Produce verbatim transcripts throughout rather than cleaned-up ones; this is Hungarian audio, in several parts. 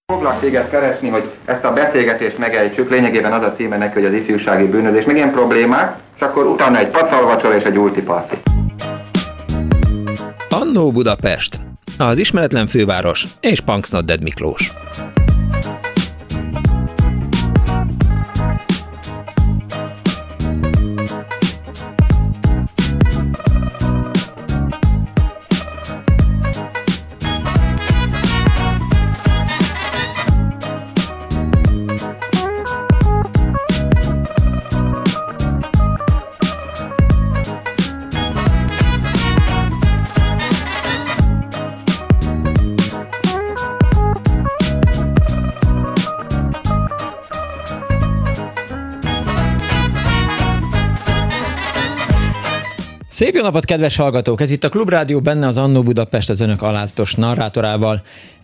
Foglak téged keresni, hogy ezt a beszélgetést megejtsük, lényegében az a címe neki, hogy az ifjúsági bűnözés, meg ilyen problémák, és akkor utána egy pacalvacsora és egy ultiparti. Annó Budapest, az ismeretlen főváros és Punksnodded Miklós. Szép jó napot, kedves hallgatók! Ez itt a Klubrádió, benne az Annó Budapest az önök alázatos narrátorával.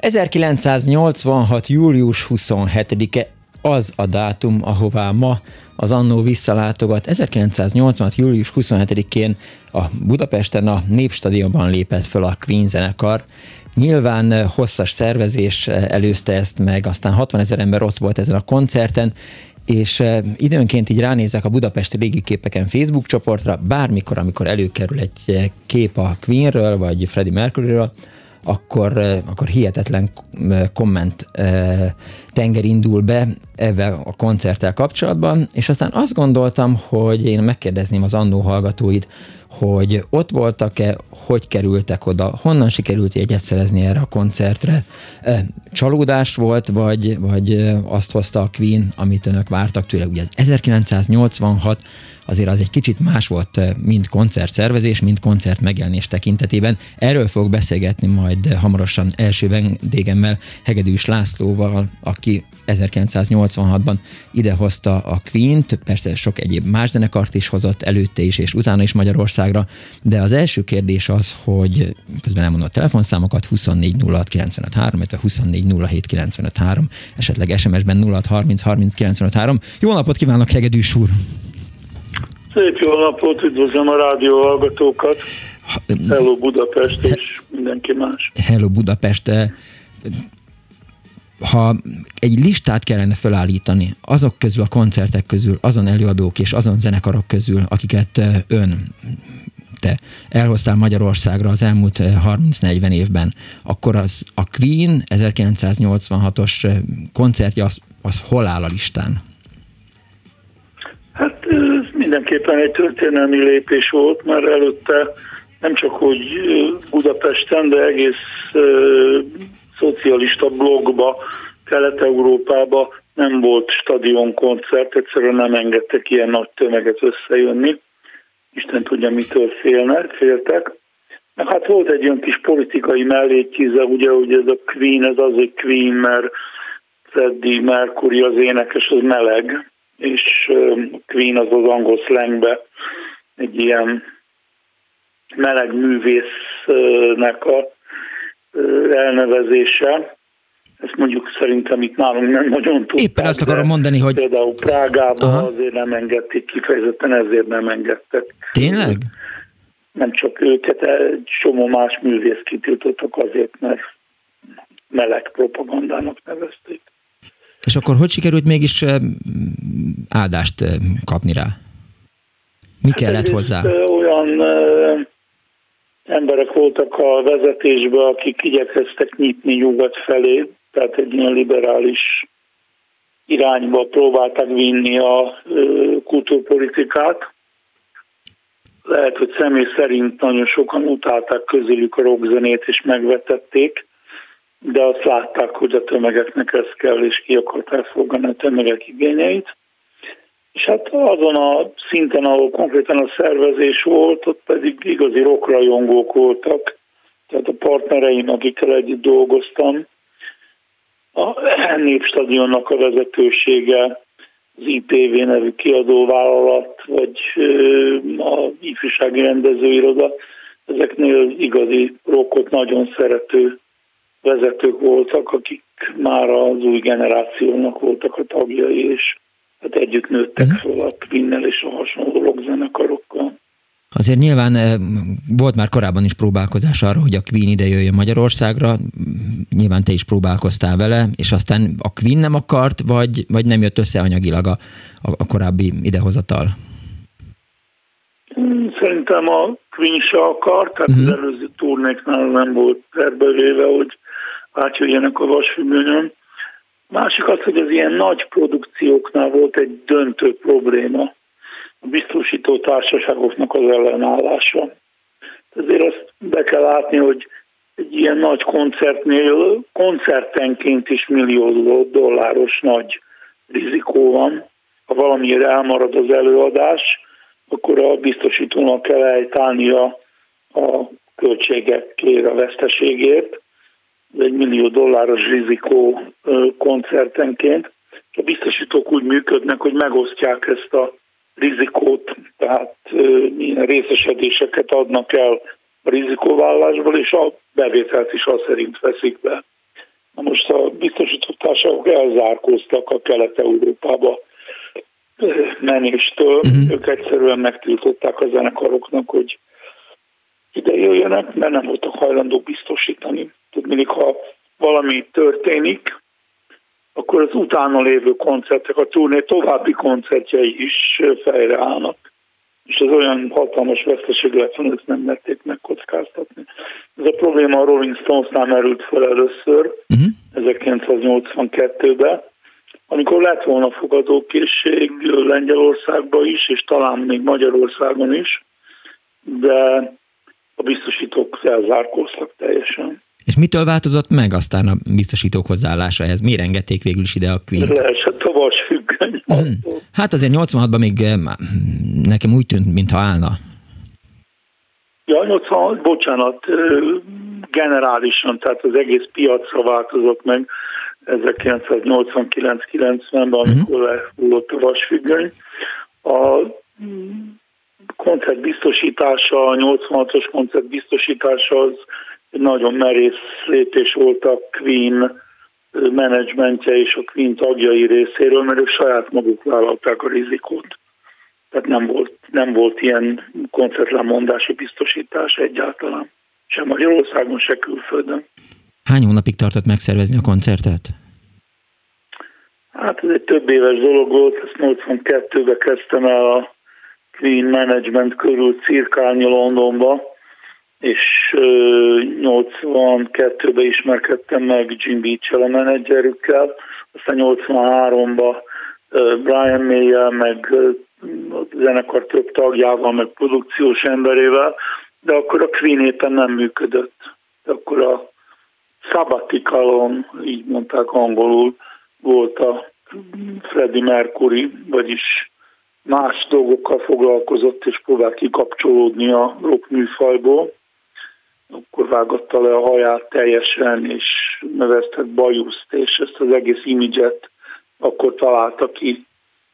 ezerkilencszáznyolcvanhat. július huszonhetedike az a dátum, ahová ma az Annó visszalátogat. ezerkilencszáznyolcvanhat. július huszonhetedikén a Budapesten a Népstadionban lépett föl a Queen zenekar. Nyilván hosszas szervezés előzte ezt meg, aztán hatvanezer ember ott volt ezen a koncerten, és időnként így ránézek a budapesti légiképeken Facebook csoportra, bármikor, amikor előkerül egy kép a Queenről, vagy Freddie Mercuryről, akkor, akkor hihetetlen komment tenger indul be ezzel a koncerttel kapcsolatban, és aztán azt gondoltam, hogy én megkérdezném az Annó hallgatóit, hogy ott voltak-e, hogy kerültek oda, honnan sikerült jegyet szerezni erre a koncertre. Csalódás volt, vagy, vagy azt hozta a Queen, amit önök vártak tőle. Ugye az ezerkilencszáznyolcvanhat azért az egy kicsit más volt, mint koncertszervezés, mint koncert megjelenés tekintetében. Erről fogok beszélgetni majd hamarosan első vendégemmel, Hegedűs Lászlóval, aki ezerkilencszáznyolcvanhatban idehozta a Queen-t, persze sok egyéb más zenekart is hozott előtte is, és utána is Magyarországra, de az első kérdés az, hogy közben elmondom a telefonszámokat, huszonnégy nulla hat kilencvenöt három, illetve huszonnégy nulla hét kilencvenöt három, esetleg es em es-ben nulla hat harminc harminc kilencvenöt három. Jó napot kívánok, Hegedűs úr! Szép jó napot, üdvözlöm a rádió hallgatókat! Hello Budapest és mindenki más! Hello Budapest! Ha egy listát kellene felállítani azok közül, a koncertek közül, azon előadók és azon zenekarok közül, akiket ön, te elhoztál Magyarországra az elmúlt harminc-negyven évben, akkor az a Queen ezerkilencszáznyolcvanhatos koncertje, az, az hol áll a listán? Hát ez mindenképpen egy történelmi lépés volt, mert előtte nem csak hogy Budapesten, de egész uh, szocialista blogba, Kelet-Európába nem volt stadionkoncert, egyszerűen nem engedtek ilyen nagy tömeget összejönni. Isten tudja, mitől félnek, féltek. Meg hát volt egy olyan kis politikai mellékíze, ugye, hogy ez a Queen, ez azért Queen, mert Freddie Mercury az énekes, az meleg, és a Queen az az angol slangbe egy ilyen meleg művésznek a elnevezése. Ezt mondjuk szerintem itt nálunk nem nagyon tudták. Éppen azt akarom mondani, hogy... Például Prágában Aha. azért nem engedték, kifejezetten ezért nem engedtek. Tényleg? Nem csak őket, egy csomó más művész kitiltottak azért, mert meleg propagandának nevezték. És akkor hogy sikerült mégis áldást kapni rá? Mi hát kellett hozzá? Olyan emberek voltak a vezetésben, akik igyekeztek nyitni nyugat felé, tehát egy ilyen liberális irányba próbálták vinni a kultúrpolitikát. Lehet, hogy személy szerint nagyon sokan utálták közülük a rockzenét és megvetették, de azt látták, hogy a tömegeknek ez kell, és ki akarták fogani a tömegek igényeit. És hát azon a szinten, ahol konkrétan a szervezés volt, ott pedig igazi rockrajongók voltak, tehát a partnereim, akikkel együtt dolgoztam. A Népstadionnak a vezetősége, az i pé vé nevű kiadóvállalat, vagy a ifjúsági rendezőiroda, ezeknél igazi rockot nagyon szerető vezetők voltak, akik már az új generációnak voltak a tagjai, és hát együtt nőttek fel a Queen-nel és a hasonló rockzenekarokkal. Azért nyilván volt már korábban is próbálkozás arra, hogy a Queen ide jöjjön Magyarországra. nyilván te is próbálkoztál vele, és aztán a Queen nem akart, vagy, vagy nem jött össze anyagilag a, a, a korábbi idehozatal? Szerintem a Queen se akart, tehát uh-huh. az előző turnéknál nem volt terbeléve, hogy átjöjjenek a vasfüggönyön. Másik az, hogy az ilyen nagy produkcióknál volt egy döntő probléma, a biztosító társaságoknak az ellenállása. Ezért azt be kell látni, hogy egy ilyen nagy koncertnél koncertenként is millió dolláros nagy rizikó van. Ha valamiért elmarad az előadás, akkor a biztosítónak kell ejtálnia a költségekért, a veszteségért. Ez egy millió dolláros rizikó koncertenként. A biztosítók úgy működnek, hogy megosztják ezt a rizikót, tehát milyen részesedéseket adnak el a rizikóvállalásból, és a bevételt is azt szerint veszik be. Na most a biztosítótársaságok elzárkóztak a Kelet-Európába menéstől. Uh-huh. Ők egyszerűen megtiltották a zenekaroknak, hogy ide jöjjenek, mert nem voltak hajlandók biztosítani. Tudni, ha valami történik, akkor az utána lévő koncertek, a turné további koncertjei is fejreállnak. És ez olyan hatalmas veszteség lett, hogy ezt nem merték megkockáztatni. Ez a probléma a Rolling Stonesnál merült fel először, uh-huh. ezerkilencszáznyolcvankettőben, amikor lett volna fogadókészség Lengyelországban is, és talán még Magyarországon is, de a biztosítók elzárkóztak teljesen. És mitől változott meg aztán a biztosítók hozzáállása ehhez? Miért engedték végül is ide a Queen-t? Leesett a vasfüggöny. Hmm. Hát azért nyolcvanhatban még nekem úgy tűnt, mintha állna. Ja, nyolcvan, bocsánat, generálisan, tehát az egész piacra változott meg ezerkilencszáznyolcvankilenc-kilencvenben, amikor uh-huh. lehullott a vasfüggöny. A koncert biztosítása, a nyolcvanhatos koncert biztosítása az egy nagyon merész lépés volt a Queen menedzsmentje és a Queen tagjai részéről, mert ők saját maguk vállalták a rizikót. Tehát nem volt, nem volt ilyen koncertlemondási biztosítás egyáltalán. Sem Magyarországon, se külföldön. Hány hónapig tartott megszervezni a koncertet? Hát ez egy több éves dolog volt, ezt nyolcvankettőben kezdtem el a Queen Management körül cirkálni Londonba, és nyolcvankettőben ismerkedtem meg Jim Beach-el, a menedzserükkel, aztán nyolcvanháromban Brian May-jel, meg a zenekar több tagjával, meg produkciós emberével, de akkor a Queen éppen nem működött. De akkor a Sabbaticalon, így mondták angolul, volt a Freddie Mercury, vagyis más dolgokkal foglalkozott, és próbált kikapcsolódni a rock műfajból. Akkor vágatta le a haját teljesen, és növesztett bajuszt, és ezt az egész imidzset akkor találta ki,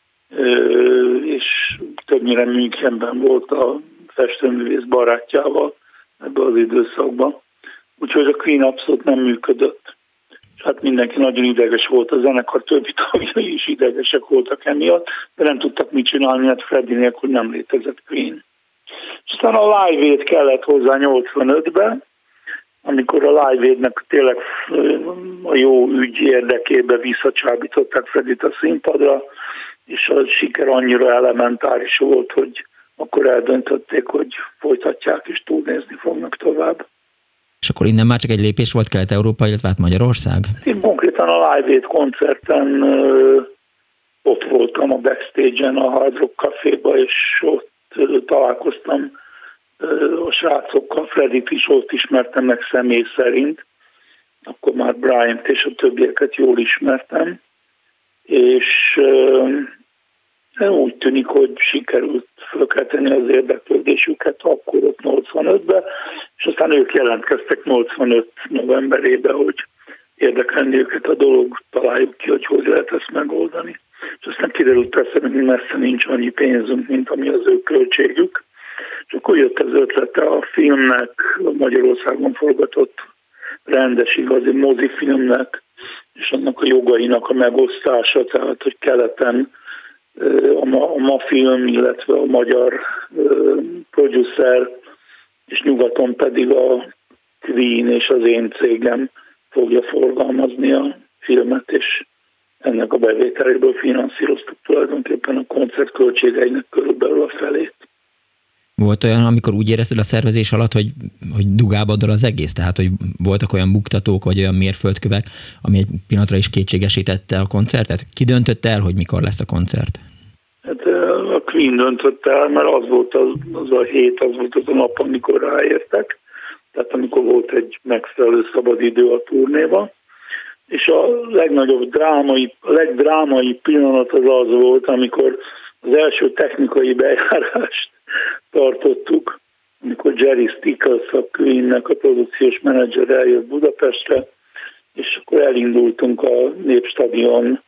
és többnyire Münchenben volt a festőművész barátjával ebben az időszakban. Úgyhogy a Queen abszolút nem működött. És hát mindenki nagyon ideges volt, a zenekar többi tagjai is idegesek voltak emiatt, de nem tudtak mit csinálni, mert Freddie nélkül nem létezett Queen. És aztán a Live Aid kellett hozzá nyolcvanötben, amikor a Live Aidnek tényleg a jó ügy érdekében visszacsábították Freddie-t a színpadra, és a siker annyira elementáris volt, hogy akkor eldöntötték, hogy folytatják és túlnézni fognak tovább. És akkor innen már csak egy lépés volt Kelet-Európa, illetve hát Magyarország? Én konkrétan a Live Aid koncerten ö, ott voltam a backstage-en, a Hard Rock Caféba, és ott ö, találkoztam ö, a srácokkal, Freddie-t is ott ismertem meg személy szerint, akkor már Brian-t és a többieket jól ismertem, és ö, úgy tűnik, hogy sikerült fölkelteni az érdeklődésüket akkor ott nyolcvanötben, és aztán ők jelentkeztek nyolcvanöt novemberében, hogy érdekelni őket a dolog, találjuk ki, hogy hogy lehet ezt megoldani. És aztán kiderült persze, hogy messze nincs annyi pénzünk, mint ami az ő költségük. És akkor jött az ötlete a filmnek, a Magyarországon forgatott rendes, igazi mozifilmnek, és annak a jogainak a megosztása, tehát hogy keleten a ma, a ma film, illetve a magyar uh, producer, és nyugaton pedig a Queen és az én cégem fogja forgalmazni a filmet, és ennek a bevételéből finanszíroztuk tulajdonképpen a koncert költségeinek körülbelül a felét. Volt olyan, amikor úgy érezted a szervezés alatt, hogy, hogy dugába dől az egész? Tehát, hogy voltak olyan buktatók, vagy olyan mérföldkövek, ami egy pillanatra is kétségesítette a koncertet? Ki döntött el, hogy mikor lesz a koncert? Hát a Queen döntött el, mert az volt az, az a hét, az volt az a nap, amikor ráértek. Tehát amikor volt egy megfelelő szabadidő a turnéba. És a legnagyobb drámai, a legdrámai pillanat az az volt, amikor az első technikai bejárást tartottuk, amikor Jerry Stickles, a Queennek a produkciós menedzser eljött Budapestre, és akkor elindultunk a Népstadion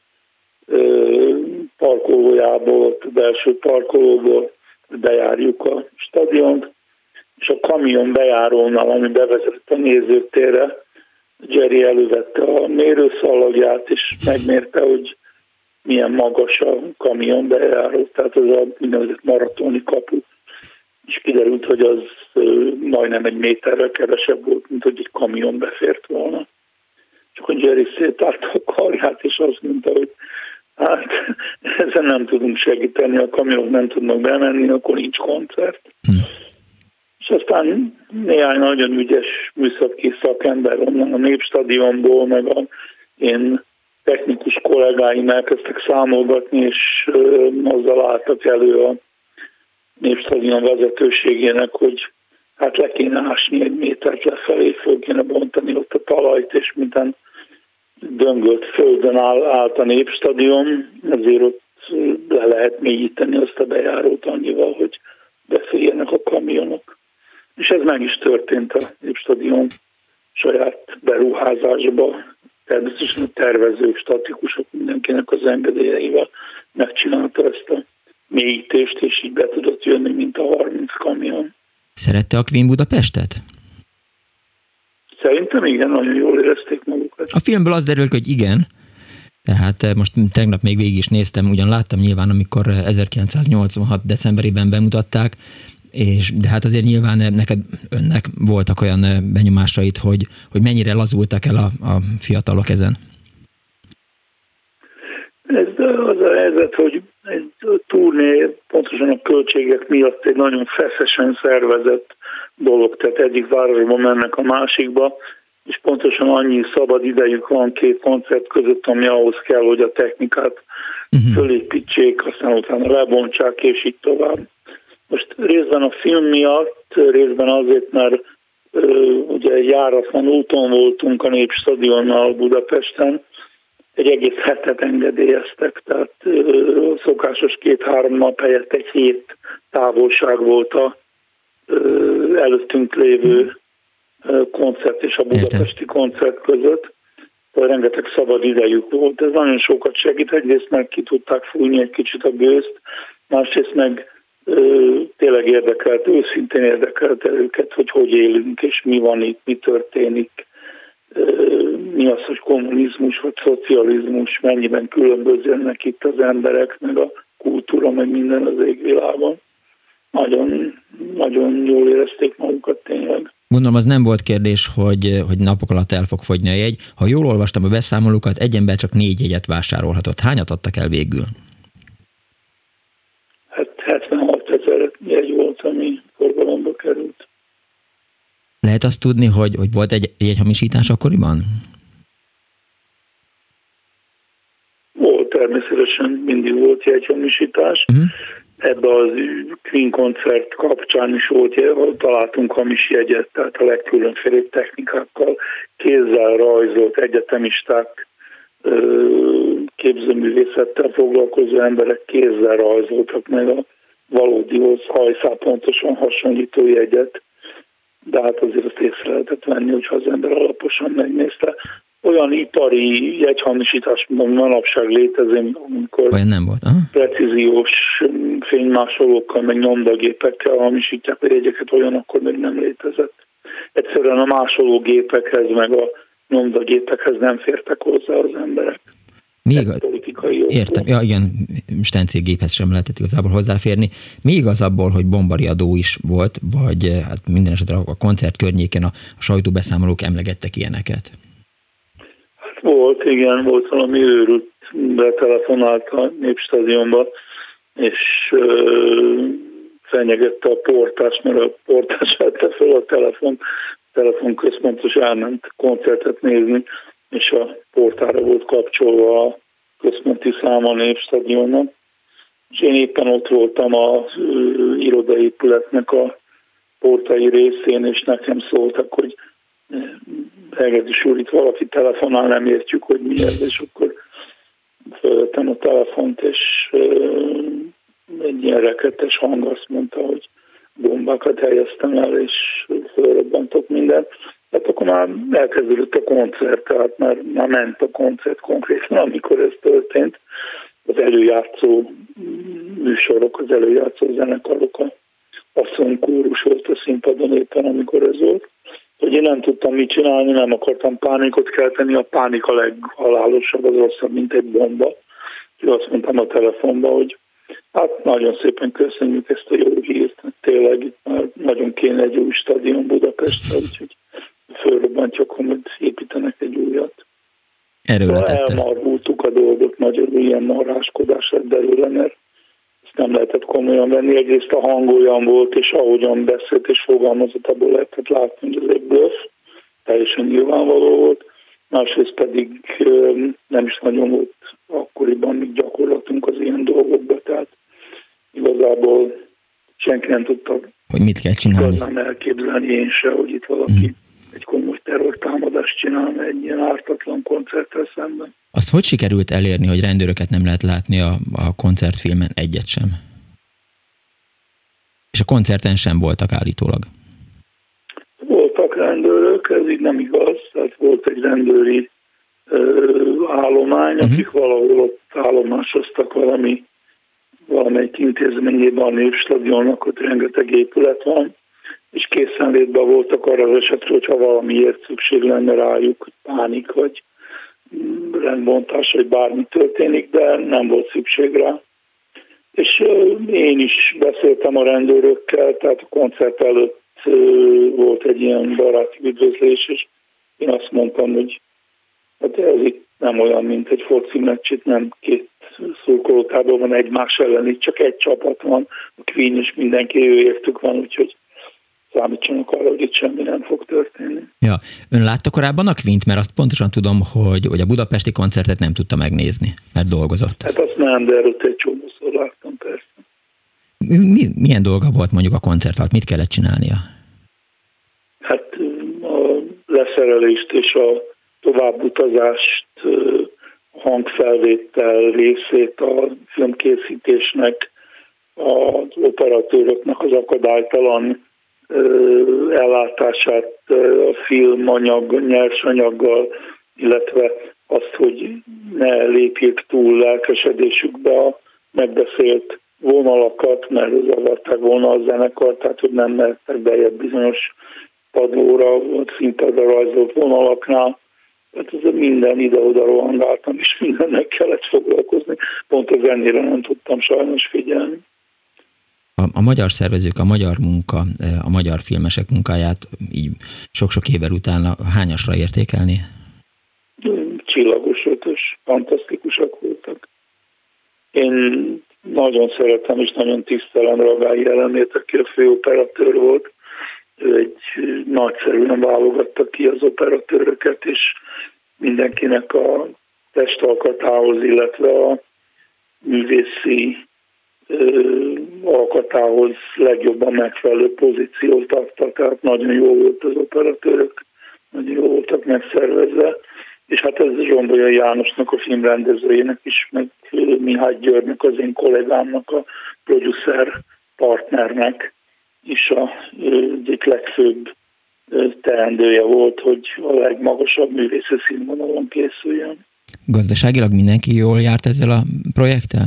parkolójából, a belső parkolóból, bejárjuk a stadiont, és a kamion bejárónál, ami bevezetett a nézőtérre, Jerry elővette a mérőszallagját, és megmérte, hogy milyen magas a kamion bejáró, tehát ez a úgynevezett maratoni kapu. És kiderült, hogy az majdnem egy méterrel kevesebb volt, mint hogy egy kamion befért volna. Csak a Jerry szétárta a karját, és azt mondta, hogy hát ezen nem tudunk segíteni, a kamionok nem tudnak bemenni, akkor nincs koncert. Hm. És aztán néhány nagyon ügyes műszaki szakember onnan a Népstadionból, meg a én technikus kollégáim elkezdtek számolgatni, és ö, azzal álltak elő a Népstadion vezetőségének, hogy hát le kéne ásni egy métert lefelé, föl kéne bontani ott a talajt, és minden döngölt földön áll, állt a Népstadion, ezért ott le lehet mélyíteni azt a bejárót annyival, hogy beférjenek a kamionok. És ez meg is történt a Népstadion saját beruházásba. Természetesen a tervezők, statikusok mindenkinek az engedélyeivel megcsinálta ezt a mélyítést, és így be tudott jönni, mint a harminc kamion. Szerette a Queen Budapestet? Szerintem igen, nagyon jól érezték magukat. A filmből az derül, hogy igen. Tehát most tegnap még végig is néztem, ugyan láttam nyilván, amikor ezerkilencszáznyolcvanhat decemberében bemutatták, és, de hát azért nyilván neked, önnek voltak olyan benyomásait, hogy, hogy mennyire lazultak el a, a fiatalok ezen. Ez az a helyzet, hogy egy turné pontosan a költségek miatt egy nagyon feszesen szervezett dolog, tehát egyik városban mennek a másikba, és pontosan annyi szabad idejük van két koncert között, ami ahhoz kell, hogy a technikát uh-huh. fölépítsék, aztán utána lebontsák, és így tovább. Most részben a film miatt, részben azért, mert ö, ugye járatlan úton voltunk a Népstadionnal Budapesten, egy egész hetet engedélyeztek, tehát ö, szokásos két-három nap helyett egy hét távolság volt a ö, előttünk lévő ö, koncert és a budapesti koncert között. Tehát rengeteg szabad idejük volt. Ez nagyon sokat segít, egyrészt meg ki tudták fújni egy kicsit a gőzt, másrészt meg Ö, tényleg érdekelt, őszintén érdekelte őket, hogy hogy élünk, és mi van itt, mi történik, ö, mi az, hogy kommunizmus, vagy szocializmus, mennyiben különbözőnek itt az emberek, meg a kultúra, meg minden az égvilágon. Nagyon, nagyon jól érezték magukat tényleg. Gondolom, az nem volt kérdés, hogy, hogy napok alatt el fog fogyni a jegy. Ha jól olvastam a beszámolókat, egy ember csak négy jegyet vásárolhatott. Hányat adtak el végül? Hát hetvenhat ezer jegy volt, ami forgalomba került. Lehet azt tudni, hogy, hogy volt egy jegyhamisítás akkoriban? Volt, természetesen mindig volt jegyhamisítás. Uh-huh. Ebben az Queen koncert kapcsán is volt, ahol találtunk hamis jegyet, tehát a legkülönfélebb technikákkal, kézzel rajzolt egyetemisták, képzőművészettel foglalkozó emberek kézzel rajzoltak meg a valódihoz hajszál pontosan hasonlító jegyet, de hát azért azt észre lehetett venni, hogyha az ember alaposan megnézte. Olyan ipari jegyhamisítás, mint manapság létezik, amikor nem volt. Aha. precíziós fénymásolókkal, meg nyomdagépekkel hamisítják a jegyeket, olyan akkor még nem létezett. Egyszerűen a másológépekhez, meg a nyomdagépekhez nem fértek hozzá az emberek. Még a... Értem, ja igen, stencélgéphez sem lehetett igazából hozzáférni. Mi igaz abból, hogy bombariadó is volt, vagy hát minden esetre a koncert környéken a, a sajtóbeszámolók emlegettek ilyeneket? Volt, igen, volt valami őrült, betelefonált a Népstadionba, és ö, fenyegette a portást, mert a portás vette fel a telefon, a telefonközpontos elment koncertet nézni, és a portára volt kapcsolva a központi szám a Népstadionnak. És én éppen ott voltam az ö, irodaépületnek a portai részén, és nekem szóltak, hogy Hegedűs úr, itt valaki telefonál, nem értjük, hogy mi ez, és akkor fölvettem a telefont, és egy ilyen rekettes hang azt mondta, hogy bombákat helyeztem el, és fölrobbantok mindent. Hát akkor már elkezdődött a koncert, tehát már, már ment a koncert konkrétan, amikor ez történt. Az előjátszó műsorok, az előjátszó zenekarok, a asszonykórus volt a színpadon éppen, amikor ez volt. Hogy én nem tudtam mit csinálni, nem akartam pánikot kelteni, a pánik a leghalálosabb, az rosszabb, mint egy bomba. Úgyhogy azt mondtam a telefonba, hogy hát nagyon szépen köszönjük ezt a jó hírt, tényleg itt már nagyon kéne egy új stadion Budapestre, úgyhogy fölrobbantjuk, hogy építenek egy újat. Erről elmarultuk a dolgot, magyarul ilyen marráskodás lett belőle, mert ezt nem lehetett komolyan venni. Egyrészt a hang olyan volt, és ahogyan beszélt és fogalmazott, abból lehetett látni, hogy ez egy bluff, teljesen nyilvánvaló volt. Másrészt pedig nem is nagyon volt akkoriban még gyakorlatunk az ilyen dolgokba, tehát igazából senki nem tudta, hogy mit kell csinálni. Nem elképzelni én se, hogy itt valaki mm. egy komoly terrortámadást csinálna egy ilyen ártatlan koncerttel szemben. Azt hogy sikerült elérni, hogy rendőröket nem lehet látni a, a koncertfilmen egyet sem? És a koncerten sem voltak állítólag. Voltak rendőrök, ez így nem igaz. Tehát volt egy rendőri ö, állomány, uh-huh. akik valahol ott állomásoztak valami, valamelyik intézményében a Népstadionnak, ott rengeteg épület van, és készenlétben voltak arra az esetre, hogyha valamiért szükség lenne rájuk, pánik, vagy rendbontás, vagy bármi történik, de nem volt szükség rá. És én is beszéltem a rendőrökkel, tehát a koncert előtt volt egy ilyen baráti üdvözlés, és én azt mondtam, hogy hát ez itt nem olyan, mint egy foci meccs, itt nem két szurkolótából van egymás ellen, itt csak egy csapat van, a Queen és mindenki ő értük van, úgyhogy számítsanak arra, hogy itt semmi nem fog történni. Ja, ön látta korábban a Queen-t, mert azt pontosan tudom, hogy, hogy a budapesti koncertet nem tudta megnézni, mert dolgozott. Hát azt nem, de előtt egy csomószor láttam, persze. Mi, milyen dolga volt mondjuk a koncert alatt? Mit kellett csinálnia? Hát a leszerelést és a továbbutazást, a hangfelvétel részét a filmkészítésnek, az operatőröknek az akadálytalan ellátását a filmanyag, nyersanyaggal, illetve azt, hogy ne lépjék túl lelkesedésükbe a megbeszélt vonalakat, mert zavarták volna a zenekar, tehát hogy nem mehettek bejebb bizonyos padlóra, színpadra rajzolt vonalaknál. Hát ez minden ide-oda rohangáltam, és mindennek kellett foglalkozni. Pont a zenére nem tudtam sajnos figyelni. A, a magyar szervezők, a magyar munka, a magyar filmesek munkáját így sok-sok évvel utána hányasra értékelni? Csillagos ötös, fantasztikusak voltak. Én nagyon szeretem és nagyon tisztelem Ragályi Elemét, aki a főoperatőr volt. Ő egy nagyszerűen válogatta ki az operatőröket, és mindenkinek a testalkatához, illetve a művészi ö, alkatához legjobban megfelelő pozíciót adta, tehát nagyon jó volt az operatőrök, nagyon jó voltak megszervezve, és hát ez Zsombolyai Jánosnak, a filmrendezőjének is, meg Mihály Györgynek, az én kollégámnak, a producer partnernek is a egyik legfőbb teendője volt, hogy a legmagasabb művészi színvonalon készüljön. Gazdaságilag mindenki jól járt ezzel a projekttel?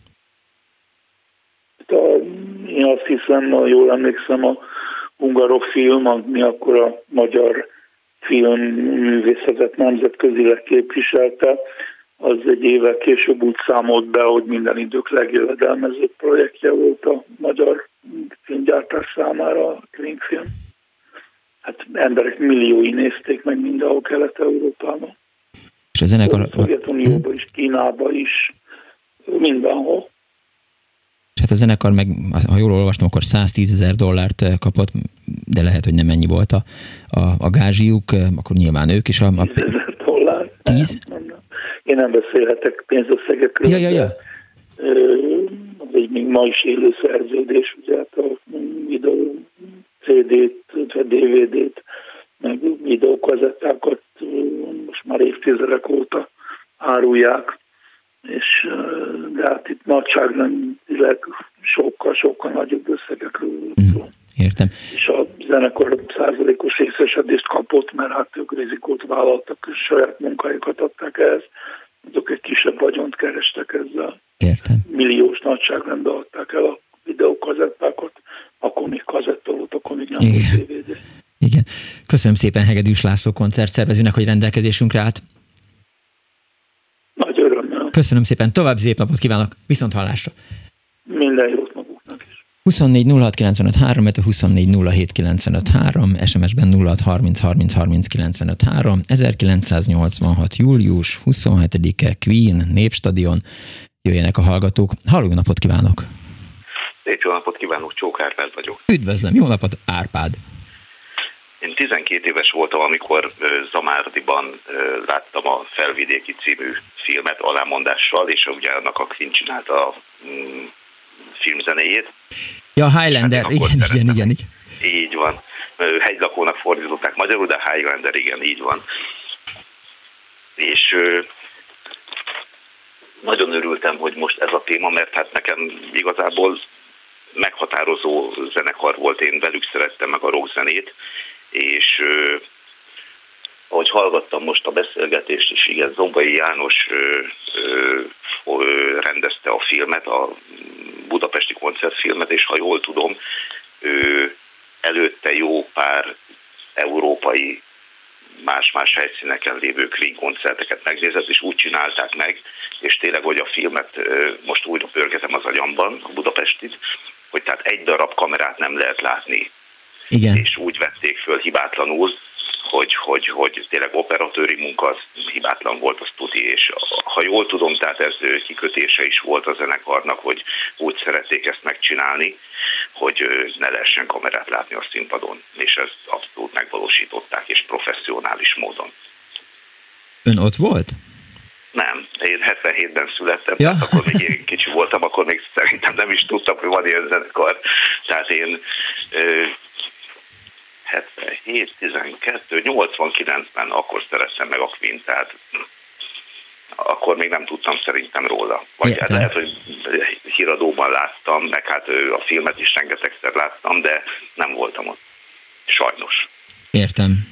A, én azt hiszem, ha jól emlékszem, a Hungarok film, ami akkor a magyar filmművészetet nemzetközileg képviselte, az egy évvel később úgy számolt be, hogy minden idők legjövedelmezőbb projektje volt a magyar filmgyártás számára a Queen film. Hát emberek milliói nézték meg mindenhol Kelet-Európában. És a zenekar... A Szovjetunióban is, Kínában is, mindenhol. És hát a zenekar meg, ha jól olvastam, akkor száztízezer dollárt kapott, de lehet, hogy nem ennyi volt a, a, a gázsiuk, akkor nyilván ők is a... a... tízezer dollár? Tíz? Nem, nem. Én nem beszélhetek pénzösszegekről. Ja, ja, ja. Az egy még ma is élő szerződés, ugye hát a videó cé dét, dé vé dét, meg videókazettákat most már évtizedek óta árulják, és de hát itt nagyságrendileg sokkal-sokkal nagyobb összegekről szól. Mm, értem. És a zenekar százalékos részesedést kapott, mert hát ők rizikót vállaltak, és saját munkájukat adták ehhez, azok egy kisebb vagyont kerestek ezzel. Értem. Milliós nagyságrendben adták el a videókazettákat, akkor még kazetta volt, akkor még nem volt dé vé dé. Igen. Köszönöm szépen Hegedűs László koncertszervezőnek, hogy rendelkezésünkre állt. Nagy örömmel. Köszönöm szépen, további szép napot kívánok, viszont hallásra. Minden jót maguknak is. huszonnégy nulla hat kilencvenöt három, illetve huszonnégy nulla hét kilencvenöt három, es em es-ben nulla hat harminc harminc harminc kilencvenöt három, ezerkilencszáznyolcvanhat. július huszonhetedike, Queen, Népstadion, jöjjenek a hallgatók. Halló, jó napot kívánok! Szép jó napot kívánok, Csók Árpád vagyok. Üdvözlöm, jó napot, Árpád! Én tizenkét éves voltam, amikor Zamárdiban láttam a Felvidéki című filmet alámondással, és ugye annak a Queen csinálta a mm, filmzenéjét. Ja, Highlander, hát igen, igen, igen, igen. Így van. Hegylakónak fordították magyarul, de Highlander, igen, így van. És ö, nagyon örültem, hogy most ez a téma, mert hát nekem igazából meghatározó zenekar volt, én velük szerettem meg a rockzenét, és ö, ahogy hallgattam most a beszélgetést, és igen, Zombai János ö, ö, ö, rendezte a filmet, a budapesti koncertfilmet, és ha jól tudom, ő előtte jó pár európai más-más helyszíneken lévő Queen koncerteket megnézett, és úgy csinálták meg, és tényleg, hogy a filmet most újra pörgetem az agyamban, a budapestit, hogy tehát egy darab kamerát nem lehet látni. Igen. És úgy vették föl hibátlanul, hogy, hogy, hogy tényleg operatőri munka az hibátlan volt, az tuti, és ha jól tudom, tehát ez kikötése is volt a zenekarnak, hogy úgy szerették ezt megcsinálni, hogy ne lehessen kamerát látni a színpadon, és ezt abszolút megvalósították, és professzionális módon. Ön ott volt? Nem, én hetvenhétben születtem, ja. Tehát akkor még én kicsi voltam, akkor még szerintem nem is tudtam, hogy van ilyen zenekar. Tehát én hetvenhét, tizenkettő, nyolcvankilencben akkor szerettem meg a Queen, tehát akkor még nem tudtam szerintem róla. Vagy Értem. lehet, hogy híradóban láttam, meg hát a filmet is rengetegszer láttam, de nem voltam ott. Sajnos. Értem.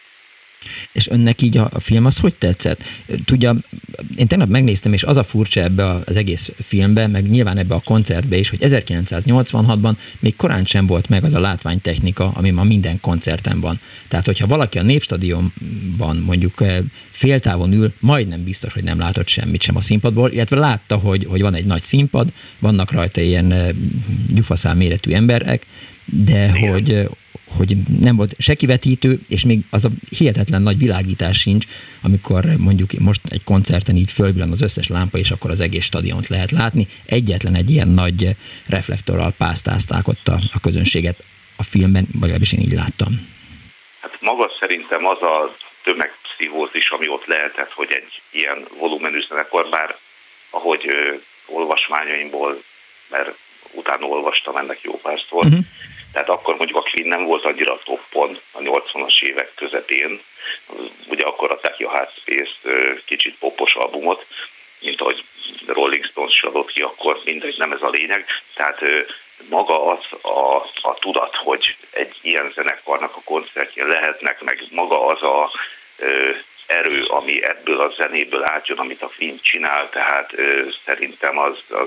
És önnek így a, a film az hogy tetszett? Tudja, én tegnap megnéztem, és az a furcsa ebbe az egész filmbe, meg nyilván ebbe a koncertbe is, hogy ezerkilencszáznyolcvanhatban még korán sem volt meg az a látványtechnika, ami ma minden koncerten van. Tehát, hogyha valaki a Népstadionban mondjuk féltávon ül, majdnem biztos, hogy nem látott semmit sem a színpadból, illetve látta, hogy, hogy van egy nagy színpad, vannak rajta ilyen gyufaszál méretű emberek, de igen. hogy hogy nem volt se kivetítő, és még az a hihetetlen nagy világítás sincs, amikor mondjuk most egy koncerten így fölvillan az összes lámpa, és akkor az egész stadiont lehet látni. Egyetlen egy ilyen nagy reflektorral pásztázták ott a, a közönséget a filmben, vagy legalábbis én így láttam. Hát maga szerintem az a tömegpszichózis, ami ott lehetett, hogy egy ilyen volumenű zenekar, bár ahogy ö, olvasmányaimból, mert utána olvastam ennek jó párszor, uh-huh. Tehát akkor mondjuk a Queen nem volt annyira toppon a nyolcvanas évek közepén. Ugye akkor adták ki a Hard Space kicsit popos albumot, mint ahogy Rolling Stones is adott ki, akkor mindegy, nem ez a lényeg. Tehát maga az a, a tudat, hogy egy ilyen zenekarnak a koncertjén lehetnek, meg maga az a erő, ami ebből a zenéből átjön, amit a Queen csinál, tehát szerintem az... az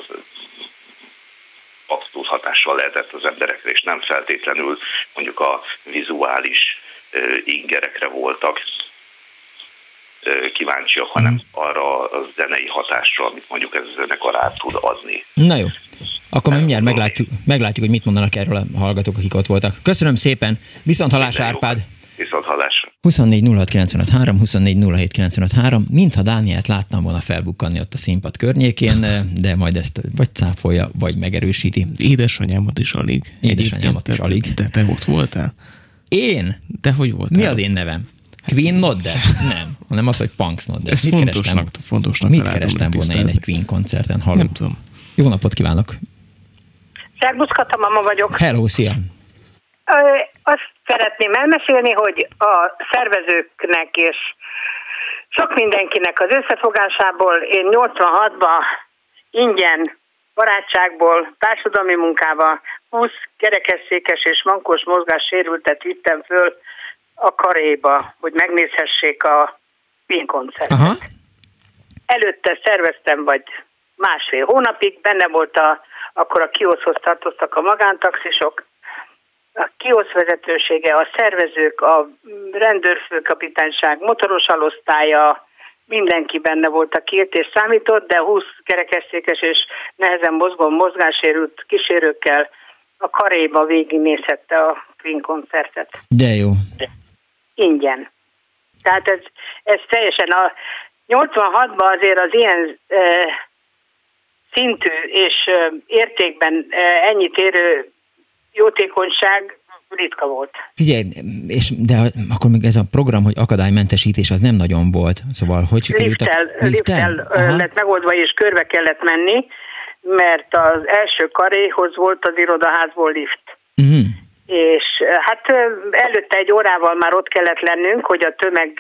abszolút hatással lehetett az emberekre, és nem feltétlenül mondjuk a vizuális uh, ingerekre voltak uh, kíváncsiak, hanem arra a zenei hatásra, amit mondjuk ez a zenekar át tud adni. Na jó, akkor mindjárt meglátjuk, meglátjuk, hogy mit mondanak erről a hallgatók, akik ott voltak. Köszönöm szépen, viszont hallásra, Árpád! Viszont hallásra! huszonnégy nulla hat kilencvenöt három, huszonnégy nulla hét kilencvenöt három, mintha Dánielt láttam volna felbukkanni ott a színpad környékén, de majd ezt vagy cáfolja, vagy megerősíti. Édesanyámat is alig. Édesanyámat is alig. De te ott voltál? Én? De hogy voltál? Mi az én nevem? Queen Nodder? Nem, hanem az, hogy Punks Nodder. Ez mit fontosnak, kerestem, fontosnak mit kerestem volna én egy Queen koncerten? Hallom. Nem tudom. Jó napot kívánok! Szerbusz, Kata mama vagyok. Hello, szia! Ö, azt szeretném elmesélni, hogy a szervezőknek és sok mindenkinek az összefogásából én nyolcvanhatban ingyen, barátságból, társadalmi munkával húsz kerekesszékes és mankós mozgássérültet vittem föl a Karéba, hogy megnézhessék a Queen koncertet. Aha. Előtte szerveztem vagy másfél hónapig, benne volt a, akkor a kioszhoz tartoztak a magántaxisok, a kiosz vezetősége, a szervezők, a rendőrfőkapitányság, motoros alosztálya, mindenki benne volt, aki ért és számított, de húsz kerekesszékes és nehezen mozgó mozgássérült kísérőkkel a Karéba végignézhette a Queen koncertet. De jó. Ingyen. Tehát ez, ez teljesen a nyolcvanhatban azért az ilyen e, szintű és e, értékben e, ennyit érő jótékonyság ritka volt. Figyelj, és de akkor még ez a program, hogy akadálymentesítés, az nem nagyon volt. Szóval, hogy sikerült a... Lifttel, lifttel lett megoldva, és körbe kellett menni, mert az első Karéhoz volt az irodaházból lift. Uh-huh. És hát előtte egy órával már ott kellett lennünk, hogy a tömeg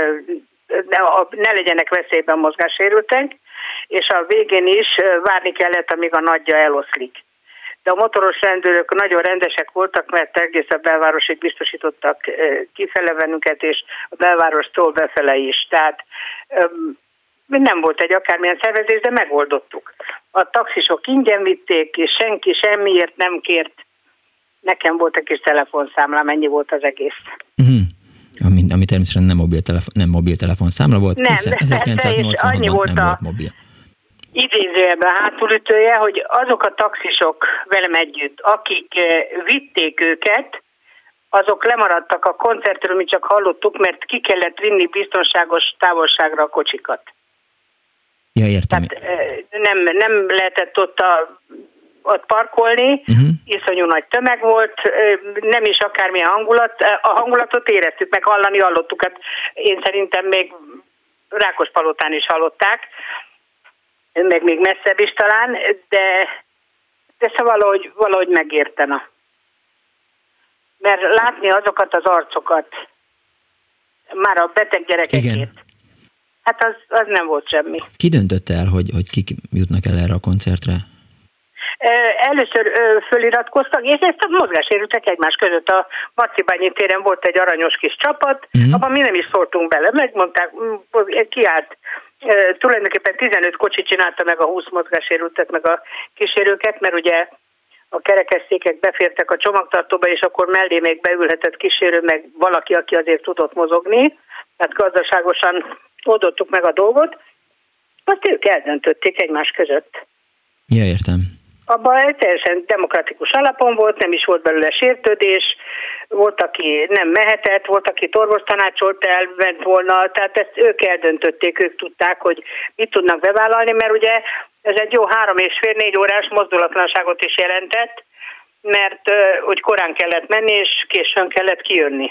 ne legyenek veszélyben mozgássérültek, és a végén is várni kellett, amíg a nagyja eloszlik. De a motoros rendőrök nagyon rendesek voltak, mert egész a belvárosig biztosítottak kifele bennünket, és a belvárostól befele is. Tehát nem volt egy akármilyen szervezés, de megoldottuk. A taxisok ingyen vitték, és senki semmiért nem kért. Nekem volt egy kis telefonszámlám, ennyi volt az egész. Uh-huh. Ami, ami természetesen nem mobiltelefon, nem mobiltelefonszámla volt, nem, ezerkilencszáznyolcvanhatban volt nem a... volt mobil. Idézőjelben hátulütője, hogy azok a taxisok velem együtt, akik vitték őket, azok lemaradtak a koncertről, mi csak hallottuk, mert ki kellett vinni biztonságos távolságra a kocsikat. Ja, értem. Tehát nem, nem lehetett ott, a, ott parkolni, uh-huh. Iszonyú nagy tömeg volt, nem is akármilyen hangulat, a hangulatot éreztük, meg hallani hallottuk, hát én szerintem még Rákospalotán is hallották, meg még messzebb is talán, de, de szóval valahogy, valahogy megértene. Mert látni azokat az arcokat, már a beteg gyerekekét, igen. Hát az, az nem volt semmi. Ki döntötte el, hogy, hogy kik jutnak el erre a koncertre? Először föliratkoztak, és ezt a mozgássérültek egymás között. A Marcibányi téren volt egy aranyos kis csapat, uh-huh. Abban mi nem is szóltunk bele, megmondták, kiállt. Uh, tulajdonképpen tizenöt kocsi csinálta meg a húsz mozgássérültet, meg a kísérőket, mert ugye a kerekesszékek befértek a csomagtartóba, és akkor mellé még beülhetett kísérő, meg valaki, aki azért tudott mozogni, tehát gazdaságosan oldottuk meg a dolgot, azt ők eldöntötték egymás között. Ja, értem. Abban teljesen demokratikus alapon volt, nem is volt belőle sértődés, volt, aki nem mehetett, volt, aki orvostanácsolt el, ment volna, tehát ezt ők eldöntötték, ők tudták, hogy mit tudnak bevállalni, mert ugye ez egy jó három és fél, négy órás mozdulatlanságot is jelentett, mert hogy korán kellett menni, és későn kellett kijönni.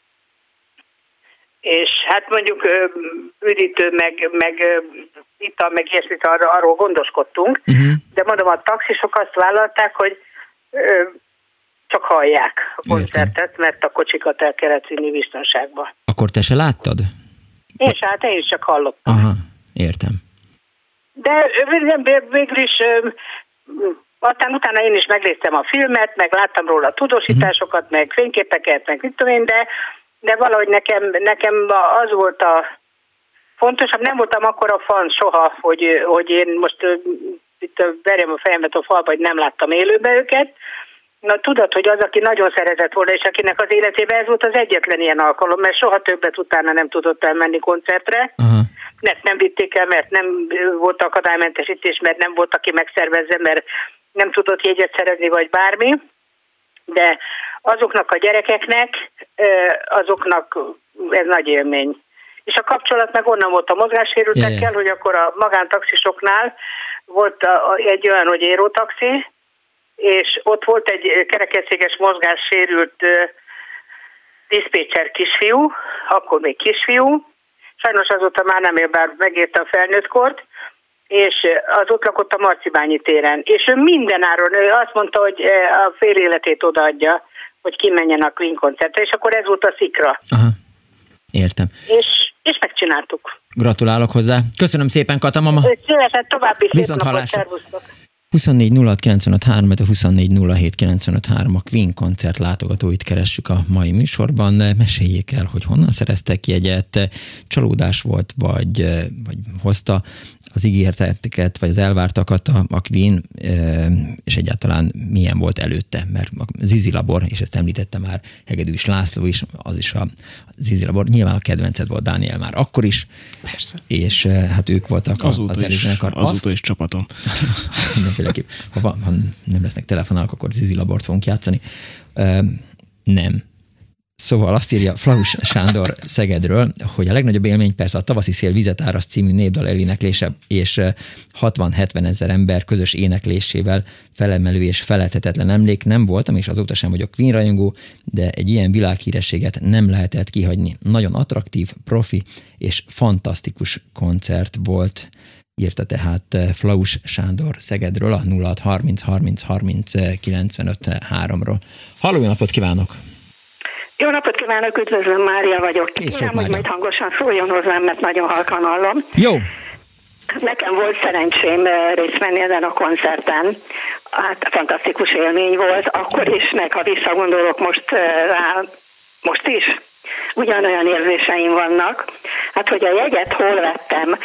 És hát mondjuk üdítő, meg, meg ital, meg ilyesmit arra, arról gondoskodtunk, uh-huh. De mondom, a taxisok azt vállalták, hogy ö, csak hallják a koncertet, mert a kocsikat el kellett vinni biztonságba. Akkor te se láttad? Én se, hát én is csak hallottam. Aha, értem. De végül is ö, aztán utána én is megnéztem a filmet, meg láttam róla tudósításokat, uh-huh. Meg fényképeket, meg mit tudom én, de de valahogy nekem, nekem az volt a fontosabb, nem voltam akkora fan soha, hogy, hogy én most itt verjem a fejemet a falba, hogy nem láttam élőben őket. Na tudod, hogy az, aki nagyon szeretett volna, és akinek az életében ez volt az egyetlen ilyen alkalom, mert soha többet utána nem tudott elmenni koncertre, uh-huh. Mert nem vitték el, mert nem volt akadálymentesítés, mert nem volt, aki megszervezze, mert nem tudott jegyet szerezni, vagy bármi. De azoknak a gyerekeknek, azoknak ez nagy élmény. És a kapcsolat meg onnan volt a mozgássérültekkel, yeah, yeah. hogy akkor a magántaxisoknál volt egy olyan, hogy érótaxi, és ott volt egy kerekesszéges mozgássérült diszpécser kisfiú, akkor még kisfiú, sajnos azóta már nem él, bár megérte a felnőttkort, és az ott lakott a Marcibányi téren. És ő mindenáron, ő azt mondta, hogy a fél életét odaadja, hogy kimenjen a Queen koncertre, és akkor ez volt a szikra. Aha, értem. És, és megcsináltuk. Gratulálok hozzá. Köszönöm szépen, Kata mama. Szívesen további szép napot, szervusztok. huszonnégy nulla hat kilencvenöt három, a huszonnégy nulla hét kilencvenöt három a Queen koncert látogatóit keressük a mai műsorban. Meséljék el, hogy honnan szereztek jegyet, csalódás volt, vagy, vagy hozta az ígérteket, vagy az elvártakat a, a Queen, és egyáltalán milyen volt előtte, mert a Zizi Labor, és ezt említette már Hegedűs László is, az is a Zizi Labor, nyilván a kedvenced volt, Dániel, már akkor is. Persze. És hát ők voltak azóta az előzenekar. Azóta is csapatom. Mindenféleképp. Ha, van, ha nem lesznek telefonálok, akkor Zizi Labort fogunk játszani. Uh, nem. Szóval azt írja Flaus Sándor Szegedről, hogy a legnagyobb élmény persze a Tavaszi szél vizet áraszt című népdal eléneklése, és hatvan-hetven ezer ember közös éneklésével felemelő és feledhetetlen emlék. Nem voltam, és azóta sem vagyok Queen rajongó, de egy ilyen világhírességet nem lehetett kihagyni. Nagyon attraktív, profi és fantasztikus koncert volt, írta tehát Flaus Sándor Szegedről a nulla hat harminc harminc harminc kilencvenöt háromról. Halló, jó napot kívánok! Jó napot kívánok, üdvözlöm, Mária vagyok. Kérem, hogy majd hangosan szóljon hozzám, mert nagyon halkan hallom. Jó. Nekem volt szerencsém részt venni ezen a koncerten. Hát fantasztikus élmény volt, akkor is, meg ha visszagondolok most rá, most is, ugyanolyan érzéseim vannak. Hát, hogy a jegyet hol vettem,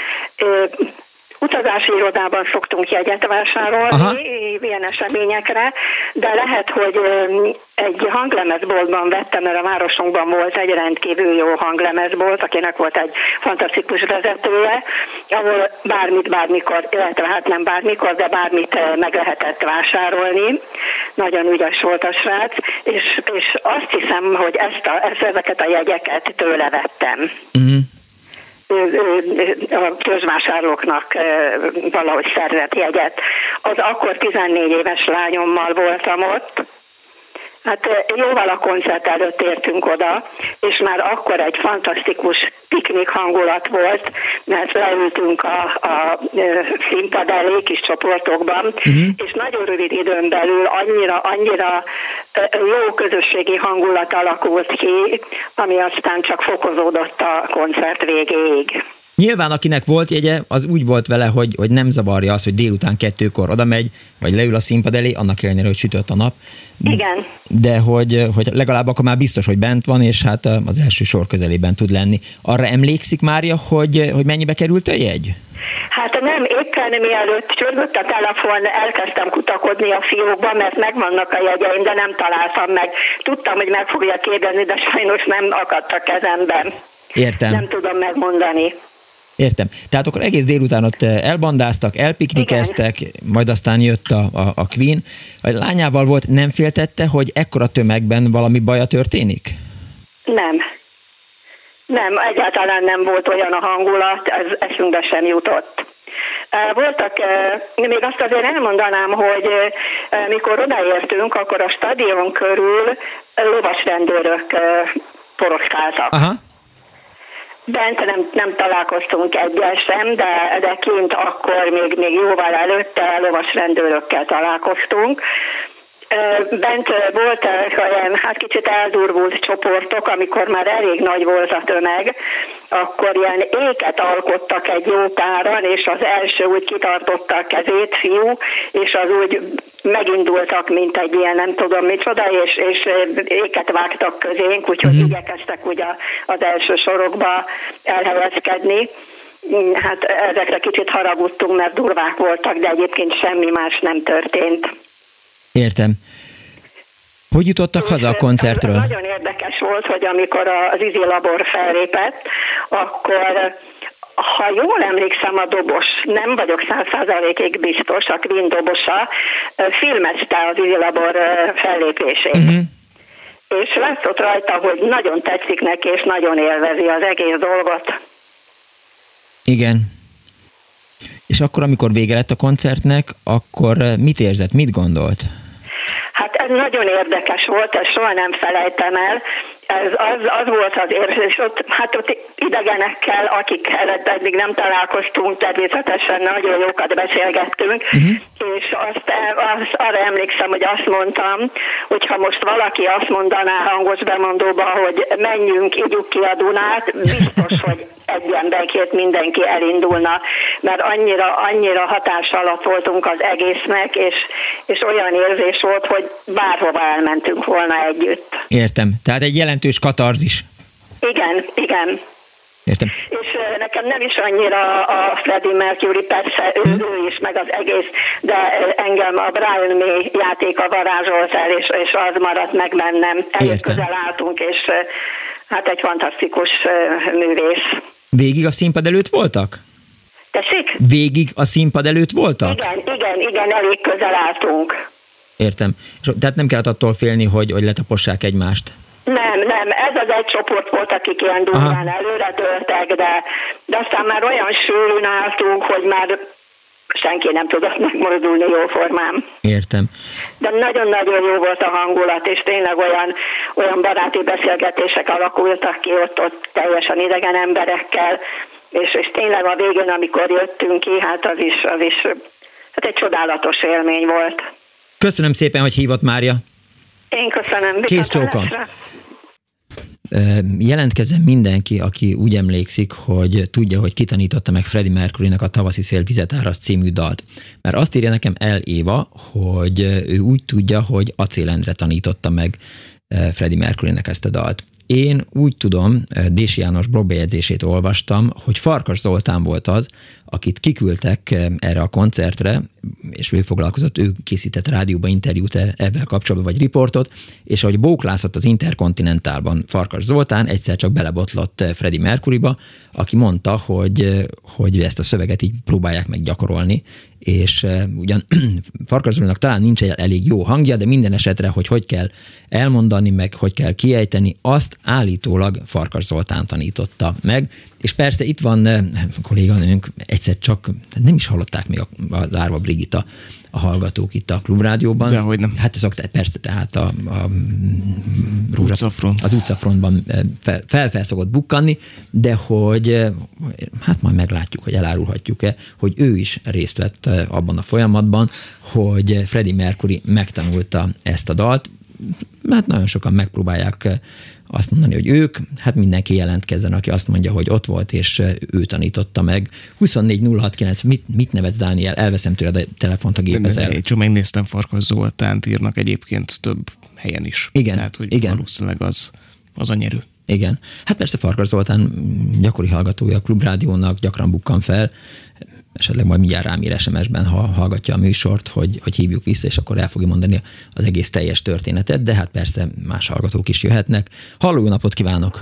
utazási irodában szoktunk jegyet vásárolni, aha, ilyen eseményekre, de lehet, hogy egy hanglemezboltban vettem, mert a városunkban volt egy rendkívül jó hanglemezbolt, akinek volt egy fantasztikus vezetője, ahol bármit, bármikor, illetve hát nem bármikor, de bármit meg lehetett vásárolni. Nagyon ügyes volt a srác, és, és azt hiszem, hogy ezt a, ezt, ezeket a jegyeket tőle vettem. Uh-huh. A közvásárlóknak valahogy szerzett jegyet. Az akkor tizennégy éves lányommal voltam ott. Hát jóval a koncert előtt értünk oda, és már akkor egy fantasztikus piknik hangulat volt, mert leültünk a, a színpad elé kis csoportokban, uh-huh. és nagyon rövid időn belül annyira, annyira jó közösségi hangulat alakult ki, ami aztán csak fokozódott a koncert végéig. Nyilván akinek volt jegye, az úgy volt vele, hogy, hogy nem zavarja az, hogy délután kettőkor oda megy, vagy leül a színpad elé, annak ellenére, hogy sütött a nap. Igen. De hogy, hogy legalább akkor már biztos, hogy bent van, és hát az első sor közelében tud lenni. Arra emlékszik, Mária, hogy, hogy mennyibe került a jegy? Hát nem, éppen mielőtt csörgött a telefon, elkezdtem kutakodni a fiókban, mert megvannak a jegyeim, de nem találtam meg. Tudtam, hogy meg fogja kérdezni, de sajnos nem akadt a kezemben. Értem. Nem tudom megmondani. Értem. Tehát akkor egész délután ott elbandáztak, elpiknikeztek, igen. Majd aztán jött a, a, a Queen. A lányával volt, nem féltette, hogy ekkora tömegben valami baja történik? Nem. Nem, egyáltalán nem volt olyan a hangulat, ez eszünkbe sem jutott. Voltak, még azt azért elmondanám, hogy mikor odaértünk, akkor a stadion körül lovasrendőrök poroszkáltak. Aha. Bent nem, nem találkoztunk egyel sem, de, de kint akkor még, még jóval előtte lovasrendőrökkel találkoztunk. Bent voltak olyan, hát kicsit eldurvult csoportok, amikor már elég nagy volt a tömeg, akkor ilyen éket alkottak egy jó páran, és az első úgy kitartotta a kezét, fiú, és az úgy megindultak, mint egy ilyen nem tudom micsoda, és, és éket vágtak közénk, úgyhogy uh-huh. igyekeztek ugye az első sorokba elhelyezkedni. Hát ezekre kicsit haragudtunk, mert durvák voltak, de egyébként semmi más nem történt. Értem. Hogy jutottak haza a koncertről? Nagyon érdekes volt, hogy amikor az Zizi Labor fellépett, akkor, ha jól emlékszem, a dobos, nem vagyok száz százalékig biztos, a Queen dobosa filmezte az Zizi Labor fellépését. Uh-huh. és látszott rajta, hogy nagyon tetszik neki, és nagyon élvezi az egész dolgot. Igen. És akkor, amikor vége lett a koncertnek, akkor mit érzett, mit gondolt? Hát ez nagyon érdekes volt, ezt soha nem felejtem el. Ez az, az volt az érzés, ott, hát ott idegenekkel, akikkel eddig nem találkoztunk, természetesen nagyon jókat beszélgettünk, uh-huh. és azt, azt arra emlékszem, hogy azt mondtam, hogy ha most valaki azt mondaná hangos bemondóba, hogy menjünk, ígyuk ki a Dunát, biztos, hogy egyenbenként mindenki elindulna, mert annyira, annyira hatás alatt voltunk az egésznek, és, és olyan érzés volt, hogy bárhova elmentünk volna együtt. Értem. Tehát egy jelentős katarzis. Igen, igen. Értem. És nekem nem is annyira a Freddie Mercury, persze ő, hm? ő is, meg az egész, de engem a Brian May játéka varázsolt el, és, és az maradt meg bennem. Elég közel álltunk, és hát egy fantasztikus művész. Végig a színpad előtt voltak? Tessék? Végig a színpad előtt voltak? Igen, igen, igen, elég közel álltunk. Értem. Tehát nem kellett attól félni, hogy, hogy letapossák egymást? Nem, nem, ez az egy csoport volt, akik ilyen durván előre törtek, de, de aztán már olyan sűrűn álltunk, hogy már senki nem tudott megmozdulni jóformán. Értem. De nagyon-nagyon jó volt a hangulat, és tényleg olyan, olyan baráti beszélgetések alakultak ki ott, ott teljesen idegen emberekkel, és, és tényleg a végén, amikor jöttünk ki, hát az is, az is hát egy csodálatos élmény volt. Köszönöm szépen, hogy hívott, Mária. Én köszönöm. Kész csókom. Jelentkezzen mindenki, aki úgy emlékszik, hogy tudja, hogy kitanította meg Freddie Mercurynek a Tavaszi szél vizet áraszt című dalt. Mert azt írja nekem El Éva, hogy ő úgy tudja, hogy Acél Endre tanította meg Freddie Mercurynek ezt a dalt. Én úgy tudom, Dési János blogbejegyzését olvastam, hogy Farkas Zoltán volt az, akit kiküldtek erre a koncertre, és ő foglalkozott, ő készített rádióba interjút ebben kapcsolatban, vagy riportot, és ahogy bóklászott az Interkontinentálban Farkas Zoltán, egyszer csak belebotlott Freddie Mercuryba, aki mondta, hogy, hogy ezt a szöveget így próbálják meg gyakorolni, és ugyan Farkas Zoltának talán nincs elég jó hangja, de minden esetre, hogy hogy kell elmondani, meg hogy kell kiejteni, azt állítólag Farkas Zoltán tanította meg, és persze itt van kolléganőnk, egyszer csak nem is hallották még az Árva Brigitta, a hallgatók itt a Klubrádióban. Dehogy nem. Hát ez persze, tehát a, a utcafront. az utcafrontban fel, fel szokott bukkanni, de hogy hát majd meglátjuk, hogy elárulhatjuk-e, hogy ő is részt vett abban a folyamatban, hogy Freddie Mercury megtanulta ezt a dalt. Hát nagyon sokan megpróbálják azt mondani, hogy ők, hát mindenki jelentkezzen, aki azt mondja, hogy ott volt, és ő tanította meg. huszonnégy nulla hatvankilenc, mit, mit nevetsz, Dániel? Elveszem tőled a telefont, a gépezel. Én csak megnéztem, Farkas Zoltánt írnak egyébként több helyen is. Igen, Tehát, hogy igen. valószínűleg az, az a nyerő. Igen. Hát persze Farkas Zoltán gyakori hallgatója a Klubrádiónak, gyakran bukkan fel, esetleg majd mindjárt rám ír es em es-ben, ha hallgatja a műsort, hogy, hogy hívjuk vissza, és akkor el fogja mondani az egész teljes történetet, de hát persze más hallgatók is jöhetnek. Halló, jó napot kívánok!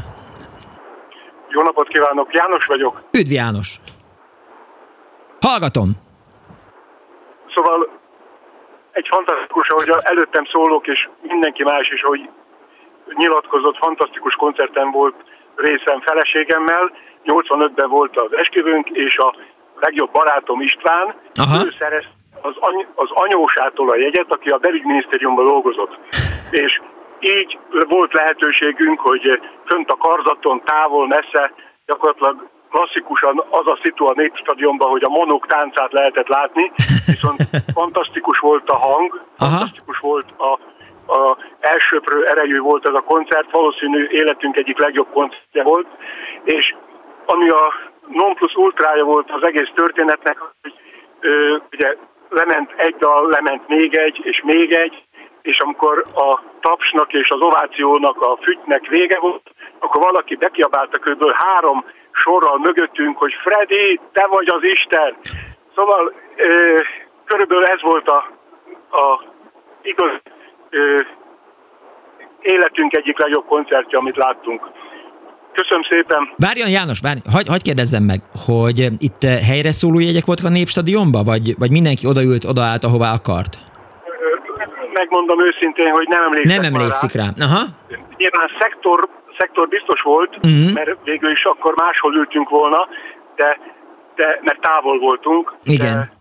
Jó napot kívánok, János vagyok. Üdv, János! Hallgatom! Szóval egy fantasztikus, ahogy előttem szólók, és mindenki más is, hogy nyilatkozott, fantasztikus koncerten volt részem feleségemmel, nyolcvanötben volt az esküvőnk, és a legjobb barátom István, Aha. ő szerezte az, any- az anyósától a jegyet, aki a belügyminisztériumban dolgozott. És így volt lehetőségünk, hogy fönt a karzaton, távol, messze, gyakorlatilag klasszikusan az a szitu a Népstadionban, hogy a Monók táncát lehetett látni, viszont fantasztikus volt a hang, Aha. fantasztikus volt a, a elsöprő erejű volt ez a koncert, valószínű életünk egyik legjobb koncertje volt, és ami a non plus ultrája volt az egész történetnek, hogy ö, ugye lement egy dal, lement még egy, és még egy, és amikor a tapsnak és az ovációnak, a fütynek vége volt, akkor valaki bekiabálta körülbelül három sorral mögöttünk, hogy Freddy, te vagy az Isten! Szóval ö, körülbelül ez volt a, a igaz ö, életünk egyik legjobb koncertje, amit láttunk. Köszönöm szépen. Várjon, János, várj, hagy, hagy kérdezzem meg, hogy itt helyre szóló jegyek voltak a Népstadionban, vagy, vagy mindenki odaült, odaállt, ahová akart? megmondom őszintén, hogy nem emlékszem Nem emlékszik rá. rá. Aha. Nyilván szektor, szektor biztos volt, uh-huh. mert végül is akkor máshol ültünk volna, de, de mert távol voltunk. Igen. De...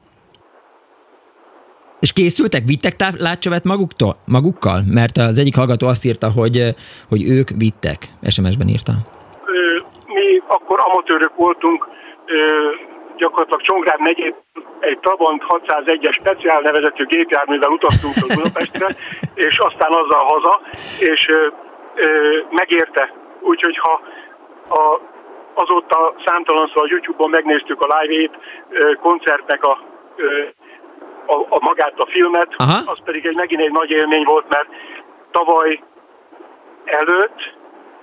És készültek, vittek táv, látcsövet maguktól, magukkal? Mert az egyik hallgató azt írta, hogy, hogy ők vittek. es em es-ben írta. Ö, mi akkor amatőrök voltunk, ö, gyakorlatilag Csongrád megyét egy Trabant hatszázegyes speciál nevezetű gépjárművel utaztunk a Budapestre, és aztán azzal haza, és ö, ö, megérte. Úgyhogy ha a, azóta számtalanszor a YouTube-on megnéztük a live-ét, ö, koncertnek a, ö, a, a magát a filmet, aha. Az pedig egy, megint egy nagy élmény volt, mert tavaly előtt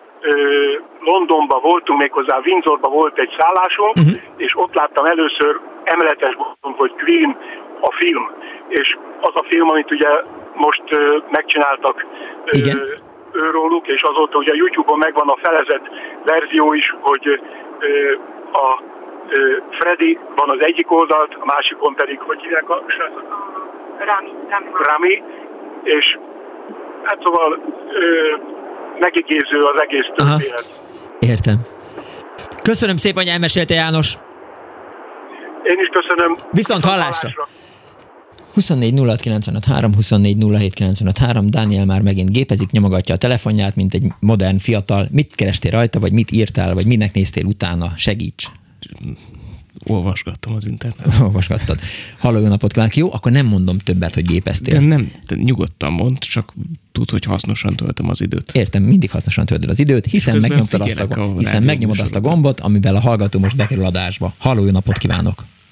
Londonban voltunk, méghozzá Windsorban volt egy szállásunk, uh-huh. és ott láttam először emeletes bolton, hogy Queen a film. És az a film, amit ugye most uh, megcsináltak uh, őróluk, és azóta ugye a YouTube-on megvan a felezett verzió is, hogy uh, a uh, Freddy van az egyik oldalt, a másikon pedig, hogy hívják a Rami. Rami. Rami, és hát szóval uh, megigéző az egész történet. Értem. Köszönöm szépen, hogy elmesélte, János. Én is köszönöm. Viszont hallásra. huszonnégy nulla hat kilencvenöt három, huszonnégy nulla hét kilencvenöt három. Dániel már megint gépezik, nyomogatja a telefonját, mint egy modern fiatal. Mit kerestél rajta, vagy mit írtál, vagy minek néztél utána? Segíts. Olvasgattam az interneten. Olvasgattad. Halló, jó napot kívánok. Jó, akkor nem mondom többet, hogy gépeztél. De nem, de nyugodtan mondd, csak tudd, hogy hasznosan töltöm az időt. Értem, mindig hasznosan töltöd az időt, hiszen, megnyomtad azt a, a hiszen megnyomod azt a gombot, amivel a hallgató most bekerül adásba. Halló, jó napot kívánok.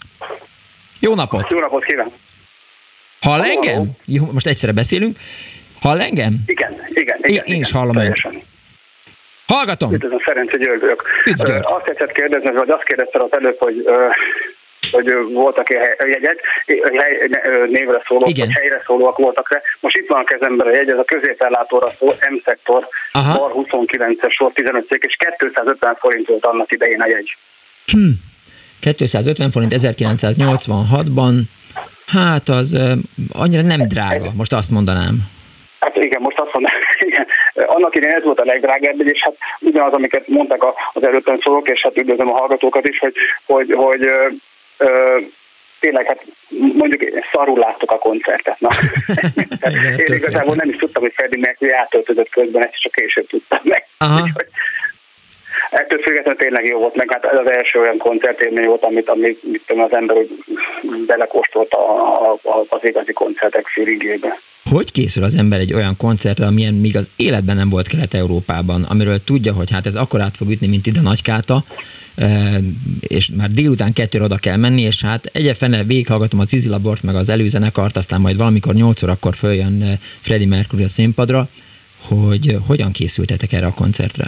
Jó napot. Jó napot kívánok. Hall halló, engem? Halló. Jó, most egyszerre beszélünk. Hall engem? Igen, igen. igen én, én is hallom önt. Hallgatom. Üdvözlöm, Ferenc György vagyok. György. Azt tetszett kérdezni, vagy azt kérdezted az előbb, hogy, hogy voltak-e jegyek, névre szólók, igen. vagy helyre szólóak voltak-e. Most itt van a kezemben a jegy, ez a középellátóra szól, M-szektor, bar huszonkilences sor tizenöt szék, és kétszázötven forint volt annak idején a jegy. Hm. kétszázötven forint ezerkilencszáznyolcvanhatban, hát az uh, annyira nem drága, most azt mondanám. Hát igen, most azt mondom, igen. Annak idején ez volt a legdrágább, és hát ugyanaz, amiket mondtak az előttem szólók, és hát üdvözlöm a hallgatókat is, hogy, hogy, hogy ö, ö, tényleg, hát mondjuk szarul láttuk a koncertet. Na. Én igazából nem is tudtam, hogy Freddie Mercury átöltözött közben, ezt csak később tudtam meg. Úgyhogy ettől függetlenül tényleg jó volt, meg hát ez az első olyan koncertélmény volt, amit, amit, amit az ember belekóstolt a, a, az igazi koncertek feelingébe. Hogy készül az ember egy olyan koncertre, amilyen még az életben nem volt Kelet-Európában, amiről tudja, hogy hát ez akkor át fog ütni, mint ide Nagykáta, és már délután kettőre oda kell menni, és hát egyefene végighallgatom az Zizi Labort, meg az előzenekart, aztán majd valamikor nyolc órakor följön Freddie Mercury a színpadra, hogy hogyan készültetek erre a koncertre?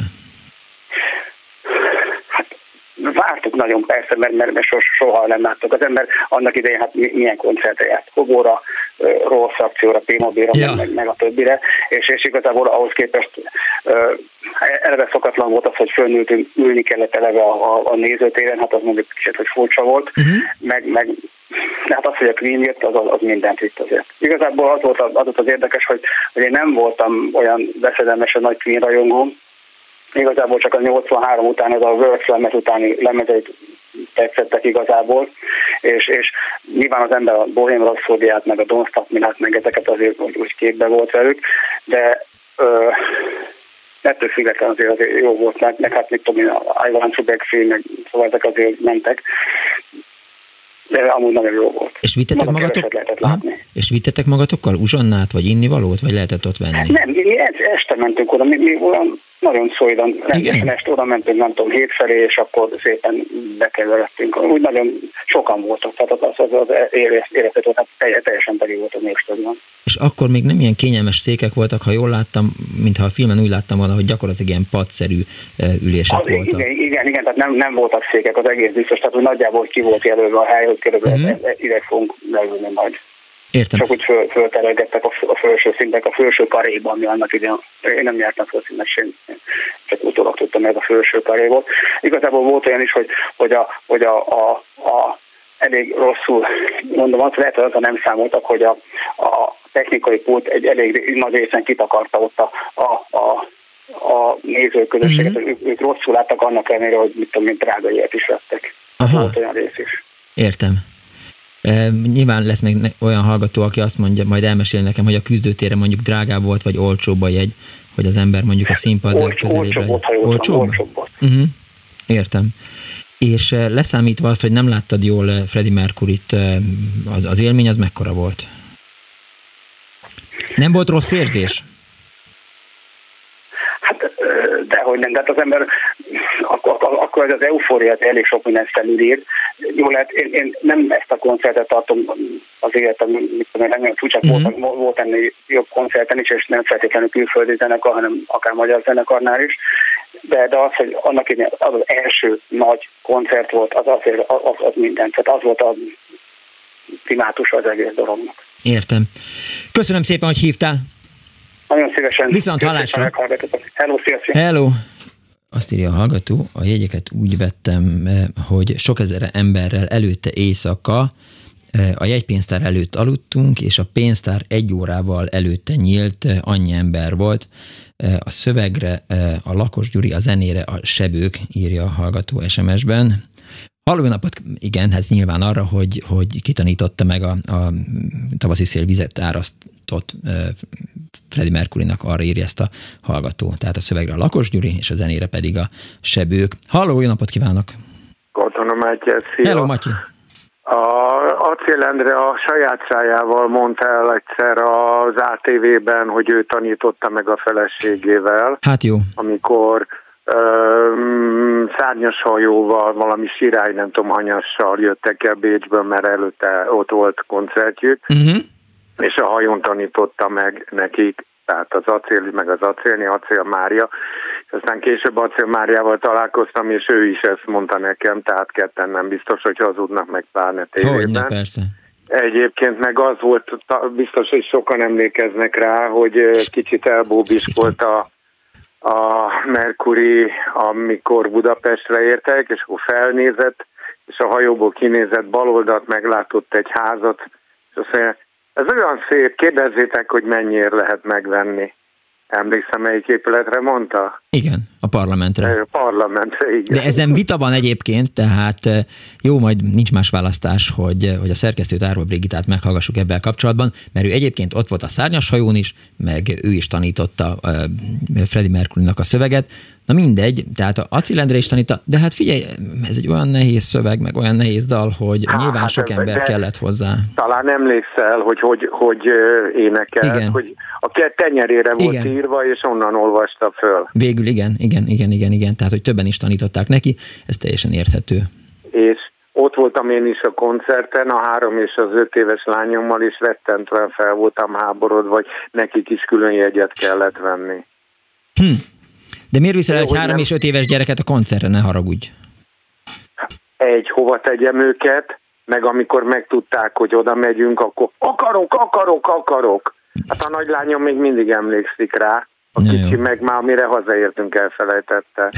Vártuk nagyon persze, mert, mert, mert soha nem láttuk. Az ember annak idején hát milyen koncertre járt. Kobóra, Rossz akcióra, P-Mobilra, ja. meg, meg a többire, és, és igazából ahhoz képest uh, eleve szokatlan volt az, hogy fölnültünk, ülni kellett eleve a, a, a nézőtéren, hát az mondjuk kicsit, hogy furcsa volt, uh-huh. meg, meg hát az, hogy a Queen jött, az, az mindent vitt azért. Igazából az volt az, az, az érdekes, hogy, hogy én nem voltam olyan veszedelmesen nagy Queen rajongó, igazából csak a nyolcvanhárom után, ez a Works lemez utáni lemezeit tetszettek igazából, és, és nyilván az ember a Bohém Rhapsody-át, meg a Don't Stop Me-t, meg ezeket azért úgy, úgy képbe volt velük, de ö, ettől független azért, azért jó volt, meg, meg hát mit tudom én, I Want to Back Free, meg szóval ezek azért mentek, de amúgy nagyon jó volt. És vittetek, magatok, és vittetek magatokkal uzsonnát, vagy innivalót, vagy lehetett ott venni? Nem, mi, mi este mentünk oda, mi, mi olyan nagyon szolidan, rendesen este oda mentünk, nem tudom, hét felé, és akkor szépen bekeveredtünk. Úgy nagyon sokan voltak, tehát az az, az érezhető, tehát teljesen pedig volt a népstadion. És akkor még nem ilyen kényelmes székek voltak, ha jól láttam, mintha a filmen úgy láttam volna, hogy gyakorlatilag ilyen padszerű ülések az voltak. Igen, igen, igen, tehát nem, nem voltak székek, az egész biztos, tehát hogy nagyjából ki volt jelölve a hely, hogy körülbelül mm-hmm. ide fogunk leülni majd. Értem. Csak úgy föl, fölterelgettek a, a felső szintek, a felső karéban, ami annak idején, én nem jártam fölszínnek sem, csak utólag tudtam, ez a felső karé volt. Igazából volt olyan is, hogy, hogy, a, hogy a, a, a elég rosszul, mondom, azt lehet, hogy azon nem számoltak, hogy a, a technikai pult egy elég nagy részen kitakarta ott a, a, a, a nézőközösséget, mm-hmm. ők, ők rosszul láttak annak ellenére, hogy mit tudom, mint drága ilyet is vettek. Aha. Volt olyan rész is. Értem. E, nyilván lesz még olyan hallgató, aki azt mondja, majd elmesél nekem, hogy a küzdőtére mondjuk drágább volt, vagy olcsóbb a jegy, hogy az ember mondjuk a színpad Olcs, közelébe... Olcsóbb volt, ha jól olcsóbb? olcsóbb volt. Uh-huh. Értem. És leszámítva azt, hogy nem láttad jól Freddie Mercuryt, az, az élmény az mekkora volt? Nem volt rossz érzés? Hát, dehogy nem, de hát az ember akkor, akkor az eufóriát elég sok mindent felülír. Jó lehet, én, én nem ezt a koncertet tartom az életem, mit tudom, nagyon furcsák mm-hmm. volt, volt ennél jobb koncerten is, és nem feltétlenül külföldi zenekar, hanem akár magyar zenekarnál is. De, de az, hogy annak az, az első nagy koncert volt, az azért az, az minden. Tehát az volt a primátus az egész dolognak. Értem. Köszönöm szépen, hogy hívtál. Nagyon szívesen. Viszont hallásra. Hello, sziasztok. Hello. Azt írja a hallgató, a jegyeket úgy vettem, hogy sok ezer emberrel előtte éjszaka a jegypénztár előtt aludtunk, és a pénztár egy órával előtte nyílt, annyi ember volt. A szövegre, a Lakos Gyuri, a zenére a sebők, írja a hallgató es em es-ben. Halló napot, igen, hát nyilván arra, hogy, hogy kitanította meg a, a tavaszi szél vizet árasztott Freddie Mercurynak, arra írja ezt a hallgató. Tehát a szövegre a Lakos Gyuri, és a zenére pedig a sebők. Halló, jó napot kívánok! Katona Mátyás, szia! Hello, Matyi! A Acél Endre a saját szájával mondta el egyszer az á té vében, hogy ő tanította meg a feleségével. Hát jó. Amikor um, szárnyas hajóval, valami sirály, nem tudom, hanyassal jöttek el Bécsből, mert előtte ott volt koncertjük, uh-huh. és a hajón tanította meg nekik, tehát az Acél, meg az Acélni, Acél Mária, és aztán később Acél Máriával találkoztam, és ő is ezt mondta nekem, tehát ketten nem biztos, hogy hazudnak meg pláne tévében. Hogyne, persze. Egyébként meg az volt, biztos, hogy sokan emlékeznek rá, hogy kicsit elbóbiskolt a, a Mercury, amikor Budapestre értek, és akkor felnézett, és a hajóból kinézett baloldalt, meglátott egy házat, és azt mondja, ez olyan szép, kérdezzétek, hogy mennyiért lehet megvenni. Emlékszem, melyik épületre mondta? Igen, a parlamentre. A parlamentre, igen. De ezen vita van egyébként, tehát jó, majd nincs más választás, hogy, hogy a szerkesztőt, Árva Brigitát meghallgassuk ebben kapcsolatban, mert ő egyébként ott volt a szárnyas hajón is, meg ő is tanította uh, Freddie Mercurynak a szöveget. Na mindegy, tehát a Acél Endre is tanítta, de hát figyelj, ez egy olyan nehéz szöveg, meg olyan nehéz dal, hogy Há, nyilván hát sok ember kellett hozzá. Talán emlékszel, hogy hogy, hogy énekelt, igen. hogy a tenyerére volt igen. írva, és onnan olvasta föl. Végül igen, igen, igen, igen, igen, tehát hogy többen is tanították neki, ez teljesen érthető. És ott voltam én is a koncerten, a három és az öt éves lányommal, és rettentően fel voltam háborodva, vagy nekik is külön jegyet kellett venni. Hm. De miért viszel el egy három és öt éves gyereket a koncertre, ne haragudj? Egy, hova tegyem őket, meg amikor megtudták, hogy oda megyünk, akkor akarok, akarok, akarok. Hát a nagylányom még mindig emlékszik rá, a ja, kicsi jó. meg már mire hazaértünk elfelejtette.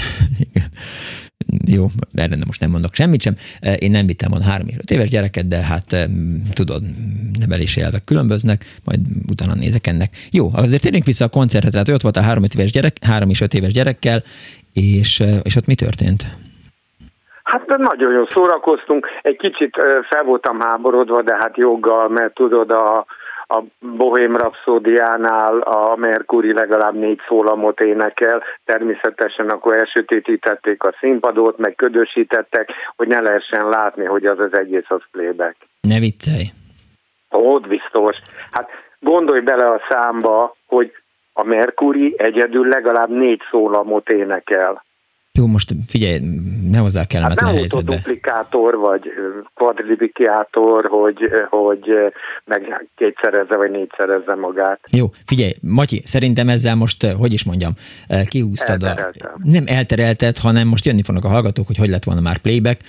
Jó, erre most nem mondok semmit sem. Én nem vittem volna három és öt éves gyereket, de hát tudod, nevelési elvek különböznek, majd utána nézek ennek. Jó, azért térjünk vissza a koncertre, tehát ott volt a három, öt éves gyerek, három és öt éves gyerekkel, és, és ott mi történt? Hát nagyon jól szórakoztunk, egy kicsit fel voltam háborodva, de hát joggal, mert tudod, a A Bohém Rhapsódiánál a Mercury legalább négy szólamot énekel, természetesen akkor elsötétítették a színpadot, meg ködösítettek, hogy ne lehessen látni, hogy az az egész az playback. Ne viccelj! Ott biztos. Hát gondolj bele a számba, hogy a Mercury egyedül legalább négy szólamot énekel. Jó, most figyelj, ne hozzá kellemetlen hát helyzetbe. Hát nem duplikátor, vagy kvadriplikátor, hogy, hogy meg kétszerezze, vagy négyszerezze magát. Jó, figyelj, Matyi, szerintem ezzel most, hogy is mondjam, kihúztad a... Nem elterelted, hanem most jönni fognak a hallgatók, hogy hogy lett volna már playback.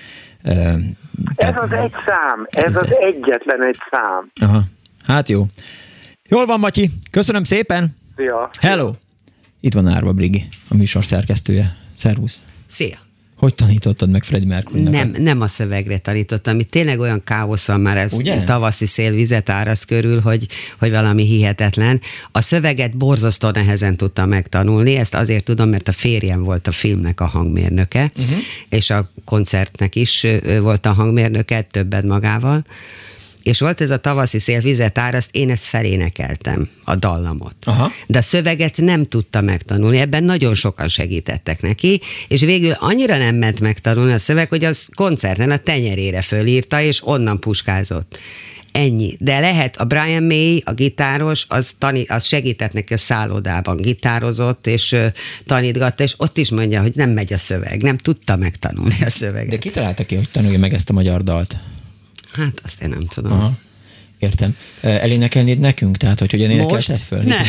Ez az egy szám, ez, ez az egyetlen egy szám. Aha, hát jó. Jól van, Matyi, köszönöm szépen. Szia. Hello. Itt van Árva Brigi, a műsor szerkesztője. Szervusz. Szia. Hogy tanítottad meg Freddie Mercurynak? Nem, nem a szövegre tanítottam, itt tényleg olyan káosz van már ez tavaszi szél vizet áraszt körül, hogy, hogy valami hihetetlen. A szöveget borzasztó nehezen tudtam megtanulni, ezt azért tudom, mert a férjem volt a filmnek a hangmérnöke, uh-huh. és a koncertnek is volt a hangmérnöke, többet magával. És volt ez a tavaszi szél vizet áraszt, én ezt felénekeltem, a dallamot. Aha. De a szöveget nem tudta megtanulni, ebben nagyon sokan segítettek neki, és végül annyira nem ment megtanulni a szöveg, hogy az koncerten a tenyerére fölírta, és onnan puskázott. Ennyi. De lehet, a Brian May, a gitáros, az, tani, az segített neki a szállodában, gitározott, és uh, tanítgatta, és ott is mondja, hogy nem megy a szöveg, nem tudta megtanulni a szöveget. De ki találta ki, hogy tanulja meg ezt a magyar dalt? Hát, azt én nem tudom. Aha. Értem. Elénekelnéd nekünk? Tehát, hogy hogyan énekelted föl? Nem.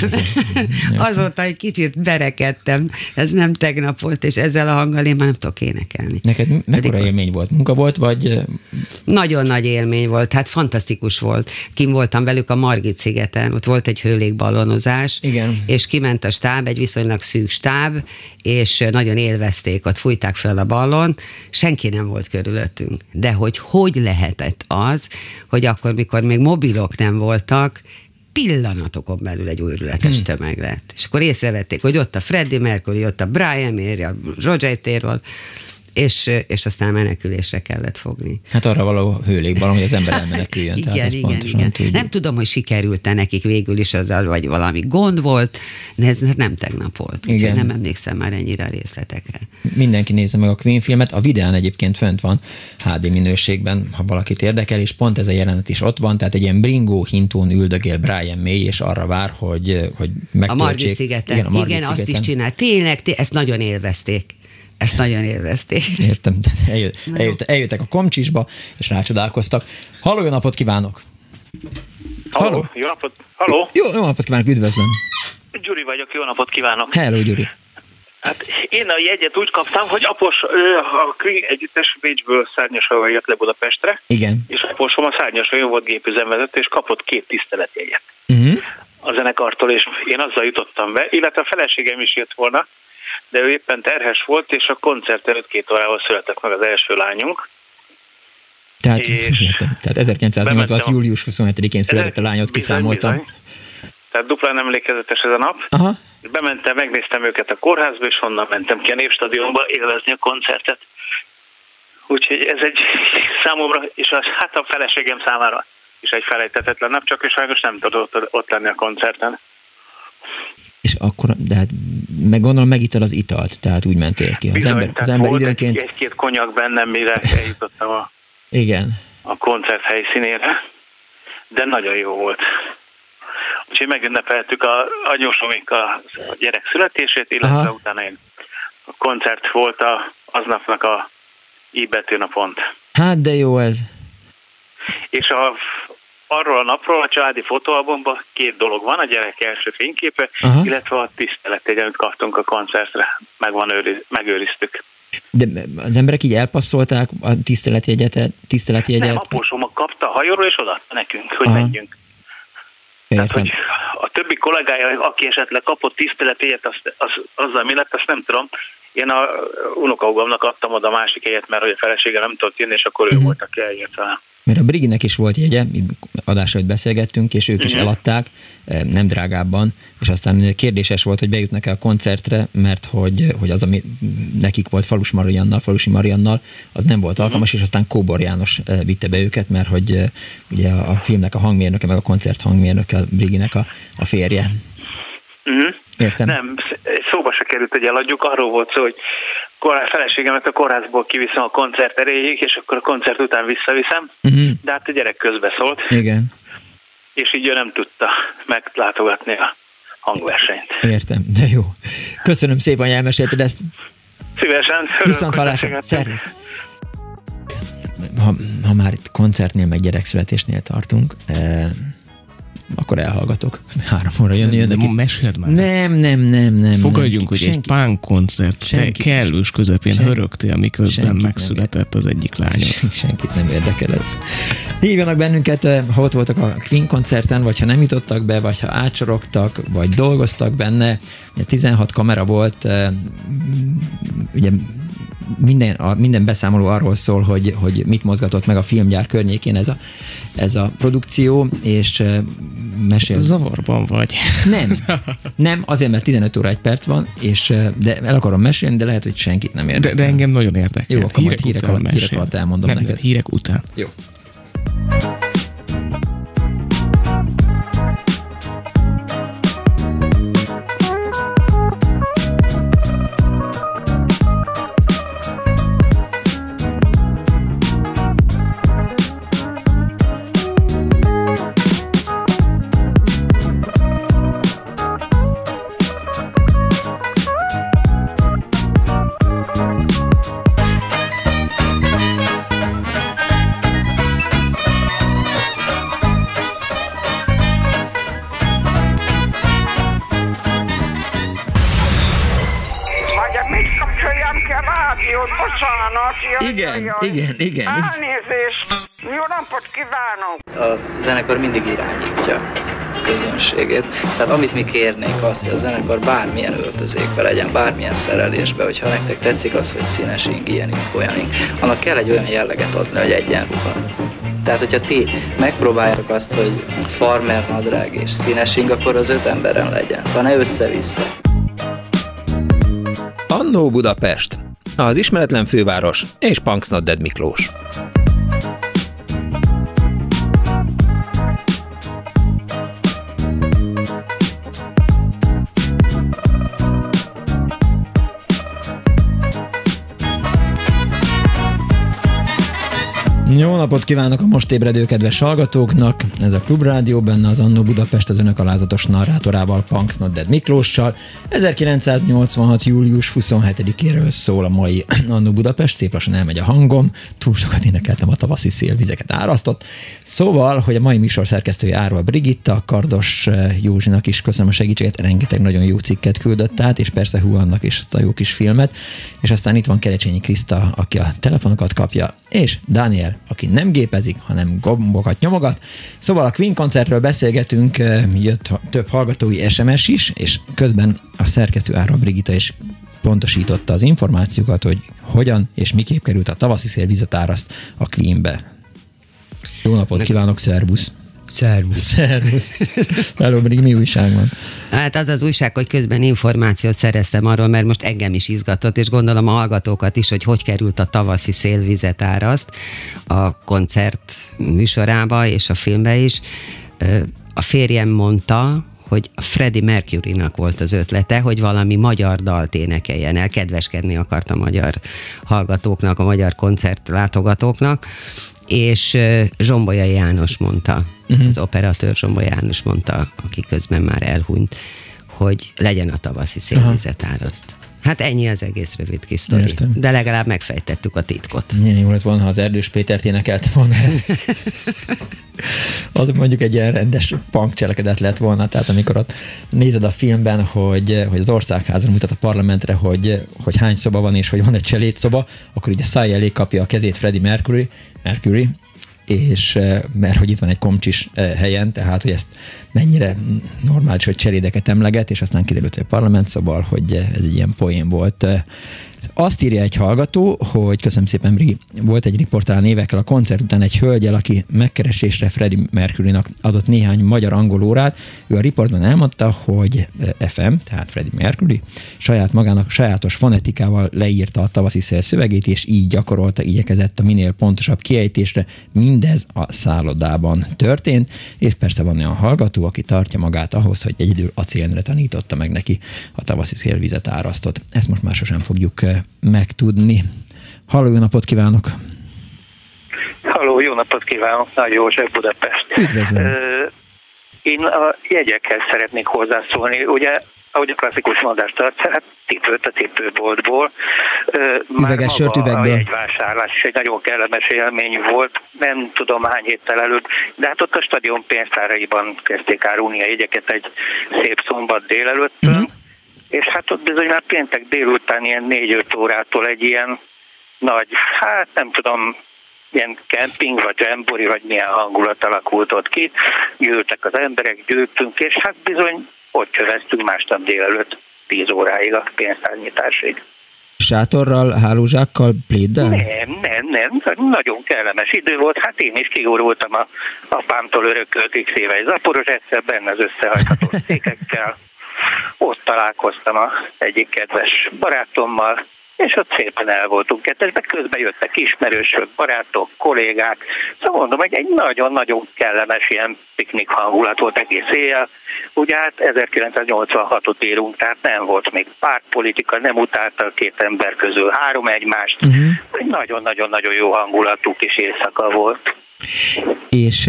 Azóta egy kicsit berekedtem. Ez nem tegnap volt, és ezzel a hanggal én már nem tudok énekelni. Neked mekkora Pedig... élmény volt? Munka volt, vagy... Nagyon nagy élmény volt. Hát fantasztikus volt. Kim voltam velük a Margit szigeten, ott volt egy hőlékballonozás, igen. és kiment a stáb, egy viszonylag szűk stáb, és nagyon élvezték, ott fújták fel a ballon, senki nem volt körülöttünk. De hogy hogy lehetett az, hogy akkor, mikor még mobilok nem voltak, pillanatokon belül egy őrületes hmm. tömeg lett. És akkor észrevették, hogy ott a Freddie Mercury, ott a Brian May, a Roger Taylor, és, és aztán menekülésre kellett fogni. Hát arra való hőlékballon, hogy az ember elmeneküljön. igen, tehát igen, igen. Tudjuk. Nem tudom, hogy sikerült-e nekik végül is azzal, vagy valami gond volt, de ez nem tegnap volt. Úgyhogy nem emlékszem már ennyire a részletekre. Mindenki nézze meg a Queen filmet. A videón egyébként fönt van há dé minőségben, ha valakit érdekel, és pont ez a jelenet is ott van, tehát egy ilyen bringó hintón üldögél Brian May, és arra vár, hogy, hogy megtöltsék. A Margit szigeten. Igen, a Margit igen szigeten. Azt is csinál. Tényleg, té- ezt nagyon élvezték. Ezt nagyon élvezték. Értem, eljött, eljött, eljöttek a Komcsisba, és rácsodálkoztak. Halló, jó napot kívánok! Halló, Halló. Jó napot! Halló! Jó, jó napot kívánok, üdvözlöm! Gyuri vagyok, jó napot kívánok! Hello, Gyuri! Hát én a jegyet úgy kaptam, hogy apos a Queen együttes Bécsből szárnyashajóval jött le Budapestre. Igen. És aposom a szárnyashajó volt gépüzemvezető, és kapott két tiszteletjegyet. Uh-huh. A zenekartól, és én azzal jutottam be, illetve a feleségem is jött volna, de ő éppen terhes volt, és a koncert előtt két órával született meg az első lányunk. Tehát, értem, tehát ezerkilencszáznyolcvanhat. július huszonhetedikén született a lányot, kiszámoltam. Bizony. Tehát duplán emlékezetes ez a nap. Aha. Bementem, megnéztem őket a kórházba, és onnan mentem ki a Népstadionba élvezni a koncertet. Úgyhogy ez egy számomra, és a, hát a feleségem számára is egy felejthetetlen nap, csak és sajnos nem tudott ott lenni a koncerten. És akkor, de hát meg gondolom megital az italt, tehát úgy mentél ki. Az Bizony, ember, az ember volt időnként... egy, egy-két konyak bennem, mire eljutottam a, Igen. a koncert helyszínére, de nagyon jó volt. Úgyhogy megünnepeltük a anyósomék a gyerek születését, illetve Aha. utána én a koncert volt a, aznapnak a I betűn a pont. Hát de jó ez. És a arról a napról a családi fotóalbumban két dolog van, a gyerek első fényképe, Aha. illetve a tiszteletjegyen, amit kaptunk a koncertre, meg van őriz, megőriztük. De az emberek így elpasszolták a tiszteletjegyet? tiszteletjegyet? Nem, apósom kapta a hajóról, és odaadta nekünk, hogy Aha. menjünk. Tehát, hogy a többi kollégája, aki esetleg kapott tiszteletjegyet, az, az, azzal mi lett, azt nem tudom. Én a unokahúgomnak adtam oda a másik helyet, mert hogy a felesége nem tudott jönni, és akkor ő uh-huh. volt, aki eljött velem. Mert a Briginek is volt jegye, adásra, hogy beszélgettünk, és ők uh-huh. is eladták, nem drágábban, és aztán kérdéses volt, hogy bejutnak-e a koncertre, mert hogy, hogy az, ami nekik volt Falus Mariannal, Falusi Mariannal, az nem volt alkalmas, uh-huh. és aztán Kóbor János vitte be őket, mert hogy ugye a filmnek a hangmérnöke, meg a koncert hangmérnöke, a Briginek a, a férje. Uh-huh. Értem. Nem, szóba se került, hogy eladjuk, arról volt szó, hogy a feleségemet a kórházból kiviszem a koncert erejéig, és akkor a koncert után visszaviszem, uh-huh. de hát a gyerek közbeszólt. Igen. És így ő nem tudta meglátogatni a hangversenyt. Értem, de jó. Köszönöm szépen, hogy elmesélted ezt. Szívesen. Viszont hallásra. Szervusz. Ha, ha már itt koncertnél, meg gyerekszületésnél tartunk, eh, akkor elhallgatok. Három óra jönni, jönnek. Meséld már. Nem, nem, nem, nem. Fogadjunk, hogy senki, egy punk koncert te kellős közepén senki, hörögtél, miközben megszületett az egyik lányod. Senkit nem érdekel ez. Hívjanak bennünket, ha ott voltak a Queen koncerten, vagy ha nem jutottak be, vagy ha átsorogtak, vagy dolgoztak benne. Ugye tizenhat kamera volt, ugye minden, a, minden beszámoló arról szól, hogy, hogy mit mozgatott meg a filmgyár környékén ez a, ez a produkció, és mesél. Zavarban vagy. Nem, nem, azért, mert tizenöt óra egy perc van, és, de el akarom mesélni, de lehet, hogy senkit nem érdekel. De, de engem nagyon érdekel. Jó, akkor hírek majd hírek alatt, hírek alatt elmondom nem, neked. Nem, hírek után. Jó. Igen, igen, igen. Elnézést! Jó napot kívánok! A zenekar mindig irányítja a közönségét. Tehát amit mi kérnénk azt, hogy a zenekar bármilyen öltözékbe legyen, bármilyen szerelésbe, hogyha nektek tetszik az, hogy színes ing, ilyenünk, olyanink, annak kell egy olyan jelleget adni, hogy egyenruha. Tehát, hogyha ti megpróbáljátok azt, hogy farmer nadrág és színes ing, akkor az öt emberen legyen. Szóval ne össze-vissza. Annó Budapest, az ismeretlen főváros és Punks Not Dead Miklós. Jó napot kívánok a most ébredő kedves hallgatóknak! Ez a Klubrádió, benne az Annó Budapest az önök alázatos narrátorával, Punks Not Dead Miklóssal. ezerkilencszáznyolcvanhat. július huszonhetedikéről szól a mai Annó Budapest, szép lassan elmegy a hangom, túl sokat énekeltem, a tavaszi szél vizeket árasztott. Szóval, hogy a mai műsor szerkesztője Árva Brigitta, Kardos Józsinak is köszönöm a segítséget, rengeteg nagyon jó cikket küldött át, és persze Huannak is azt a jó kis filmet, és aztán itt van Kerecsényi Kriszta, aki a telefonokat kapja, és Dániel, aki nem gépezik, hanem gombokat nyomogat. Szóval a Queen koncertről beszélgetünk, jött több hallgatói es em es is, és közben a szerkesztő Árva Brigitta is pontosította az információkat, hogy hogyan és miképp került a tavaszi szél vizet áraszt a Queenbe. Jó napot kívánok, szervusz! Szervusz. Szervusz. Hello, Brig, mi újság van? Hát az az újság, hogy közben információt szereztem arról, mert most engem is izgatott, és gondolom a hallgatókat is, hogy hogy került a tavaszi szél vizet áraszt a koncert műsorába és a filmbe is. A férjem mondta, hogy a Freddie Mercurynak volt az ötlete, hogy valami magyar dalt énekeljen el, kedveskedni akart a magyar hallgatóknak, a magyar koncertlátogatóknak, és Zsombolyai János mondta, uh-huh. az operatőr Zsombolyai János mondta, aki közben már elhunyt, hogy legyen a tavaszi szélvizet áraszt. Hát ennyi az egész rövid kis sztori. Értem. De legalább megfejtettük a titkot. Milyen jó lett volna, ha az Erdős Pétert énekelte volna. Az mondjuk egy ilyen rendes punk cselekedet lett volna, tehát amikor ott nézed a filmben, hogy, hogy az országházra mutat a parlamentre, hogy, hogy hány szoba van, és hogy van egy cselédszoba, akkor ugye száj elé kapja a kezét Freddie Mercury, Mercury és mert hogy itt van egy komcsis helyen, tehát hogy ezt mennyire normális, hogy cselédeket emleget, és aztán kiderült, hogy a parlament, szóval, hogy ez egy ilyen poén volt. Azt írja egy hallgató, hogy köszönöm szépen, Brigi, volt egy riportálán évekkel a koncert után egy hölgyel, aki megkeresésre Freddie Mercurynak adott néhány magyar-angol órát. Ő a riportban elmondta, hogy ef em, tehát Freddie Mercury, saját magának sajátos fonetikával leírta a tavaszi szél szövegét, és így gyakorolta, igyekezett a minél pontosabb kiejtésre. Mindez a szállodában történt, és persze van olyan hallgató, aki tartja magát ahhoz, hogy egyedül acélendre tanította meg neki a tavaszi szélvizet árasztott. Ezt most már sosem fogjuk megtudni. Halló, jó napot kívánok! Halló, jó napot kívánok! Nagy József, Budapest. Üdvözlöm! Én a jegyekhez szeretnék hozzászólni. Ugye, ahogy a klasszikus mondást tart, hát cipőt a cipőboltból. Üveges sört üvegből. A jegyvásárlás is egy nagyon kellemes élmény volt, nem tudom hány héttel előtt, de hát ott a stadion pénztáraiban kezdték árulni a jegyeket egy szép szombat délelőttől. Uh-huh. És hát ott bizony már péntek délután ilyen négy-öt órától egy ilyen nagy, hát nem tudom, ilyen kemping, vagy jambori, vagy milyen hangulat alakult ott ki. Gyűltek az emberek, gyűltünk, és hát bizony ott csöveztünk másnap délelőtt tíz óráig a pénztárnyitásig. Sátorral, hálózsákkal, pléddel? Nem, nem, nem. Nagyon kellemes idő volt. Hát én is kigurultam a apámtól örökölt x éve egy Zaporozsetszel, benne az összehajtható székekkel. Ott találkoztam a egyik kedves barátommal, és ott szépen el voltunk kettesben, közben jöttek ismerősök, barátok, kollégák. Szóval mondom, hogy egy nagyon-nagyon kellemes ilyen piknik hangulat volt egész éjjel. Ugye hát ezerkilencszáznyolcvanhatot írunk, tehát nem volt még pártpolitika, nem utálta a két ember közül három egymást. Uh-huh. Egy nagyon-nagyon-nagyon jó hangulatú kis éjszaka volt. És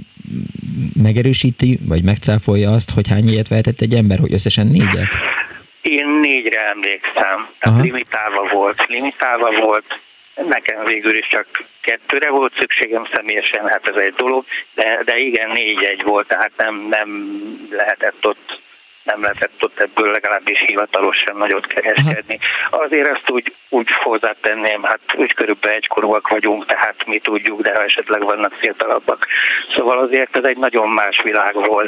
megerősíti, vagy megcáfolja azt, hogy hány ilyet vehetett egy ember, hogy összesen négyet? Én négyre emlékszem, tehát Aha. limitálva volt, limitálva volt, nekem végül is csak kettőre volt szükségem személyesen, hát ez egy dolog, de, de igen, négy-egy volt, tehát nem, nem lehetett ott nem lehetett ott ebből legalábbis hivatalosan nagyot kereskedni. Azért ezt úgy, úgy hozzátenném, hát úgy körülbelül egykorúak vagyunk, tehát mi tudjuk, de ha esetleg vannak fiatalabbak. Szóval azért ez egy nagyon más világ volt.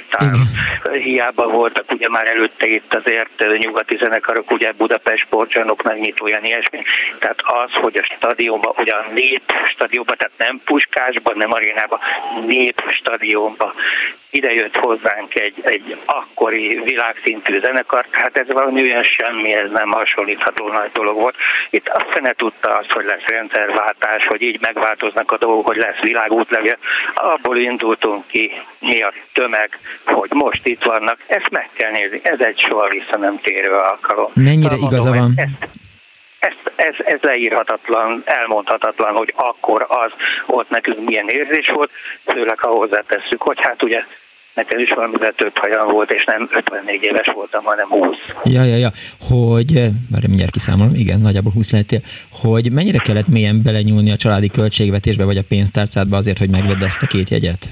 Hiába voltak ugye már előtte itt azért nyugati zenekarok, ugye Budapest sportcsarnok megnyitó, olyan ilyesmi. Tehát az, hogy a stadionban, ugye a nép stadionban, tehát nem Puskásban, nem arénában, nép stadionban ide jött hozzánk egy, egy akkori világszintű zenekar, hát ez valami olyan semmihez nem hasonlítható nagy dolog volt. Itt azt fene tudta azt, hogy lesz rendszerváltás, hogy így megváltoznak a dolgok, hogy lesz világútlevél. Abból indultunk ki, mi a tömeg, hogy most itt vannak. Ezt meg kell nézni, ez egy soha vissza nem térő alkalom. Mennyire mondom, igaza van? Ezt, ezt, ez, ez leírhatatlan, elmondhatatlan, hogy akkor az ott nekünk milyen érzés volt, főleg ha hozzátesszük, hogy hát ugye nekem is valamivel több hajam volt, és nem ötvennégy éves voltam, hanem húsz. Ja, ja, ja, hogy, várj, mindjárt kiszámolom, igen, nagyjából húsz lehettél, hogy mennyire kellett mélyen belenyúlni a családi költségvetésbe, vagy a pénztárcádba azért, hogy megvedd ezt a két jegyet?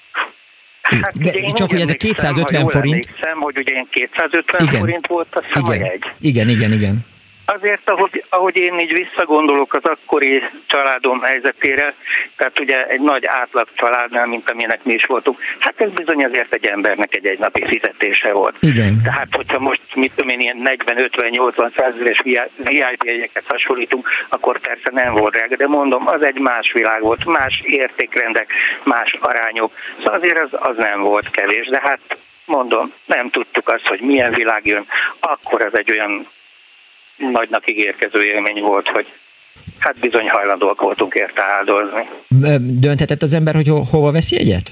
Hát, csak hogy ez a kétszázötven forint. Emlékszem, hogy ugye én kétszázötven igen. forint volt a igen. igen, igen, igen. Azért, ahogy, ahogy én így visszagondolok az akkori családom helyzetére, tehát ugye egy nagy átlag családnál, mint amilyenek mi is voltunk, hát ez bizony azért egy embernek egy egynapi fizetése volt. Igen. Tehát, hogyha most, mit tudom én, ilyen negyven, ötven, nyolcvan, százezeres vé i pé jegyeket hasonlítunk, akkor persze nem volt drága, de mondom, az egy más világ volt, más értékrendek, más arányok, szóval azért az, az nem volt kevés, de hát mondom, nem tudtuk azt, hogy milyen világ jön, akkor ez egy olyan nagynak ígérkező élmény volt, hogy hát bizony hajlandóak voltunk érte áldozni. Dönthetett az ember, hogy ho- hova veszi egyet?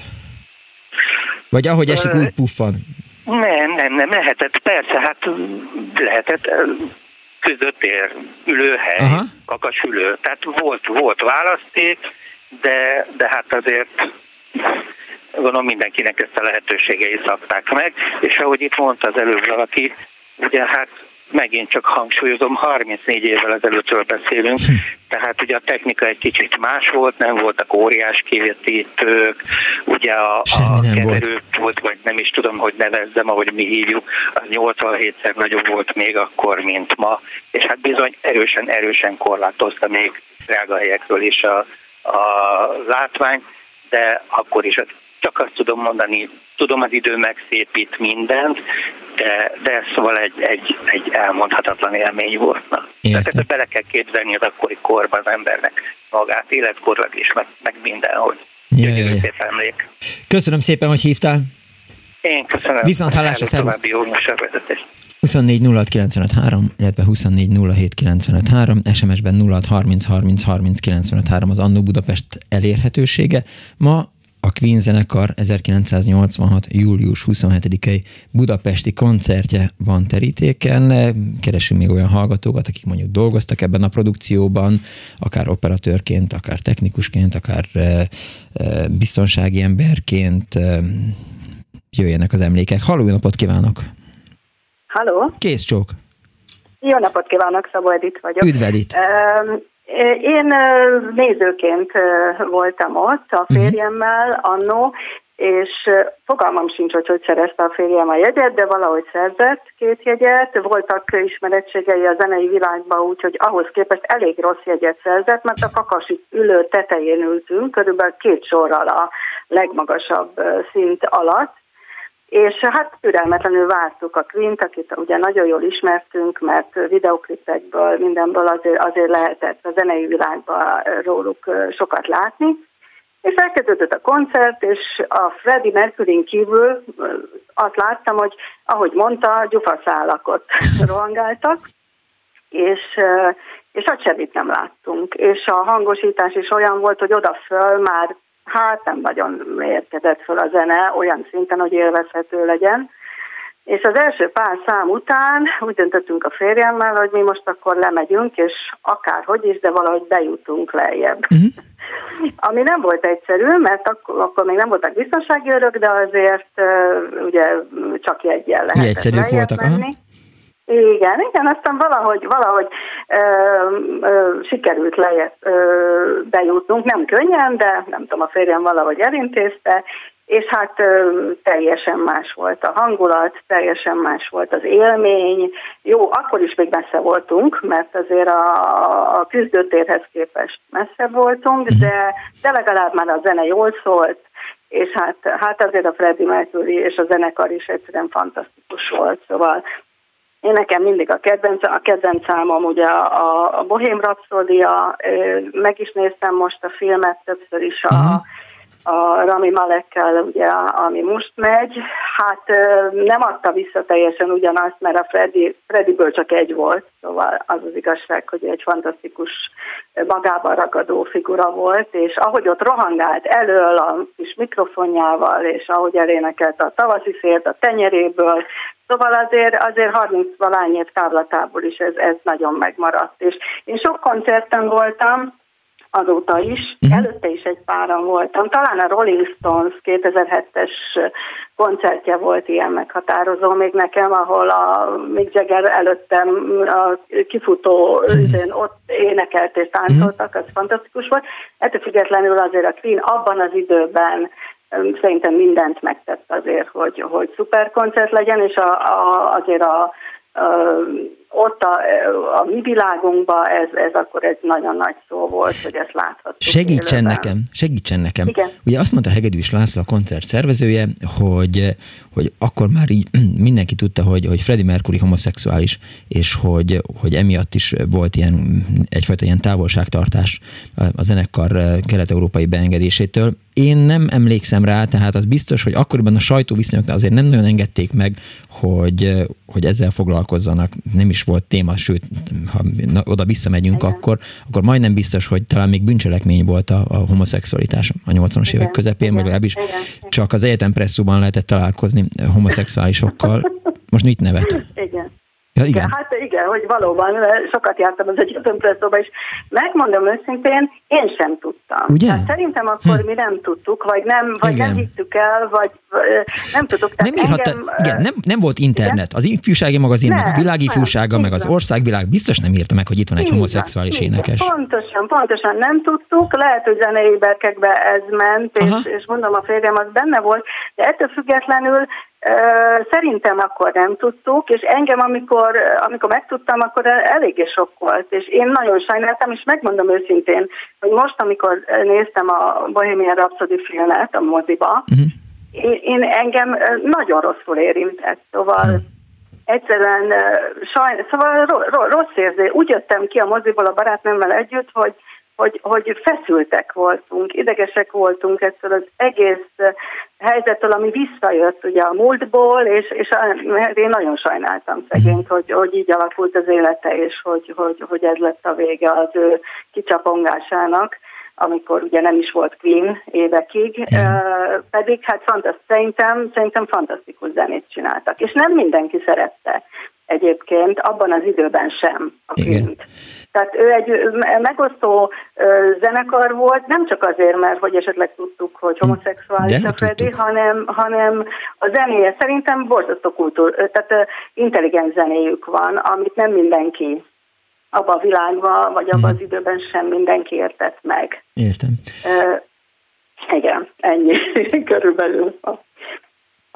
Vagy ahogy esik, úgy puffan? Nem, nem, nem lehetett. Persze, hát lehetett közöttér, ülőhely, Aha. kakasülő. Tehát volt, volt választék, de, de hát azért gondolom mindenkinek ezt a lehetőségei szabták meg, és ahogy itt mondta az előbb valaki, ugye hát megint csak hangsúlyozom, harmincnégy évvel ezelőttről beszélünk, hm. tehát ugye a technika egy kicsit más volt, nem voltak óriás kivetítők, ugye a, a keverő volt, vagy nem is tudom, hogy nevezzem, ahogy mi hívjuk, az nyolcvanhétszer nagyobb volt még akkor, mint ma, és hát bizony erősen-erősen korlátozta még drága helyekről is a, a látvány, de akkor is csak azt tudom mondani, tudom, az idő megszépít mindent, de, de szóval egy, egy, egy elmondhatatlan élmény volt. Na. Tehát ezt bele kell képzelni az akkori korban az embernek magát, életkorlag is, meg, meg mindenhogy. Ja, ja, ja. Emlék. Köszönöm szépen, hogy hívtál. Én köszönöm. Viszont hallásra, szervusz. huszonnégy nulla hat kilencvenöt három, illetve huszonnégy nulla hét kilencvenöt három, es em es-ben nulla hat harminc harminc harminc kilencvenöt három az Annó Budapest elérhetősége. Ma a Queen zenekar ezerkilencszáznyolcvanhat. július huszonhetedikei budapesti koncertje van terítéken. Keresünk még olyan hallgatókat, akik mondjuk dolgoztak ebben a produkcióban, akár operatőrként, akár technikusként, akár biztonsági emberként. Jöjjenek az emlékek. Halló, jó napot kívánok! Halló! Kész csók! Jó napot kívánok, Szabó Edith vagyok. Üdv Edith! Um, Én nézőként voltam ott a férjemmel annó, és fogalmam sincs, hogy hogy szerezte a férjem a jegyet, de valahogy szerzett két jegyet. Voltak ismerettségei a zenei világban, úgyhogy ahhoz képest elég rossz jegyet szerzett, mert a kakasi ülő tetején ültünk, körülbelül két sorral a legmagasabb szint alatt. És hát türelmetlenül vártuk a Queen-t, akit ugye nagyon jól ismertünk, mert videoklipekből, mindenből azért, azért lehetett a zenei világban róluk sokat látni. És elkezdődött a koncert, és a Freddie Mercury-n kívül azt láttam, hogy ahogy mondta, gyufaszálakot rohangáltak, és, és hát semmit nem láttunk. És a hangosítás is olyan volt, hogy odaföl már hát nem nagyon érkezett föl a zene olyan szinten, hogy élvezhető legyen. És az első pár szám után úgy döntöttünk a férjemmel, hogy mi most akkor lemegyünk, és akárhogy is, de valahogy bejutunk lejjebb. Uh-huh. Ami nem volt egyszerű, mert akkor, akkor még nem voltak biztonsági őrök, de azért uh, ugye csak jeggyel lehetett lejjebb voltak, menni. Aha. Igen, igen, aztán valahogy, valahogy ö, ö, sikerült lejjebb ö, bejutnunk, nem könnyen, de nem tudom, a férjem valahogy elintézte, és hát ö, teljesen más volt a hangulat, teljesen más volt az élmény. Jó, akkor is még messze voltunk, mert azért a, a küzdőtérhez képest messze voltunk, de, de legalább már a zene jól szólt, és hát, hát azért a Freddie Mercury és a zenekar is egyszerűen fantasztikus volt, szóval én nekem mindig a kedvenc, a kedvenc számom ugye a, a Bohém Rhapsódia, meg is néztem most a filmet többször is a, a Rami Malekkel, ugye, ami most megy. Hát nem adta vissza teljesen ugyanazt, mert a Freddy, Freddyből csak egy volt, szóval az az igazság, hogy egy fantasztikus magában ragadó figura volt, és ahogy ott rohangált elől a kis mikrofonjával, és ahogy elénekelt a tavaszi szélt a tenyeréből, szóval azért, azért harminc-valány év távlatából is ez, ez nagyon megmaradt. És én sok koncerten voltam, azóta is, uh-huh. előtte is egy páran voltam. Talán a Rolling Stones kétezer-hetes koncertje volt ilyen meghatározó még nekem, ahol a Mick Jagger előttem a kifutó uh-huh. ott énekelt és táncoltak, az fantasztikus volt. Ettől függetlenül azért a Queen abban az időben szerintem mindent megtett azért, hogy, hogy szuper koncert legyen, és a, a, azért a, a, ott a, a mi világunkban ez, ez akkor egy nagyon nagy szó volt, hogy ezt láthattuk. Segítsen élőben. nekem, segítsen nekem. Igen. Ugye azt mondta Hegedűs László, a koncert szervezője, hogy, hogy akkor már így mindenki tudta, hogy, hogy Freddie Mercury homoszexuális, és hogy, hogy emiatt is volt ilyen, egyfajta ilyen távolságtartás a zenekar kelet-európai beengedésétől. Én nem emlékszem rá, tehát az biztos, hogy akkoriban a sajtóviszonyoknál azért nem nagyon engedték meg, hogy, hogy ezzel foglalkozzanak. Nem is volt téma, sőt, ha oda visszamegyünk, akkor, akkor majdnem biztos, hogy talán még bűncselekmény volt a, a homoszexualitás a nyolcvanas évek közepén, vagy legalábbis csak az egyetem presszóban lehetett találkozni homoszexuálisokkal. Most mit nevet? Igen. Ja, igen. Hát igen, hogy valóban sokat jártam az egyetem presszóba, és megmondom őszintén, én sem tudtam. Ugye? Hát szerintem akkor hm. mi nem tudtuk, vagy nem, vagy nem hittük el, vagy nem tudtuk. Nem írhatta, engem, igen, nem, nem volt internet. Igen? Az ifjúsági magazin, nem, meg a világifjúsága, nem, meg az országvilág biztos nem írta meg, hogy itt van egy igen, homoszexuális igen. énekes. Pontosan, pontosan nem tudtuk. Lehet, hogy zenei berkekbe ez ment, és, és mondom, a férjem az benne volt, de ettől függetlenül szerintem akkor nem tudtuk, és engem, amikor, amikor megtudtam, akkor eléggé sok volt, és én nagyon sajnáltam, és megmondom őszintén, hogy most, amikor néztem a Bohemian Rhapsody filmet a moziba, uh-huh. én, én engem nagyon rosszul érintett, szóval uh-huh. egyszerűen sajn, szóval rossz érzés. Úgy jöttem ki a moziból a barátnőmmel együtt, hogy Hogy, hogy feszültek voltunk, idegesek voltunk ettől az egész helyzettől, ami visszajött ugye a múltból, és, és én nagyon sajnáltam szegényt, hogy, hogy így alakult az élete, és hogy, hogy, hogy ez lett a vége az ő kicsapongásának, amikor ugye nem is volt Queen évekig, uh, pedig hát fantaszt, szerintem, szerintem fantasztikus zenét csináltak, és nem mindenki szerette egyébként, abban az időben sem a Queen-t. Tehát ő egy megosztó zenekar volt, nem csak azért, mert hogy esetleg tudtuk, hogy homoszexuális a Freddie, hanem, hanem a zenéje szerintem borzasztó kultúr, tehát intelligens zenéjük van, amit nem mindenki abban a világban, vagy abban az időben sem mindenki értett meg. Értem. Uh, igen, ennyi körülbelül.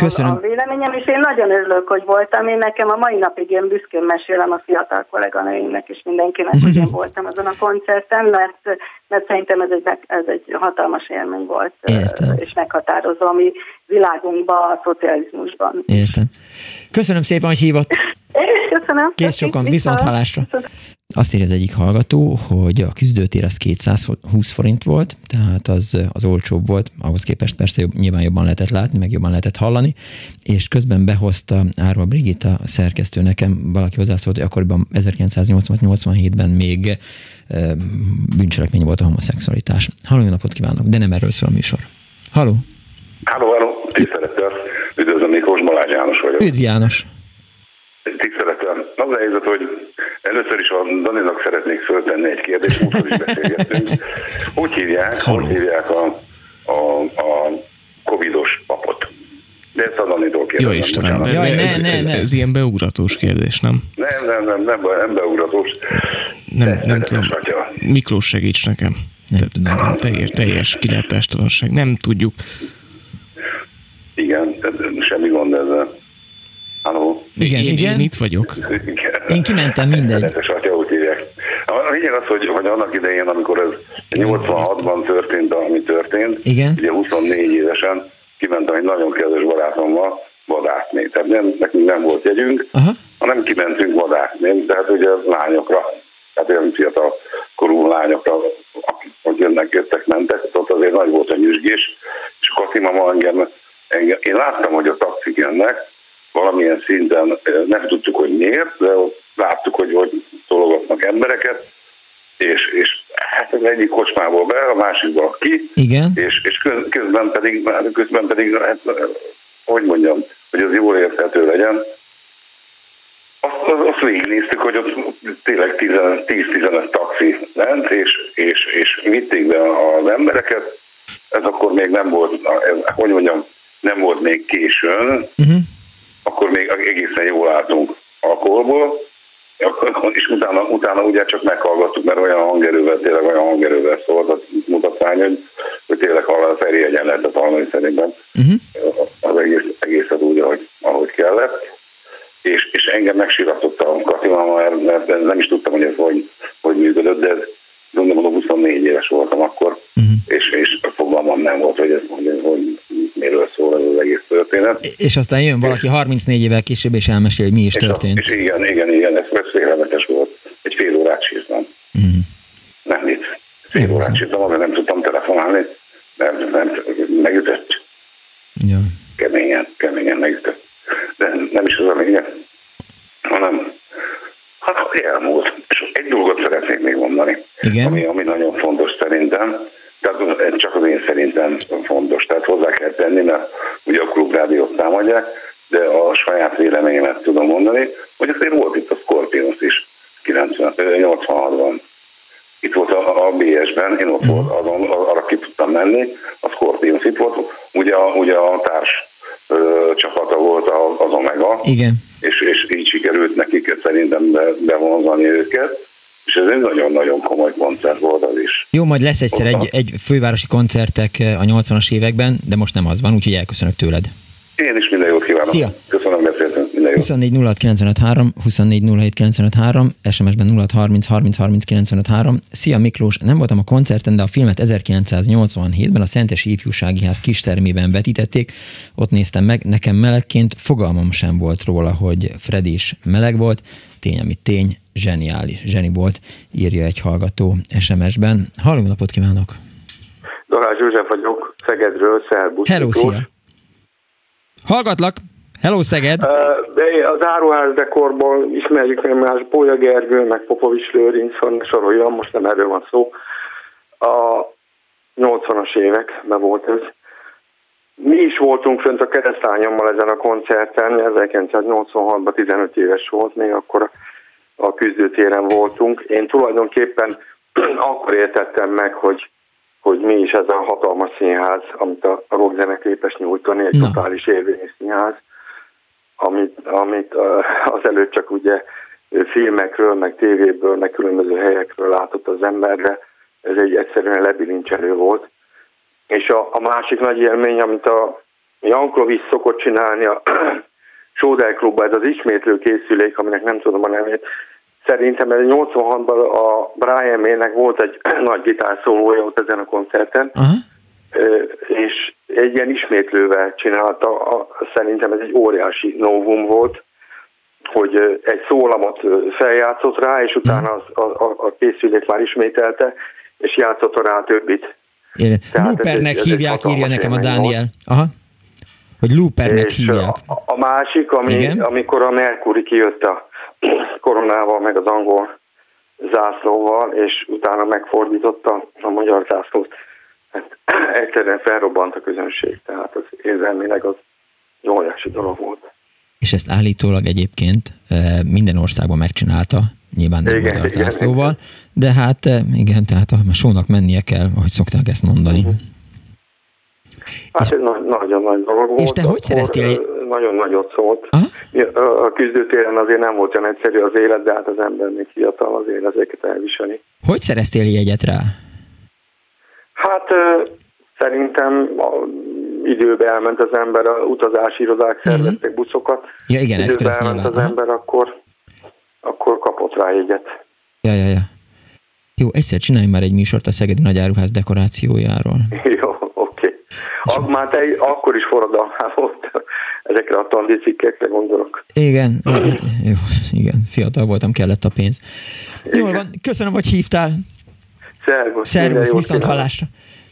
a, a véleményem, és én nagyon örülök, hogy voltam. Én nekem a mai napig én büszkén mesélem a fiatal kolléganőimnek és mindenkinek, hogy én voltam azon a koncerten, mert, mert szerintem ez egy, ez egy hatalmas élmény volt. Értem. És meghatározó a mi világunkban, a szocializmusban. Értem. Köszönöm szépen, hogy hívott. Én is köszönöm. Kész sokan, viszont hallásra. Azt írja az egyik hallgató, hogy a küzdőtér az kétszázhúsz forint volt, tehát az, az olcsóbb volt, ahhoz képest persze jobb, nyilván jobban lehetett látni, meg jobban lehetett hallani, és közben behozta Árva Brigitta, a szerkesztő, nekem valaki hozzászólt, hogy akkoriban ezerkilencszáznyolcvan-nyolcvanhétben még e, bűncselekmény volt a homoszexualitás. Halló, jó napot kívánok, de nem erről szól a műsor. Halló! Halló, halló, tisztelettel, üdvözlöm, Miklós, Balázs János vagyok. Üdv János! Tisztelettel. Az a helyzet, hogy először is a Daninak szeretnék föltenni egy kérdést, múltkor is beszélgettünk. Hogy hívják, hogy hívják a, a, a covidos papot? De ezt a Danitól kérdezem. Jó Istenem, de, de ez, ne, ne. ez ilyen beugratós kérdés, nem? Nem, nem, nem, nem, nem beugratós. Nem, nem, nem tudom. Miklós, segíts nekem. Nem, nem, teljes, teljes kilátástalanság. Nem tudjuk. Igen, semmi gond ezzel. Halló? Igen, én, igen. Én itt vagyok. Igen. Én kimentem, mindegy. Netes atya, úgy hívják. A lényeg az, hogy, hogy annak idején, amikor ez nyolcvanhatban történt, ami történt, igen. Ugye huszonnégy évesen kimentem egy nagyon kedves barátommal vadászni. Tehát nem, nekünk nem volt jegyünk, aha, hanem kimentünk vadászni, tehát ugye lányokra, tehát olyan fiatal korú lányokra, akik hogy jönnek, jöttek, mentek, ott azért nagy volt a nyüzsgés, és a Kati mama engem, engem, én láttam, hogy a taxik jönnek, valamilyen szinten nem tudtuk, hogy miért, de láttuk, hogy, hogy tologatnak embereket, és, és hát az egyik kocsmából be, a másikból ki, igen. és, és közben pedig, közben pedig hát, hogy mondjam, hogy az jól érthető legyen, azt, azt végignéztük, hogy ott tényleg tíz-tizenöt taxi ment, és, és, és vitték be az embereket, ez akkor még nem volt, ez, hogy mondjam, nem volt még későn, uh-huh. Akkor még egészen jól álltunk alkoholból, és utána, utána ugye csak meghallgattuk, mert olyan hangerővel, tényleg olyan hangerővel szólt a mutatvány, hogy, hogy tényleg a Feri egyen lehetett hallani szerintem uh-huh. az egész, egészet úgy, ahogy, ahogy kellett. És, és engem megsiratott a Kati mama, mert nem is tudtam, hogy ez hogy, hogy működött, de gondolom, huszonnégy éves voltam akkor, uh-huh. és, és fogalmam nem volt, hogy, ez, hogy, hogy miről szól ez az egész történet. És aztán jön valaki és, harmincnégy évvel később, és elmesél, hogy mi is és történt. A, és igen, igen, igen, ez, ez félelmetes volt. Egy fél órát sírtam. Uh-huh. Nem itt. Fél Jó, órát sírtam, azért nem tudtam telefonálni, mert, mert megütött. Ja. Keményen, keményen megütött. De nem is az a lényeg, hanem hát elmúlt. És egy dolgot szeretnék még mondani, ami, ami nagyon fontos szerintem, tehát csak az én szerintem fontos, tehát hozzá kell tenni, mert ugye a klubrádiót támadják, de a saját véleményemet tudom mondani, hogy azért volt itt a Scorpions is nyolcvanhatban. Itt volt a, a bé es-ben, én ott volt, azon, arra ki tudtam menni, a Scorpions itt volt, ugye, ugye a társ ö, csapata volt az Omega, igen. És, és így sikerült nekik szerintem be, bevonzani őket, és ez egy nagyon-nagyon komoly koncert volt az is. Jó, majd lesz egyszer egy, egy fővárosi koncertek a nyolcvanas években, de most nem az van, úgyhogy elköszönök tőled. Én is minden jót kívánok. Szia! Köszönöm, beszéltünk. Minden jót. huszonnégy nulla hat kilencvenöt három, huszonnégy nulla hét kilencvenöt három, es em es-ben nulla hat harminc harminc harminc kilencvenöt három. Szia Miklós, nem voltam a koncerten, de a filmet ezerkilencszáznyolcvanhétben a Szentesi Ifjúsági Ház kistermében vetítették. Ott néztem meg, nekem melegként fogalmam sem volt róla, hogy Freddy is meleg volt. Tény, ami tény, zseniális, zseni volt, írja egy hallgató es em es-ben. Halló, napot kívánok! Darázs József vagyok, Szegedről, szerbusz. Hello, szia! Hallgatlak! Hello, Szeged! Uh, az áruház dekorból ismerjük meg más Pólya Gergő, meg Popovics Lőrinc, soroljam, most nem erről van szó. A nyolcvanas években volt ez. Mi is voltunk fönt a keresztányommal ezen a koncerten, ezerkilencszáznyolcvanhatban tizenöt éves volt, még akkor a küzdőtéren voltunk. Én tulajdonképpen akkor értettem meg, hogy hogy mi is ez a hatalmas színház, amit a rockzene képes nyújtani, egy no. totális érvényű színház, amit, amit azelőtt csak ugye filmekről, meg tévéből, meg különböző helyekről látott az emberre, ez egy egyszerűen lebilincselő volt. És a, a másik nagy élmény, amit a Jankovics szokott csinálni a Sóder Klubban, ez az ismétlő készülék, aminek nem tudom a nevét. Szerintem ez nyolcvanhatban a Brian May-nek volt egy nagy gitárszólója ott ezen a koncerten, uh-huh. és egy ilyen ismétlővel csinálta. Szerintem ez egy óriási novum volt, hogy egy szólamot feljátszott rá, és utána az, a, a, a készülék már ismételte, és játszott rá többit. Loopernek hívják, írja nekem a Dániel. Aha. Hogy Loopernek hívják. A, a másik, ami, amikor a Mercury kijött a koronával, meg az angol zászlóval, és utána megfordította a magyar zászlót. Hát, egyszerűen felrobbant a közönség, tehát az érzelmileg az óriási dolog volt. És ezt állítólag egyébként minden országban megcsinálta, nyilván nem magyar zászlóval, de hát igen, tehát a sónak mennie kell, ahogy szokták ezt mondani. Uh-huh. Hát ez nagyon nagy dolog volt. És te hogy szereztél? Nagyon nagyot szólt. Aha. A küzdőtéren azért nem volt olyan egyszerű az élet, de hát az ember még fiatal, azért ezeket elviselni. Hogy szereztél jegyet rá? Hát szerintem időben elment az ember, a utazási irodák szerveztek uh-huh. buszokat. Ja, igen, időben elment az Aha. ember, akkor, akkor kapott rá jegyet. Ja, ja, ja. Jó, egyszer csináljunk már egy műsort a Szegedi Nagyáruház dekorációjáról. Jó, oké. Okay. Már te akkor is forradalmá volt ezekre a tandicikkekre, gondolok. Igen, jó, igen, fiatal voltam, kellett a pénz. Jól van, köszönöm, hogy hívtál. Szervusz. Szervusz, viszont hallásra.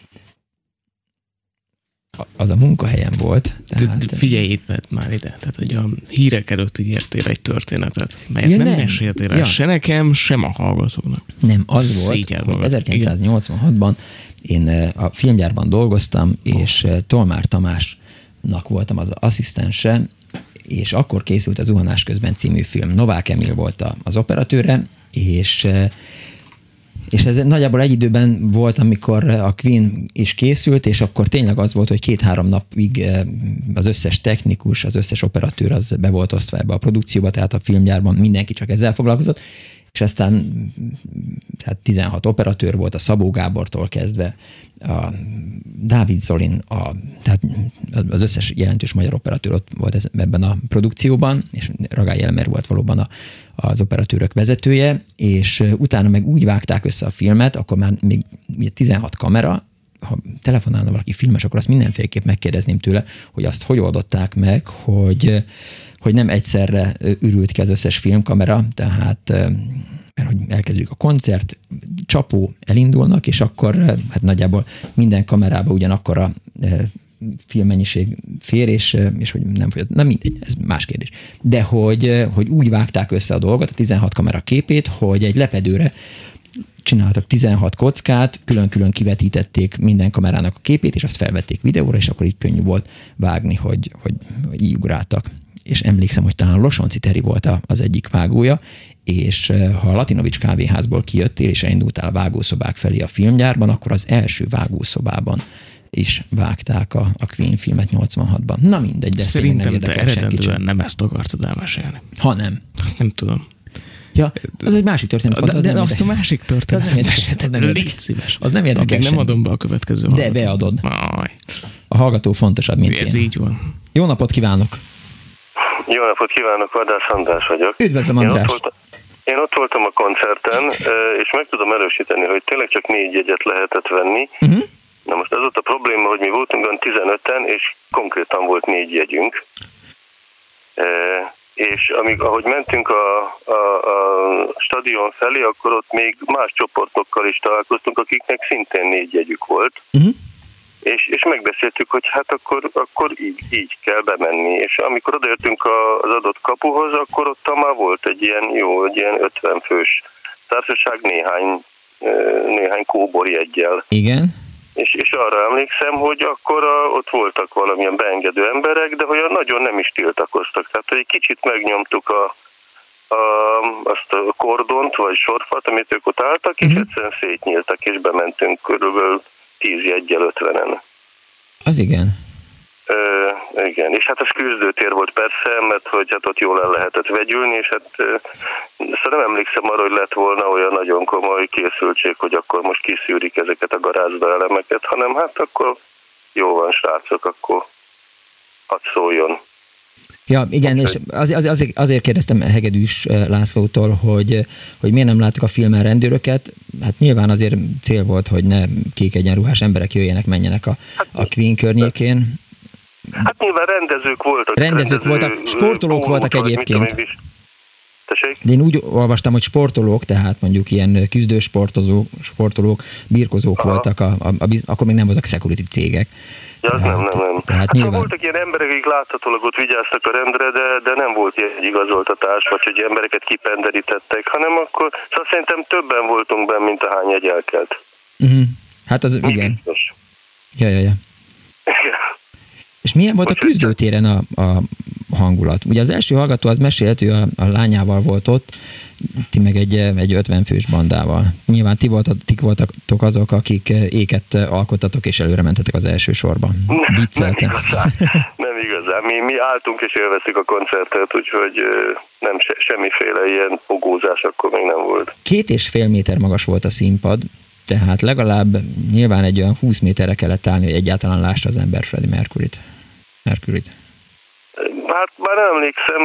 Az a munkahelyem volt. Tehát... Figyelj itt, mert már ide, tehát hogy a hírek előtt ígértél egy történetet, melyet ja, nem, nem meséltél el ja. se nekem, sem a hallgatóknak. Nem, az volt, hogy ezerkilencszáznyolcvanhatban én a filmgyárban dolgoztam, és Tolmár Tamásnak voltam az asszisztense, és akkor készült a Zuhanás közben című film. Novák Emil volt az operatőre, és És ez nagyjából egy időben volt, amikor a Queen is készült, és akkor tényleg az volt, hogy két-három napig az összes technikus, az összes operatőr az be volt osztva ebbe a produkcióba, tehát a filmgyárban mindenki csak ezzel foglalkozott, és aztán tehát tizenhat operatőr volt, a Szabó Gábortól kezdve, a Dávid Zolin, a, tehát az összes jelentős magyar operatőr ott volt ez, ebben a produkcióban, és Ragály Elmer volt valóban a, az operatőrök vezetője, és utána meg úgy vágták össze a filmet, akkor már még ugye tizenhat kamera, ha telefonálna valaki filmes, akkor azt mindenféleképp megkérdezném tőle, hogy azt hogy oldották meg, hogy, hogy nem egyszerre ürült ki az összes filmkamera, tehát mert hogy elkezdjük a koncert, csapó, elindulnak, és akkor hát nagyjából minden kamerába ugyanakkor a filmmennyiség fér, és, és hogy nem fogyott. Na mindegy, ez más kérdés. De hogy, hogy úgy vágták össze a dolgot, a tizenhat kamera képét, hogy egy lepedőre csináltak tizenhat kockát, külön-külön kivetítették minden kamerának a képét, és azt felvették videóra, és akkor így könnyű volt vágni, hogy, hogy, hogy így ugráltak. És emlékszem, hogy talán Losonci Teri volt az egyik vágója, és ha a Latinovics kávéházból kijöttél, és elindultál a vágószobák felé a filmgyárban, akkor az első vágószobában is vágták a, a Queen filmet nyolcvanhatban. Na mindegy, de szerintem te eredendően nem ezt akartad elmesélni. Ha nem. Nem tudom. Ja, az egy másik történet. De, az de nem azt érdekes. a másik történetet nem légy szíves. Az nem érdekes. Akik nem adom be a következő hallgató. De beadod. Aj. A hallgató fontosabb, mint Ez én. így van. Jó napot kívánok! Jó napot kívánok, Vadász András vagyok. Üdvözlöm, András! Én ott, voltam, én ott voltam a koncerten, és meg tudom erősíteni, hogy tényleg csak négy jegyet lehetett venni. Uh-huh. Na most az ott a probléma, hogy mi voltunk olyan tizenöten, és konkrétan volt négy jegyünk. E, és amíg, ahogy mentünk a, a, a stadion felé, akkor ott még más csoportokkal is találkoztunk, akiknek szintén négy jegyük volt. Uh-huh. És, és megbeszéltük, hogy hát akkor, akkor így, így kell bemenni. És amikor odaértünk az adott kapuhoz, akkor ott már volt egy ilyen jó, egy ilyen ötven fős társaság néhány, néhány kóbor jeggyel. Igen. És, és arra emlékszem, hogy akkor a, ott voltak valamilyen beengedő emberek, de hogy nagyon nem is tiltakoztak. Tehát, hogy egy kicsit megnyomtuk a, a, azt a kordont, vagy sorfat, amit ők ott álltak, és uh-huh. egyszerűen szétnyíltak, és bementünk körülbelül tíz jeggyel ötvenen. Az igen. Ö, igen, és hát az küzdőtér volt persze, mert hogy hát ott jól el lehetett vegyülni, és hát ö, szóval nem emlékszem arra, hogy lett volna olyan nagyon komoly készültség, hogy akkor most kiszűrik ezeket a garázsba elemeket, hanem hát akkor jó van, srácok, akkor hadd szóljon. Ja, igen, és az, az, azért, azért kérdeztem Hegedűs Lászlótól, hogy, hogy miért nem láttuk a filmen rendőröket. Hát nyilván azért cél volt, hogy ne kék egyenruhás emberek jöjjenek, menjenek a, a Queen környékén. Hát nyilván rendezők voltak. Rendezők rendező, voltak, sportolók voltak egyébként. De én úgy olvastam, hogy sportolók, tehát mondjuk ilyen küzdősportolók, sportolók, birkozók Aha. voltak, a, a, a, akkor még nem voltak security cégek. Ja, tehát, nem, nem, nem. Tehát hát nyilván... voltak ilyen emberek, akik láthatólag ott vigyáztak a rendre, de, de nem volt ilyen igazoltatás, vagy hogy embereket kipenderítettek, hanem akkor szóval szerintem többen voltunk benn, mint a hány jegy elkelt. Uh-huh. Hát az Mi igen. Biztos. Ja, ja, ja. És milyen volt a küzdőtéren a, a hangulat? Ugye az első hallgató az mesélt, ő a, a lányával volt ott, ti meg egy, egy ötven fős bandával. Nyilván ti, voltat, ti voltatok azok, akik éket alkottatok, és előre mentetek az első sorban. Vicceltem. Nem igazán. Nem igazán. Mi, mi álltunk és élveztük a koncertet, úgyhogy nem se, semmiféle ilyen fogózás akkor még nem volt. Két és fél méter magas volt a színpad, tehát legalább nyilván egy olyan húsz méterre kellett állni, hogy egyáltalán lássa az ember Freddie Mercuryt. Mercuryt. Hát már nem emlékszem,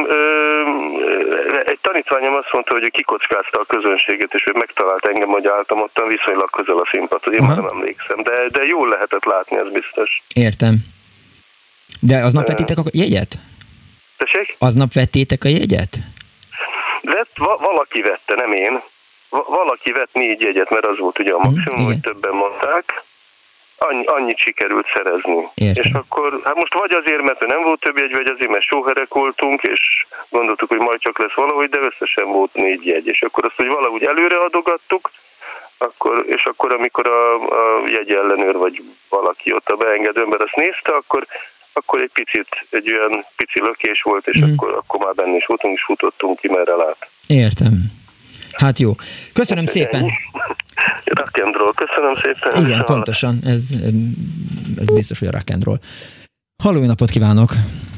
egy tanítványom azt mondta, hogy ő kikockázta a közönséget, és ő megtalált engem, hogy álltam ottan viszonylag közel a színpadhoz. Én Aha. már nem emlékszem, de, de jól lehetett látni, ez biztos. Értem. De aznap vettétek a jegyet? Tessék? Aznap vettétek a jegyet? Vett, va- valaki vette, nem én. Va- valaki vett négy jegyet, mert az volt ugye a maximum, hmm, hogy többen mondták. Annyi, annyit sikerült szerezni. Értem. És akkor, hát most vagy azért, mert nem volt több jegy, vagy azért, mert sóherek voltunk, és gondoltuk, hogy majd csak lesz valahogy, de összesen volt négy jegy. És akkor azt, hogy valahogy előre adogattuk, akkor, és akkor, amikor a, a jegy ellenőr, vagy valaki ott a beengedő ember azt nézte, akkor, akkor egy picit, egy olyan pici lökés volt, és mm. akkor, akkor már benne is voltunk, és futottunk ki, merre lát. Értem. Hát jó. Köszönöm szépen. Rock and roll. Köszönöm szépen. Igen, szóval pontosan. Ez, ez biztos, hogy a rock and roll. Halló, jó napot kívánok!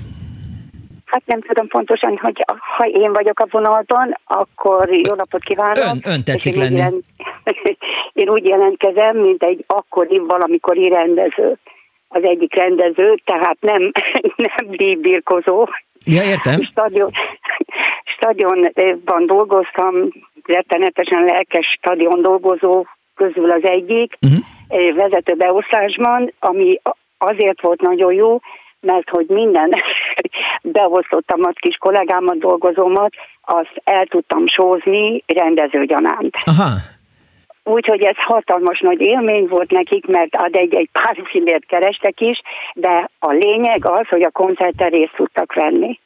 Hát nem tudom pontosan, hogy ha én vagyok a vonalban, akkor jó napot kívánok. Ön, ön tetszik én lenni. Úgy jelent, én úgy jelentkezem, mint egy akkori valamikori rendező. Az egyik rendező, tehát nem, nem díjbirkozó. Ja, értem. Stadion, stadionban dolgoztam, rettenetesen lelkes stadion dolgozó közül az egyik, uh-huh. vezető beosztásban, ami azért volt nagyon jó, mert hogy minden beosztottamat, kis kollégámat, dolgozómat, azt el tudtam sózni rendezőgyanánt. Aha. Úgyhogy ez hatalmas nagy élmény volt nekik, mert ad egy-egy pár fillért kerestek is, de a lényeg az, hogy a koncerten részt tudtak venni.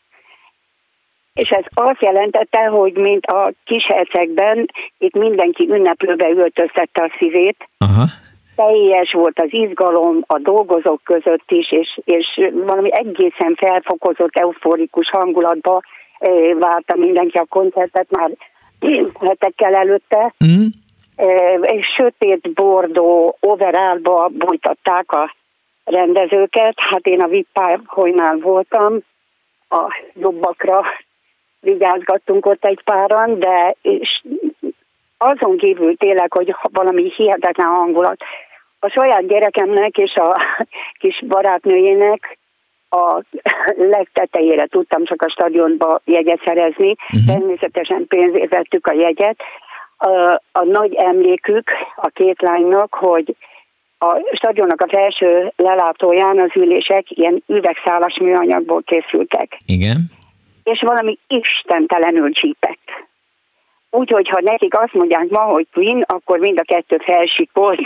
És ez azt jelentette, hogy mint a Kishercegben, itt mindenki ünneplőbe öltöztette a szívét. Aha. Teljes volt az izgalom a dolgozók között is, és, és valami egészen felfokozott, euforikus hangulatba eh, várta mindenki a koncertet már hetekkel előtte. Mm. Eh, sötét bordó overallba bújtatták a rendezőket. Hát én a vé i pé pályánál voltam, a jobbakra vigyázgattunk ott egy páran, de és azon kívül tényleg, hogy valami hihetetlen hangulat. A saját gyerekemnek és a kis barátnőjének a legtetejére tudtam csak a stadionba jegyet szerezni. Uh-huh. Természetesen pénzért vettük a jegyet. A, a nagy emlékük a két lánynak, hogy a stadionnak a felső lelátóján az ülések ilyen üvegszálas műanyagból készültek. Igen. És valami istentelenül csípett. Úgyhogy, ha nekik azt mondják ma, hogy Queen, akkor mind a kettő felsikolt.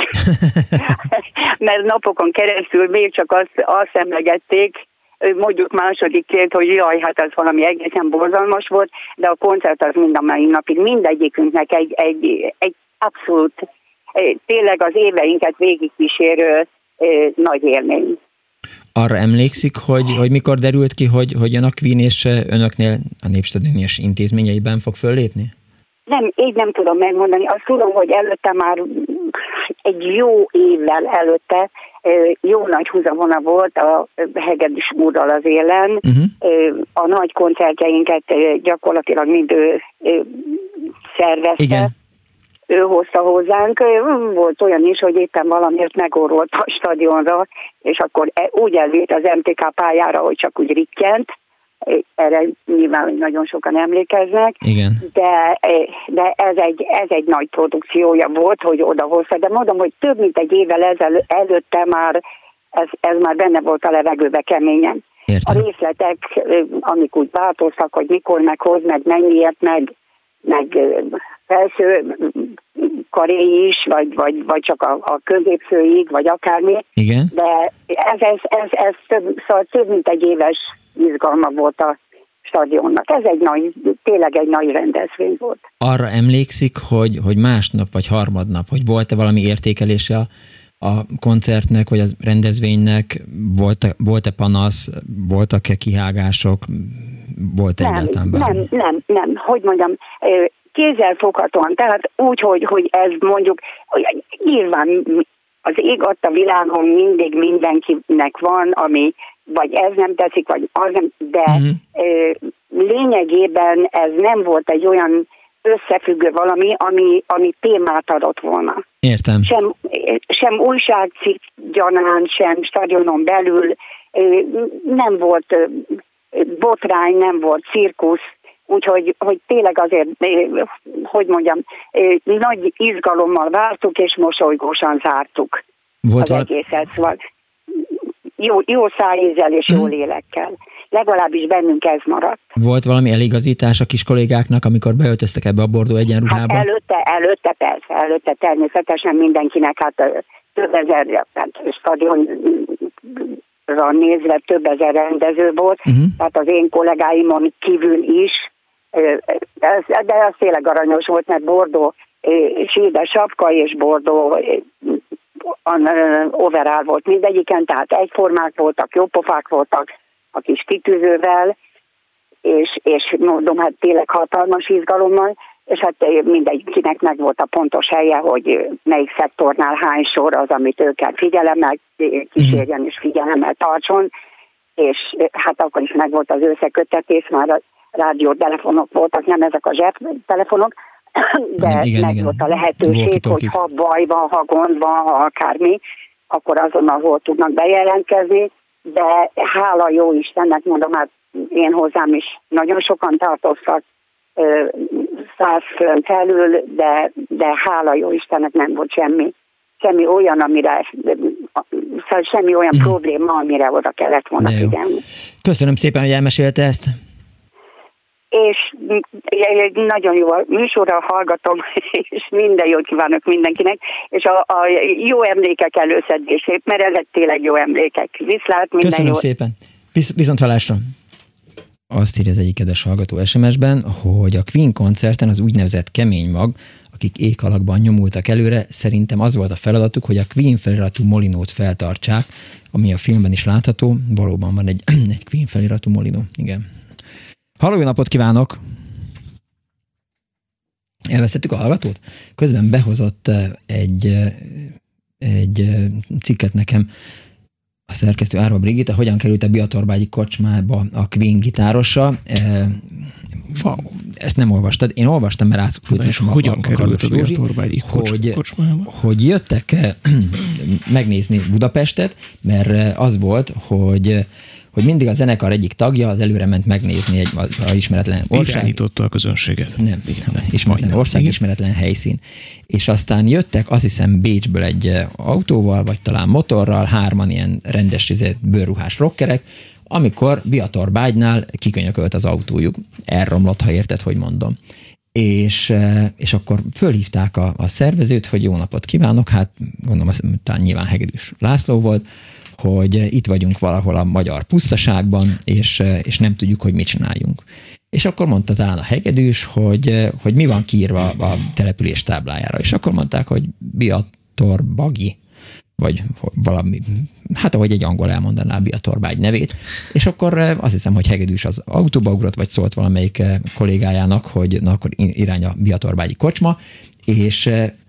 Mert napokon keresztül még csak azt, azt emlegették, mondjuk másodikként, hogy jaj, hát ez valami egészen borzalmas volt, de a koncert az mind a mai napig mindegyikünknek egy, egy, egy abszolút, tényleg az éveinket végigkísérő nagy élmény. Arra emlékszik, hogy, hogy mikor derült ki, hogy, hogy jön a Queen, és önöknél a Népstadion intézményeiben fog föllépni? Nem, így nem tudom megmondani. Azt tudom, hogy előtte már egy jó évvel előtte jó nagy húzavona volt a Hegedűs úrral az élen. Uh-huh. A nagy koncertjeinket gyakorlatilag mind ő szervezte. Igen. ő hozta hozzánk. Volt olyan is, hogy éppen valamiért megorrolt a stadionra, és akkor úgy elvitt az em té ká pályára, hogy csak úgy rittyent. Erre nyilván nagyon sokan emlékeznek. Igen. De, de ez, egy, ez egy nagy produkciója volt, hogy odahozta. De mondom, hogy több mint egy évvel ezel, előtte már ez, ez már benne volt a levegőbe keményen. Értem. A részletek, amik úgy változtak, hogy mikor meghoz, meg mennyiért, meg, meg felső karé is, vagy, vagy, vagy csak a, a középsőig, vagy akármi. Igen. De ez, ez, ez, ez több, szóval több mint egy éves izgalma volt a stadionnak. Ez egy nagy, tényleg egy nagy rendezvény volt. Arra emlékszik, hogy, hogy másnap vagy harmadnap, hogy volt-e valami értékelése a, a koncertnek, vagy a rendezvénynek, volt-e, volt-e panasz, voltak-e kihágások, volt-e nem, egyáltalán bármi? Nem, nem, nem, hogy mondjam, kézzelfoghatóan, tehát úgy, hogy, hogy ez mondjuk, nyilván az ég adta világon mindig mindenkinek van, ami vagy ez nem teszik, vagy az nem, de uh-huh. lényegében ez nem volt egy olyan összefüggő valami, ami, ami témát adott volna. Értem. Sem, sem újságcikk gyanán, sem stadionon belül nem volt botrány, nem volt cirkusz, úgyhogy hogy tényleg azért, hogy mondjam, nagy izgalommal vártuk, és mosolygósan zártuk volt az val- egészet. Szóval jó, jó szájízzel és jó lélekkel. Legalábbis bennünk ez maradt. Volt valami eligazítás a kis kollégáknak, amikor beöltöztek ebbe a bordó egyenruhába? Hát előtte, előtte persze, előtte természetesen mindenkinek, hát több ezer, tehát stadionra nézve több ezer rendező volt, uh-huh. tehát az én kollégáimon kívül is, de az tényleg aranyos volt, mert bordó síde sapka és bordó overall volt mindegyiken, tehát egyformák voltak, jópofák voltak a kis kitűzővel, és, és mondom, hát tényleg hatalmas izgalommal, és hát mindenkinek meg volt a pontos helye, hogy melyik szektornál hány sor az, amit ő kell figyelemmel kísérjen és figyelemmel tartson, és hát akkor is meg volt az összeköttetés, már a rádiótelefonok voltak, nem ezek a zsebtelefonok, de igen, meg igen. volt a lehetőség, hogy ha baj van, ha gond van, ha akármi, akkor azonnal hol tudnak bejelentkezni, de hála jó Istennek, mondom, hát én hozzám is nagyon sokan tartoztak száz főn felül, de, de hála jó Istennek nem volt semmi, semmi olyan, amire, semmi olyan mm. probléma, amire oda kellett volna figyelni. Köszönöm szépen, hogy elmesélte ezt. És nagyon jó a műsorra hallgatom, és minden jót kívánok mindenkinek, és a, a jó emlékek előszedését, mert ezek tényleg jó emlékek. Viszlát, minden Köszönöm jót. szépen. Visz, viszont hallásra. Azt írja az egyik kedves hallgató es em es-ben, hogy a Queen koncerten az úgynevezett kemény mag, akik ékalakban nyomultak előre, szerintem az volt a feladatuk, hogy a Queen feliratú molinót feltartsák, ami a filmben is látható. Valóban van egy, egy Queen feliratú molinó. Igen. Halló, jó napot kívánok! Elvesztettük a hallgatót? Közben behozott egy, egy cikket nekem a szerkesztő Árva Brigitta, hogyan került a Biatorbágyi kocsmába a Queen gitárosa. Wow. Ezt nem olvastad. Én olvastam, mert átküldtem. Hogyan a került a Biatorbágyi hogy, kocsmába? Hogy jöttek megnézni Budapestet, mert az volt, hogy hogy mindig a zenekar egyik tagja az előre ment megnézni egy a ismeretlen ország. Irányította a közönséget. Nem, nem ismeretlen ország, igen. Ismeretlen helyszín. És aztán jöttek, azt hiszem Bécsből egy autóval, vagy talán motorral, hárman ilyen rendes bőrruhás rockerek, amikor Biatorbágynál kikönyökölt az autójuk. Elromlott, ha érted, hogy mondom. És, és akkor fölhívták a, a szervezőt, hogy jó napot kívánok, hát gondolom, talán nyilván Hegedűs László volt, hogy itt vagyunk valahol a magyar pusztaságban, és, és nem tudjuk, hogy mit csináljunk. És akkor mondta talán a hegedűs, hogy, hogy mi van kiírva a település táblájára. És akkor mondták, hogy Biatorbagi, vagy valami, hát ahogy egy angol elmondaná Biatorbágy nevét. És akkor azt hiszem, hogy hegedűs az autóba ugrott, vagy szólt valamelyik kollégájának, hogy na akkor irány a Biatorbágyi kocsma, és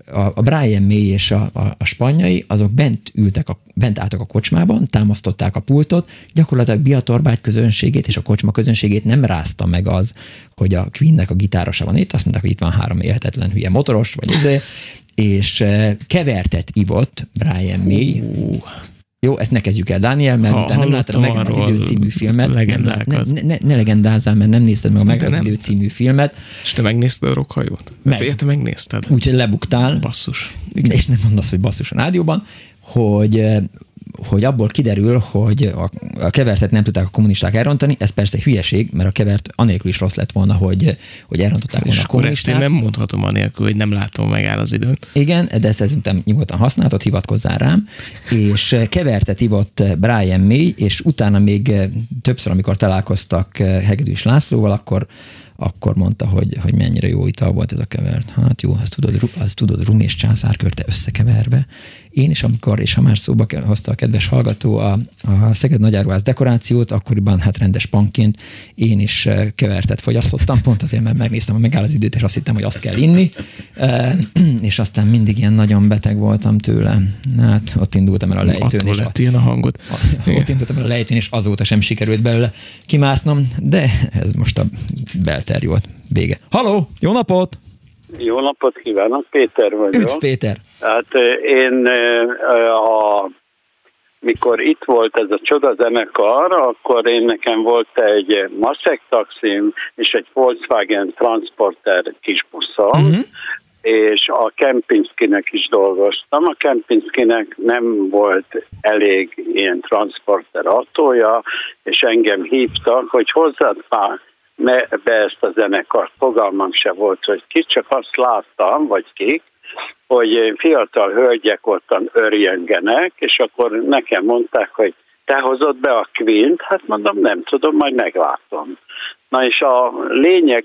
a, a Brian May és a, a, a spanyai, azok bent ültek, a, bent álltak a kocsmában, támasztották a pultot, gyakorlatilag Biatorbágy közönségét és a kocsma közönségét nem rázta meg az, hogy a Queennek a gitárosa van itt, azt mondták, hogy itt van három élhetetlen hülye motoros, vagy ezért, és kevertet ivott Brian May. Uh. Jó, ezt ne kezdjük el, Dániel, mert ha, utána nem láttad meg az Idő című filmet. Nem, ne, ne, ne legendázzál, mert nem nézted meg a meg az Idő című filmet. És te megnézted a rockhajót? Meg. Te megnézted? Úgyhogy lebuktál. Basszus. Igen. És nem mondasz, hogy basszus a rádióban, hogy, hogy abból kiderül, hogy a, a kevertet nem tudták a kommunisták elrontani, ez persze hülyeség, mert a kevert anélkül is rossz lett volna, hogy, hogy elrontották volna a kommunisták. És én nem mondhatom anélkül, hogy nem látom, megáll az időt. Igen, de ezt szerintem nyugodtan használtad, hivatkozzál rám, és kevertet ivott Brian May, és utána még többször, amikor találkoztak Hegedűs Lászlóval, akkor akkor mondta, hogy, hogy mennyire jó ital volt ez a kevert. Hát jó, azt tudod, azt tudod rum és császárkörte összekeverve. Én is, amikor, és ha már szóba hozta a kedves hallgató a, a Szeged Nagyáruház dekorációt, akkoriban hát rendes panként én is kevertet fogyasztottam, pont azért, mert megnéztem a Megáll az időt, és azt hittem, hogy azt kell inni, e, és aztán mindig ilyen nagyon beteg voltam tőle. Hát ott indultam el a lejtőn. Attól lett ilyen a hangod. Ott indultam el a lejtőn, és azóta sem sikerült belőle kimásznom, de ez most a belterjú volt. Vége. Halló, jó napot! Jó napot kívánok, Péter vagyok. Üdv, Péter! Hát én, a, mikor itt volt ez a csoda zenekar, akkor én nekem volt egy Maszek taxim és egy Volkswagen Transporter kisbuszom, uh-huh. és a Kempinskinek is dolgoztam. A Kempinskinek nem volt elég ilyen transporter autója, és engem hívtak, hogy hozzád már be ezt a zenekart. Fogalmam se volt, hogy ki, csak azt láttam, vagy kik, hogy fiatal hölgyek ottan örjengenek, és akkor nekem mondták, hogy te hozod be a Queen-t? Hát mondom, nem tudom, majd meglátom. Na és a lényeg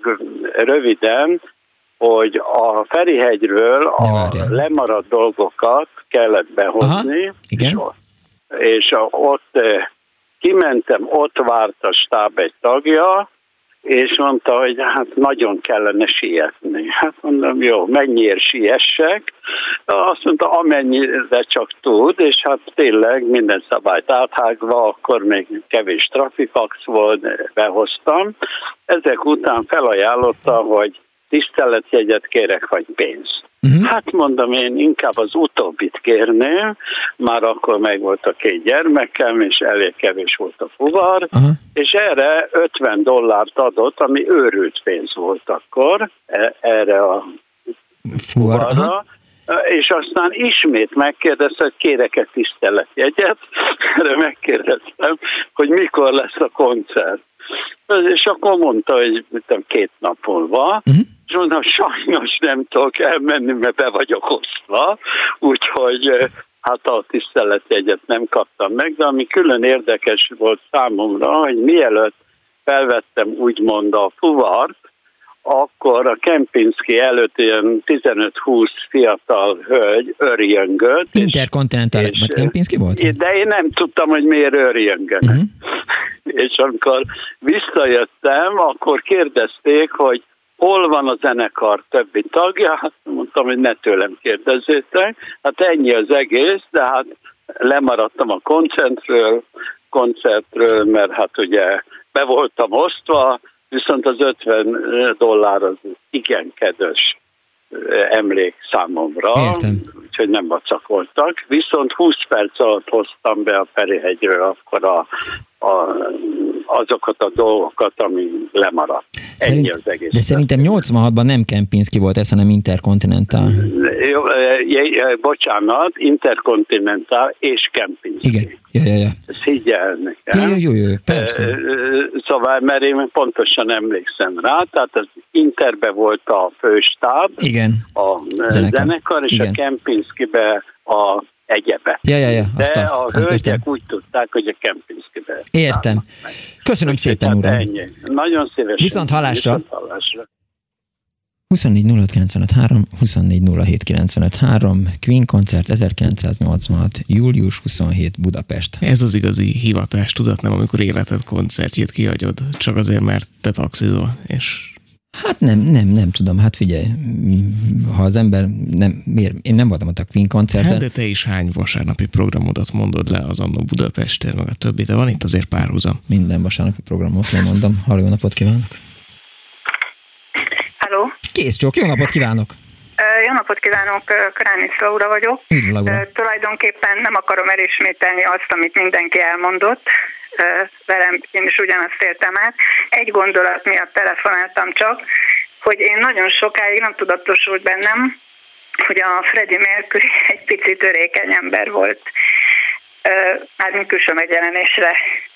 röviden, hogy a Ferihegyről a lemaradt dolgokat kellett behozni, aha, igen. és, és ott kimentem, ott várt a stáb egy tagja, és mondta, hogy hát nagyon kellene sietni. Hát mondom, jó, mennyiért siessek? Azt mondta, amennyire csak tud, és hát tényleg minden szabályt áthágva, akkor még kevés trafifax volt, behoztam. Ezek után felajánlotta, hogy tiszteletjegyet kérek, vagy pénzt. Uh-huh. Hát mondom, én inkább az utóbbit kérném, már akkor meg volt a két gyermekem, és elég kevés volt a fuvar, uh-huh. és erre ötven dollárt adott, ami őrült pénz volt akkor, erre a fuvarra, uh-huh. és aztán ismét megkérdezte, hogy kérek-e tiszteletjegyet, erre megkérdeztem, hogy mikor lesz a koncert. És akkor mondta, hogy tudom, két nap múlva, uh-huh. és mondtam, sajnos nem tudok elmenni, mert be vagyok osztva, úgyhogy hát a tiszteletjegyet nem kaptam meg, de ami külön érdekes volt számomra, hogy mielőtt felvettem úgymond a fuvart, akkor a Kempinski előtt ilyen tizenöt-húsz fiatal hölgy örjöngött. Interkontinentál, vagy Kempinski volt? De én nem tudtam, hogy miért örjöngenek. Uh-huh. És amikor visszajöttem, akkor kérdezték, hogy hol van a zenekar többi tagja, hát mondtam, hogy ne tőlem kérdezzétek. Hát ennyi az egész, de hát lemaradtam a koncertről, koncertről, mert hát ugye be voltam osztva, viszont az ötven dollár az igen kedves emlék számomra, értem. Úgyhogy nem vacakoltak. Viszont húsz perc alatt hoztam be a Ferihegyről akkor a, a, azokat a dolgokat, ami lemaradt. Ennyi Szerint, az egész. De szerintem nyolcvanhatban nem Kempinski volt ez, hanem Intercontinental. Jó, bocsánat, Intercontinental és Kempinski. Igen, ja, ja, ja. Ezt higgyel nekem. Ja, jó, jó, jó, persze. Szóval, mert én pontosan emlékszem rá, tehát az Interbe volt a főstáb, igen. a zenekar, zenekar és igen. a Kempinskibe a egyebe. Ja, ja, ja, de a, a hölgyek úgy tudták, hogy a Kempinskibe. Értem. Köszönöm úgy szépen, uram. Ennyi. Nagyon szívesen. Viszont hallásra. Viszont hallásra. huszonnégy nulla öt kilencvenöt három, huszonnégy nulla hét kilencvenöt három, Queen koncert ezerkilencszáznyolcvanhat. július huszonhetedike Budapest. Ez az igazi hivatás, tudat, nem amikor életed koncertjét kihagyod, csak azért, mert te taxizol, és Hát nem, nem, nem tudom, hát figyelj, ha az ember nem, miért, én nem voltam ott a Queen koncerten. Hát de te is hány vasárnapi programodat mondod le az annó Budapesten, meg a többi, de van itt azért párhuzam. Minden vasárnapi programot lemondom. Halló, jó napot kívánok! Halló! Kész csók, jó napot kívánok! Jó napot kívánok, Kránisz Laura vagyok. Üdv, Laura. Uh, tulajdonképpen nem akarom elismételni azt, amit mindenki elmondott. Uh, velem én is ugyanazt éltem át. Egy gondolat miatt telefonáltam csak, hogy én nagyon sokáig nem tudatosult bennem, hogy a Freddie Mercury egy picit törékeny ember volt. Uh, mármint külső megjelenésre.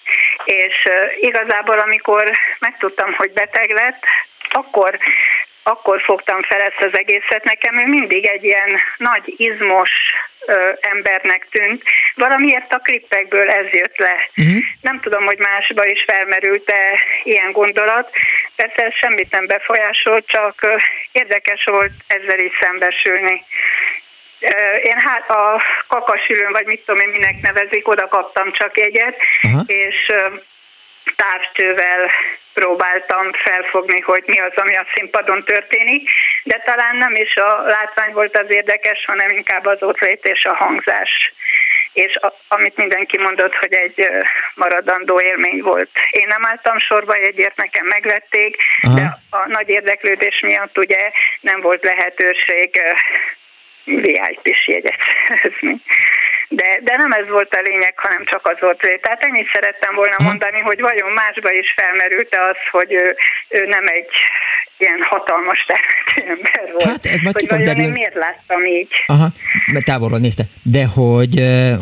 És uh, igazából, amikor megtudtam, hogy beteg lett, akkor akkor fogtam fel ezt az egészet. Nekem ő mindig egy ilyen nagy, izmos ö, embernek tűnt. Valamiért a klippekből ez jött le. Uh-huh. Nem tudom, hogy másba is felmerült-e ilyen gondolat. Persze ez semmit nem befolyásolt, csak ö, érdekes volt ezzel is szembesülni. Ö, én hát a kakasülőn, vagy mit tudom én, minek nevezik, oda kaptam csak jegyet, uh-huh. és ö, távcsővel próbáltam felfogni, hogy mi az, ami a színpadon történik, de talán nem is a látvány volt az érdekes, hanem inkább az ott és a hangzás. És a, amit mindenki mondott, hogy egy maradandó élmény volt. Én nem álltam sorba, jegyért nekem megvették, aha. de a nagy érdeklődés miatt ugye nem volt lehetőség vé i pés jegyet szerezni. De, de nem ez volt a lényeg, hanem csak az volt. Tehát ennyit szerettem volna mondani, hogy vajon másba is felmerült az, hogy ő, ő nem egy ilyen hatalmas termetű ember volt. Hát ez majd hogy vajon derül... én miért láttam így. Aha, mert távolról nézte. De hogy,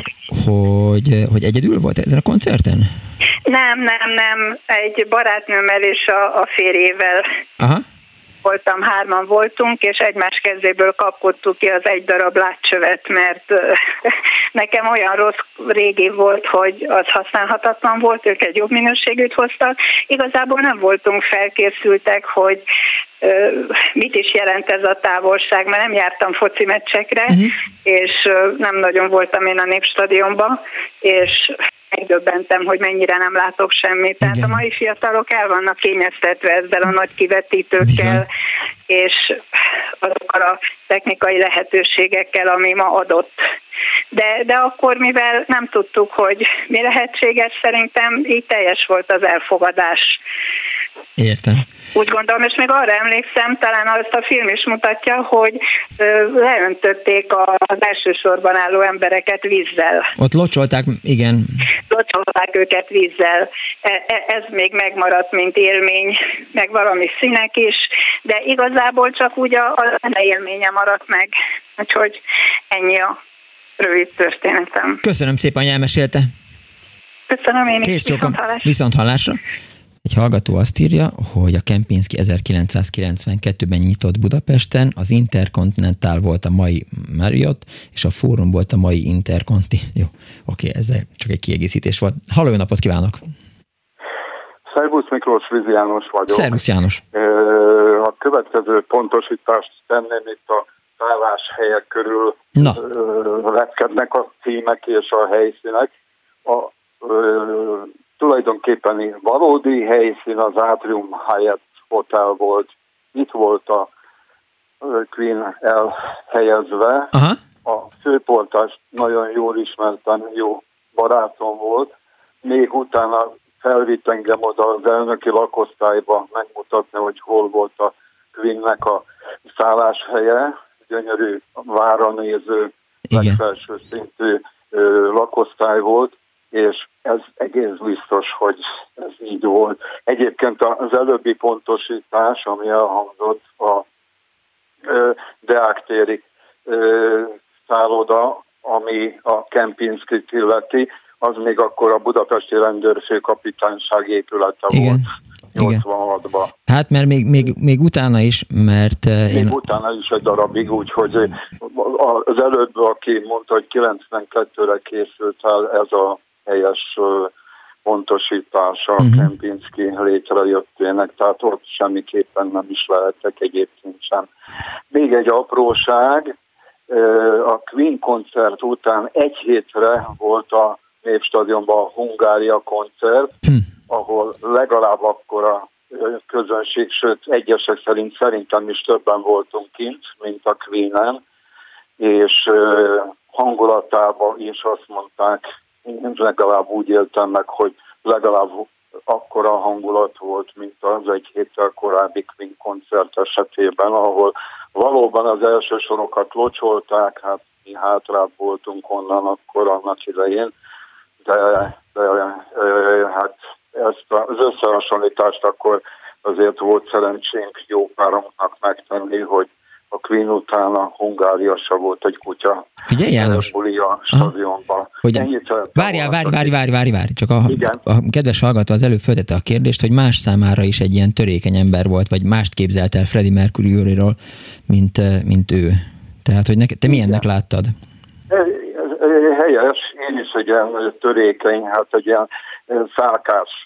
hogy, hogy egyedül volt ezen a koncerten? Nem, nem, nem. Egy barátnőmmel és a, a férjével. Aha. Voltam, hárman voltunk, és egymás kezéből kapkodtuk ki az egy darab látcsövet, mert nekem olyan rossz régi volt, hogy az használhatatlan volt, ők egy jobb minőségűt hoztak. Igazából nem voltunk felkészültek, hogy mit is jelent ez a távolság, mert nem jártam foci meccsekre, uh-huh. és nem nagyon voltam én a Népstadionban, és megdöbbentem, hogy mennyire nem látok semmit. Tehát igen. A mai fiatalok el vannak kényeztetve ezzel a nagy kivetítőkkel, bizony. És azokkal a technikai lehetőségekkel, ami ma adott. De, de akkor, mivel nem tudtuk, hogy mi lehetséges, szerintem így teljes volt az elfogadás. Értem. Úgy gondolom, és még arra emlékszem, talán azt a film is mutatja, hogy ö, leöntötték az elsősorban álló embereket vízzel. Ott locsolták, igen. Locsolták őket vízzel. Ez még megmaradt, mint élmény, meg valami színek is, de igazából csak úgy a, a élménye maradt meg. Úgyhogy ennyi a rövid történetem. Köszönöm szépen, hogy elmesélte. Köszönöm én is. Viszont hallásra. Viszont hallásra. Egy hallgató azt írja, hogy a Kempinski ezerkilencszázkilencvenkettőben nyitott Budapesten, az Intercontinental volt a mai Marriott, és a Fórum volt a mai Interconti. Jó, oké, ez csak egy kiegészítés volt. Halló, jó napot kívánok! Szervusz Miklós, Vizi János vagyok. Szervusz János! A következő pontosítást tenném itt a szálláshelyek körül repkednek a címek és a helyszínek. A ö, tulajdonképpen valódi helyszín az Atrium Hyatt Hotel volt. Itt volt a Queen elhelyezve. Aha. A főportást nagyon jól ismertem, jó barátom volt. Még utána felvitt engem oda az elnöki lakosztályba megmutatni, hogy hol volt a Queennek a szálláshelye. Gyönyörű, vára néző, legfelső szintű ö, lakosztály volt, és ez egész biztos, hogy ez így volt. Egyébként az előbbi pontosítás, ami elhangzott, a ö, Deák téri ö, szálloda, ami a Kempinskit illeti, az még akkor a budapesti rendőrfőkapitányság épülete igen. volt. nyolcvanhatban. Hát mert még, még, még utána is, mert... Még én... utána is egy darabig, úgyhogy az előbb, aki mondta, hogy kilencvenkettőre készült el ez a helyes pontosítása a uh-huh. Kempinski létrejöttének, tehát ott semmiképpen nem is lehetek, egyébként sem. Még egy apróság, a Queen koncert után egy hétre volt a Népstadionban a Hungária koncert, hm. ahol legalább akkora közönség, sőt egyesek szerint szerintem is többen voltunk kint, mint a Queen-en, és hangulatában is azt mondták, én legalább úgy éltem meg, hogy legalább akkora hangulat volt, mint az egy héttel korábbi Queen koncert esetében, ahol valóban az első sorokat locsolták, hát mi hátrább voltunk onnan akkor annak idején, de, de hát ezt az összehasonlítást akkor azért volt szerencsénk jó párunknak megtenni, hogy a Queen után a Hungária se volt egy kutya. Figyelj, János! A stadionban. Várjál, várj, várj, várj, várj, várj. Csak a, a kedves hallgató az előbb föltette a kérdést, hogy más számára is egy ilyen törékeny ember volt, vagy mást képzelt el Freddie Mercury-ról, mint, mint ő. Tehát, hogy neked, te milyennek láttad? Helyes, én is egy ilyen törékeny, hát egy ilyen szálkás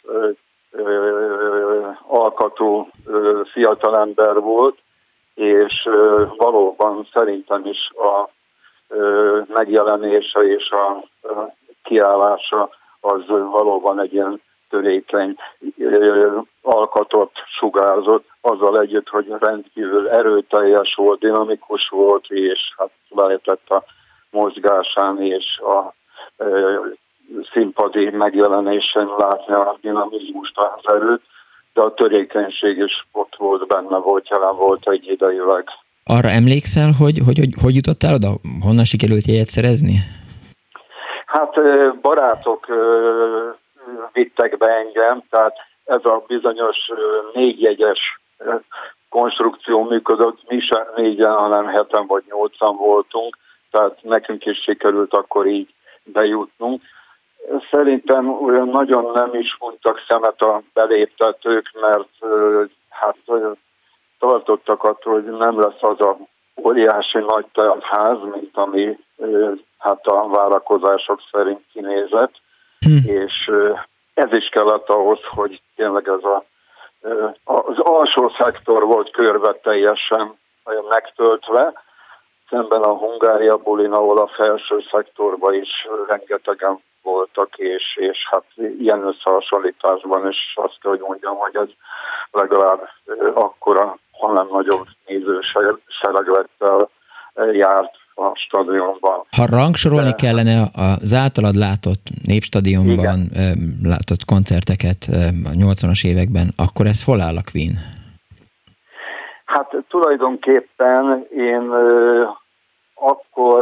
alkatú fiatalember volt, és valóban szerintem is a megjelenése és a kiállása az valóban egy ilyen törékeny alkatot sugárzott, azzal együtt, hogy rendkívül erőteljes volt, dinamikus volt, és hát lehetett a mozgásán és a színpadi megjelenésen látni a dinamizmust, az erőt, de a törékenység is ott volt benne, volt, jelen volt egy idejűleg. Arra emlékszel, hogy hogy, hogy hogy jutottál oda? Honnan sikerült jegyet szerezni? Hát barátok vittek be engem, tehát ez a bizonyos négyjegyes konstrukció működött, mi sem négyen, hanem heten vagy nyolcan voltunk, tehát nekünk is sikerült akkor így bejutnunk. Szerintem olyan nagyon nem is mondtak szemet a beléptetők, mert hát tartottak attól, hogy nem lesz az a óriási nagy teltház, mint ami hát a várakozások szerint kinézett, hm. és ez is kellett ahhoz, hogy tényleg ez a, az alsó szektor volt körbe teljesen megtöltve, szemben a Hungária bulin, ahol a felső szektorban is rengetegen voltak, és, és hát ilyen összehasonlításban is azt kell, hogy mondjam, hogy ez legalább akkora, hanem nagyobb nézősereglettel járt a stadionban. Ha rangsorolni De... kellene az általad látott Népstadionban Igen. látott koncerteket a nyolcvanas években, akkor ez hol áll a Queen? Hát tulajdonképpen én akkor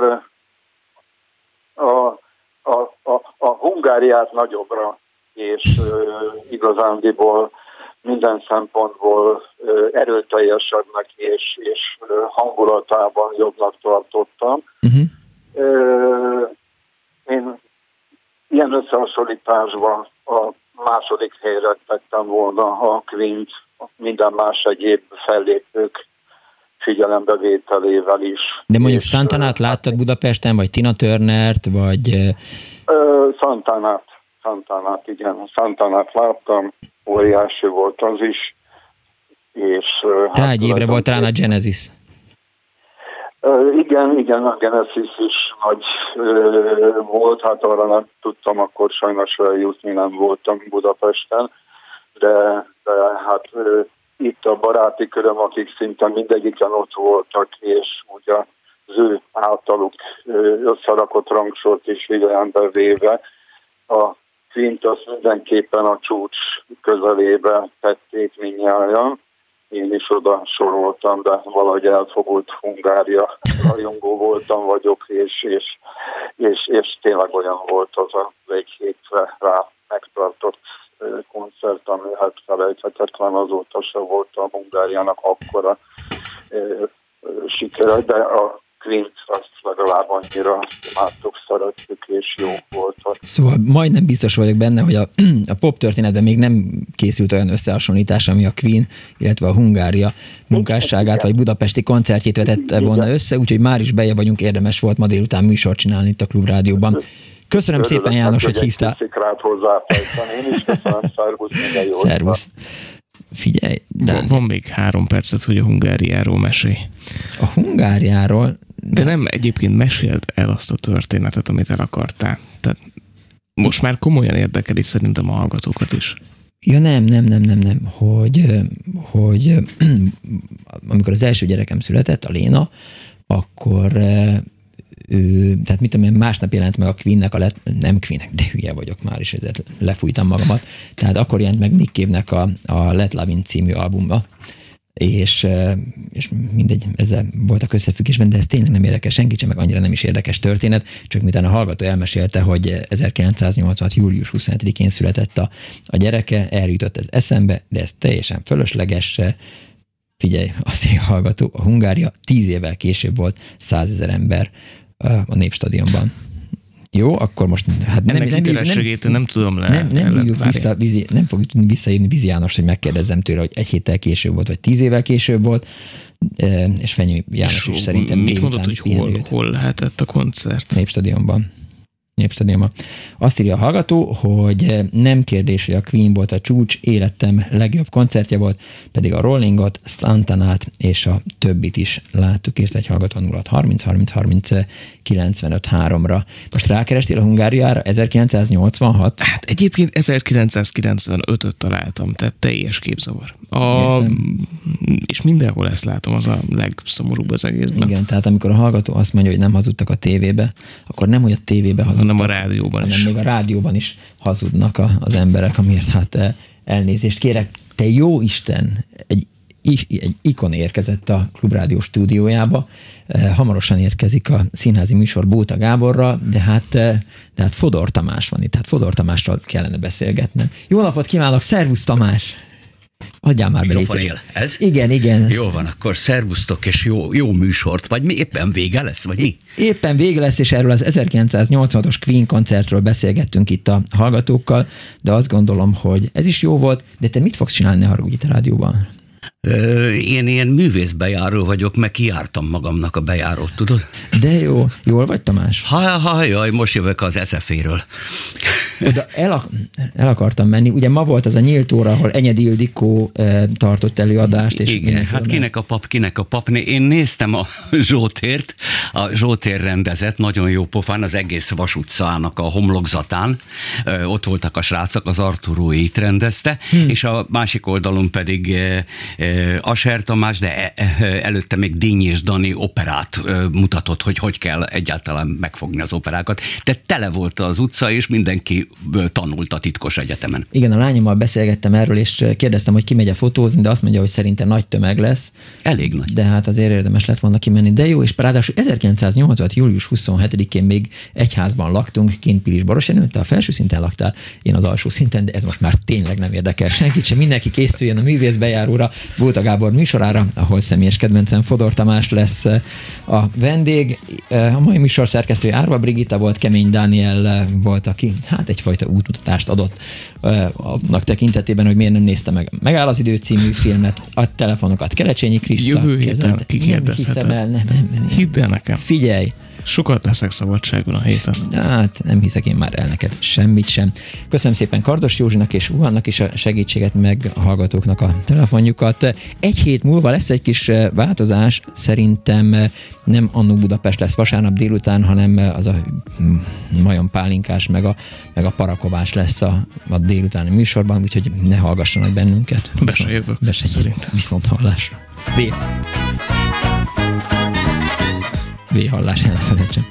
a A, a, a Hungáriát nagyobbra, és uh, igazándiból minden szempontból uh, erőteljesebbnek és, és uh, hangulatában jobbnak tartottam. Uh-huh. Uh, én ilyen összehasonlításban a második helyre tettem volna a Queen-t, minden más egyéb fellépők figyelembevételével is. De mondjuk Santanát láttad Budapesten, vagy Tina Turnert, vagy... Uh, Santanát, Santanát, igen. Santanát láttam, óriási volt az is, és... Rá hát egy évre volt rá a Genesis. Uh, igen, igen, a Genesis is nagy uh, volt, hát arra nem tudtam akkor sajnos eljutni, nem voltam Budapesten, de, de hát... Uh, itt a baráti köröm, akik szinte mindegyiken ott voltak, és ugye az ő általuk összerakott rangsort is figyelembe véve, a Queen-t azt mindenképpen a csúcs közelébe tették mindnyájan. Én is oda soroltam, de valahogy elfogult Hungária rajongó voltam vagyok, és, és, és, és tényleg olyan volt az a egy hétre rá megtartott koncert, ami hát felejthetetlen, azóta se volt a Hungáriának akkora e, e, sikere, de a Queen-t azt legalább annyira imádtuk, szerettük, és jó volt. Szóval majdnem biztos vagyok benne, hogy a, a pop történetben még nem készült olyan összehasonlítás, ami a Queen, illetve a Hungária munkásságát, vagy budapesti koncertjét vetette volna össze, úgyhogy már is beje vagyunk, érdemes volt ma délután műsort csinálni itt a Klubrádióban. Köszönöm Örülök, szépen, János, hogy hívtál. Én is köszönöm, szervusz, minden jót. Szervusz. Figyelj, van, van még három percet, hogy a Hungáriáról mesélj. A Hungáriáról? De, de nem, egyébként meséld el azt a történetet, amit el akartál. Tehát most már komolyan érdekeli szerintem a hallgatókat is. Ja nem, nem, nem, nem, nem, hogy, hogy amikor az első gyerekem született, a Léna, akkor ő, tehát mit tudom én, másnap jelent meg a Queennek, a let, nem Queennek, de hülye vagyok már is, lefújtam magamat, tehát akkor jelent meg Nick Cave-nek a, a Let Lovin című albuma, és, és mindegy, ezzel voltak összefüggésben, de ez tényleg nem érdekes senki sem, meg annyira nem is érdekes történet, csak miután a hallgató elmesélte, hogy ezerkilencszáznyolcvanhat. július huszonhetedikén született a, a gyereke, eljutott ez eszembe, de ez teljesen fölösleges. Figyelj, azt a hallgató, a Hungária tíz évvel később volt százezer ember a Népstadionban. Jó, akkor most hát nem, ennek hitelességét nem, nem tudom le. Nem, nem, hívjuk vissza, vízi, nem fogjuk visszaírni Vízi János, hogy megkérdezzem tőle, hogy egy héttel később volt, vagy tíz évvel később volt, és Fenyő János is szerintem mit mondod, hogy hol, hol lehetett a koncert? Népstadionban. Népstadionban. Azt írja a hallgató, hogy nem kérdés, hogy a Queen volt a csúcs, életem legjobb koncertje volt, pedig a Rollingot, Santanát és a többit is láttuk, írt egy hallgató nulla harminc harminc harminc kilencvenöt háromra. Most rákerestél a Hungáriára ezerkilencszáznyolcvanhat? Hát egyébként ezerkilencszázkilencvenötöt találtam, tehát teljes képzavar. A, és mindenhol ezt látom, az a legszomorúbb az egészben. Igen, tehát amikor a hallgató azt mondja, hogy nem hazudtak a tévébe, akkor nem, hogy a tévébe hazudtak, hanem a rádióban hanem is. még a rádióban is hazudnak a, az emberek, amiért hát elnézést kérek. Te jó Isten, egy, egy ikon érkezett a Klubrádió stúdiójába, hamarosan érkezik a színházi műsor Bóta Gáborral, de hát, de hát Fodor Tamás van itt, hát Fodor Tamással kellene beszélgetnem. Jó napot kívánok, szervusz Tamás! Adjál már be. Ez? Igen, igen. Jó van, akkor szervusztok, és jó, jó műsort, vagy mi éppen vége lesz, vagy mi? Éppen vége lesz, és erről az ezerkilencszáznyolcvanhatos Queen koncertről beszélgettünk itt a hallgatókkal, de azt gondolom, hogy ez is jó volt, de te mit fogsz csinálni, ne haragudj itt a rádióban? Én ilyen művészbejáró vagyok, meg kijártam magamnak a bejárót, tudod? De jó. Jól vagy, Tamás? Ha, ha, jaj, most jövök az es ef é-ről. Oda el, el akartam menni. Ugye ma volt az a nyílt óra, ahol Enyedi Ildikó e, tartott előadást. És igen, hát kinek a pap, kinek a pap. Én néztem a Zsótért, a Zsótér rendezett, nagyon jó pofán, az egész Vas utcának a homlokzatán. Ott voltak a srácok, az Arturóit rendezte, hmm. és a másik oldalon pedig Aser Tamás, de előtte még Díny és Dani operát mutatott, hogy hogy kell egyáltalán megfogni az operákat. De tele volt az utca, és mindenki tanult a titkos egyetemen. Igen, a lányommal beszélgettem erről, és kérdeztem, hogy ki megy fotózni, de azt mondja, hogy szerintem nagy tömeg lesz. Elég nagy. De hát azért érdemes lett volna kimenni. De jó, és ráadásul ezerkilencszáznyolcvanhat. július huszonhetedikén még egy házban laktunk, kint Pilis Borosjenőn, te a felső szinten laktál, én az alsó szinten, de ez most már tényleg nem érdekel senkit sem. Mindenki készüljön a művészbejáróra, Bóta Gábor műsorára, ahol személyes kedvencem Fodor Tamás lesz a vendég. A mai műsor szerkesztője Árva Brigitta volt, Kemény Dániel volt, aki hát egyfajta útmutatást adott annak tekintetében, hogy miért nem nézte meg Megáll az idő című filmet, a telefonokat Kelecsényi Kriszta. Jövő héten kikérdezheted. Hidd el nekem. Figyelj! Sokat leszek szabadságon a héten. Hát nem hiszek én már el neked semmit sem. Köszönöm szépen Kardos Józsinak és Uhannak is a segítséget, meg a hallgatóknak a telefonjukat. Egy hét múlva lesz egy kis változás, szerintem nem Annó Budapest lesz vasárnap délután, hanem az a Majon Pálinkás, meg a, meg a Parakovás lesz a, a délutáni műsorban, úgyhogy ne hallgassanak bennünket. Be se jövök, szerint. Viszont hallásra. Vé. V-hallás, el ne felejtsem.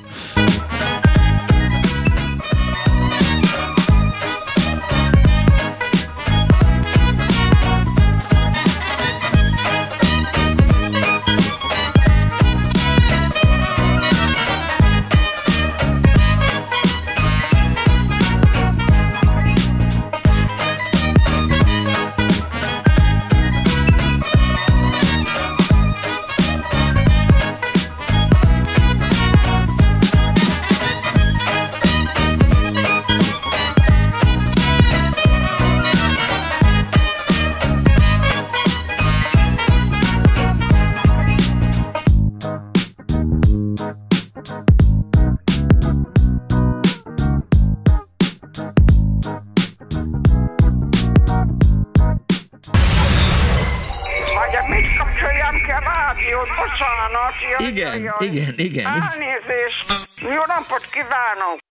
Igen, igen, igen. Elnézést! Jó napot kívánok!